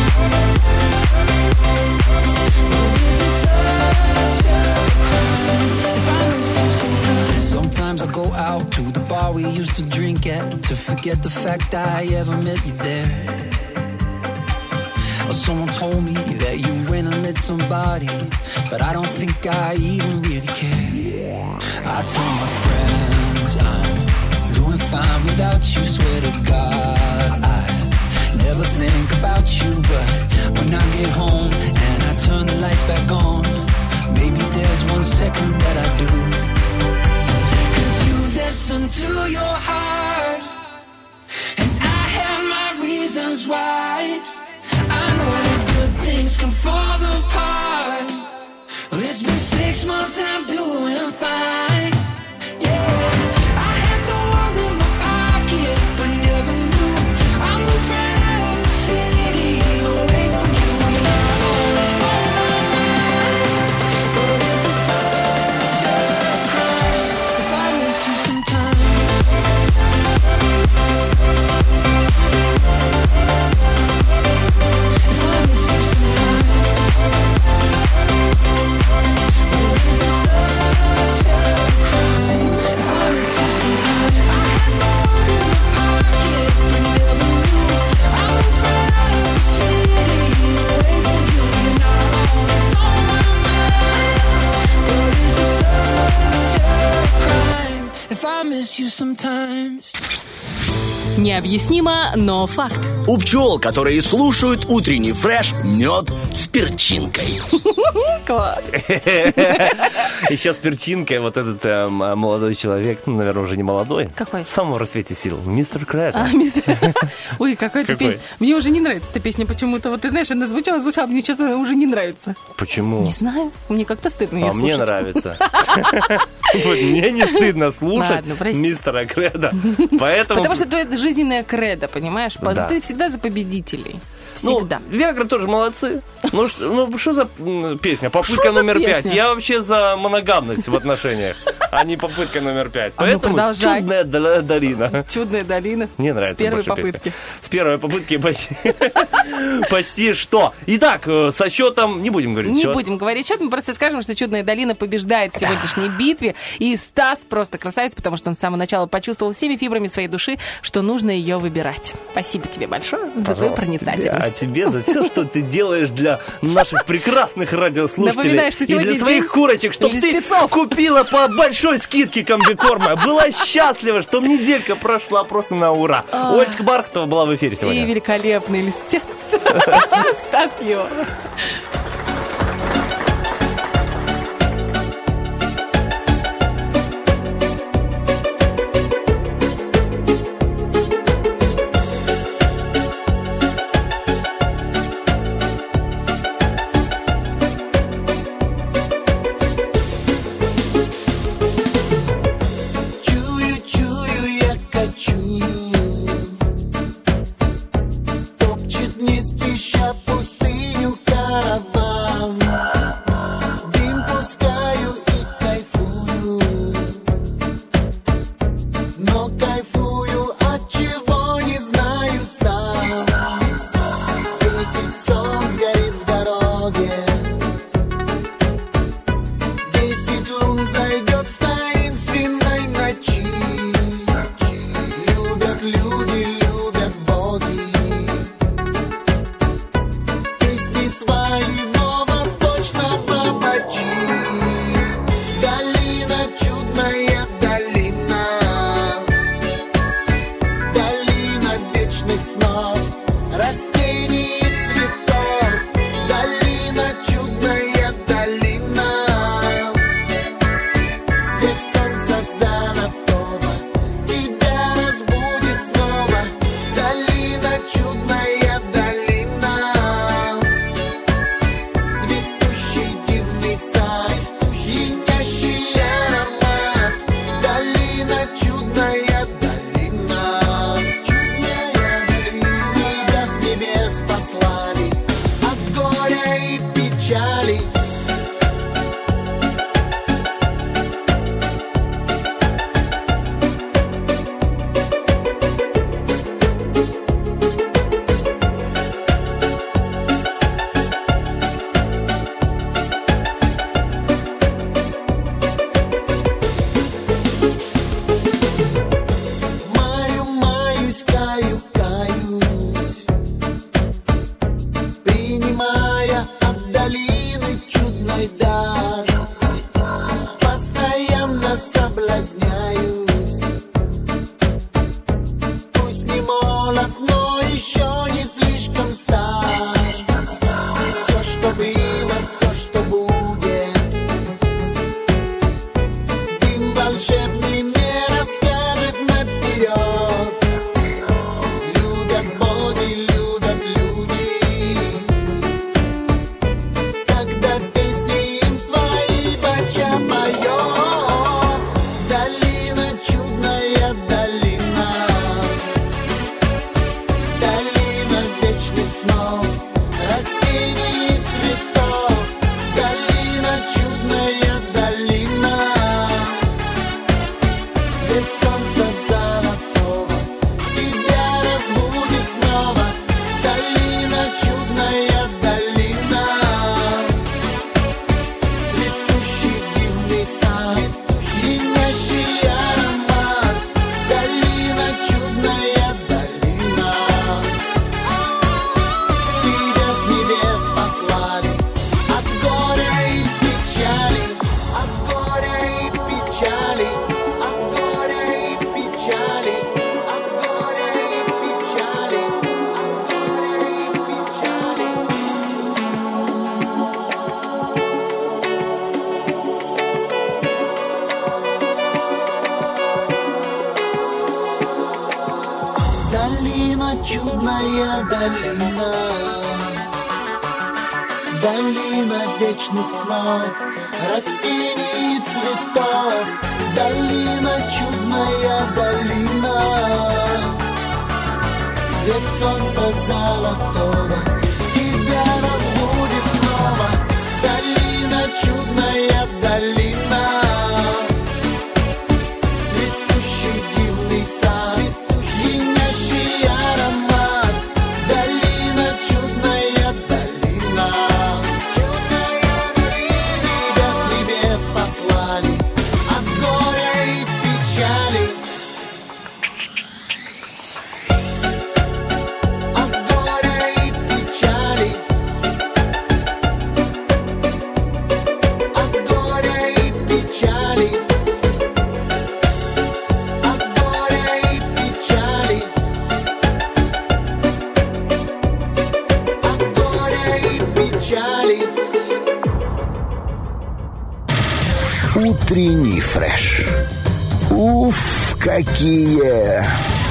sometimes I go out to the bar we used to drink at, to forget the fact I ever met you there. Or someone told me that you went and met somebody, but I don't think I even really care. I tell my friends I'm doing fine without you, swear to God I never think about you, but when I get home and I turn the lights back on, maybe there's one second that I do. Listen to your heart, and I have my reasons why. I know that good things can fall apart. Well, it's been six months and I'm doing fine. Yeah, I had the world in my pocket, but never knew I moved right out of the city, away from you. You're miss you sometimes. Необъяснимо, но факт. У пчел, которые слушают утренний фреш, мед с перчинкой. Класс. Еще с перчинкой вот этот э, молодой человек, ну, наверное, уже не молодой. Какой? В самом расцвете сил. Мистер Кредо. А, мистер... Ой, какая-то Какой? песня. Мне уже не нравится эта песня почему-то. Вот ты знаешь, она звучала, звучала, мне что-то уже не нравится. Почему? Не знаю. Мне как-то стыдно ее А мне слушать. нравится. Вот, мне не стыдно слушать Ладно, прости. мистера Кредо. Поэтому... Потому что это жизненная кредо, понимаешь? Да. Ты всегда за победителей. Ну, Всегда. Виагра тоже молодцы. Ну, что, ну, что за м, песня? Попытка Что за номер песня? пять. Я вообще за моногамность в отношениях, а не попытка номер пять. А ну, Поэтому продолжай. чудная дол- долина. Чудная долина. Мне нравится С первой больше попытки. песня. С первой попытки почти, почти что. Итак, э, со счетом не будем говорить Не счет. будем говорить счет, мы просто скажем, что Чудная долина побеждает в сегодняшней битве. И Стас просто красавец, потому что он с самого начала почувствовал всеми фибрами своей души, что нужно ее выбирать. Спасибо тебе большое за твою Пожалуйста, тебе. проницательность. А тебе за все, что ты делаешь для наших прекрасных радиослушателей. Напоминаю, что и для сегодня своих день курочек, чтобы ты льстецов. купила по большой скидке комбикорма. Была счастлива, что неделька прошла просто на ура. Ах. Олечка Бархатова была в эфире И сегодня. великолепный льстец. Стас Кио. Чую, чую, я кочую. Топчет не спеша пустыню караван. Дым пускаю и кайфую. Но кайфую от чего не знаю сам. Десять солнц горит в дороге. Десять лун зайдет в таинственной ночи. Любят люди, любят боги. Песни своего восточного бачи. Долина, чудная долина. Долина вечных снов, растений и цветов. Долина, чудная долина. Свет солнца золотого тебя разбудит снова. Долина, чудная долина. Цветущий дивный сад, пьянящий аромат. Долина, чудная долина. Чудная долина. Тебя с небес послали от горя и печали. Маю, маюсь, каю, каюсь, принимая от долины чудо. чудная долина, долина вечных снов, растений и цветов, долина, чудная долина, свет солнца золотого тебя разбудит снова, долина, чудная долина, цветущий дивный сад, пьянящий аромат, долина, чудная долина, чудная долина, тебя с небес послали от горя и печали. Утренний фреш. Уф, какие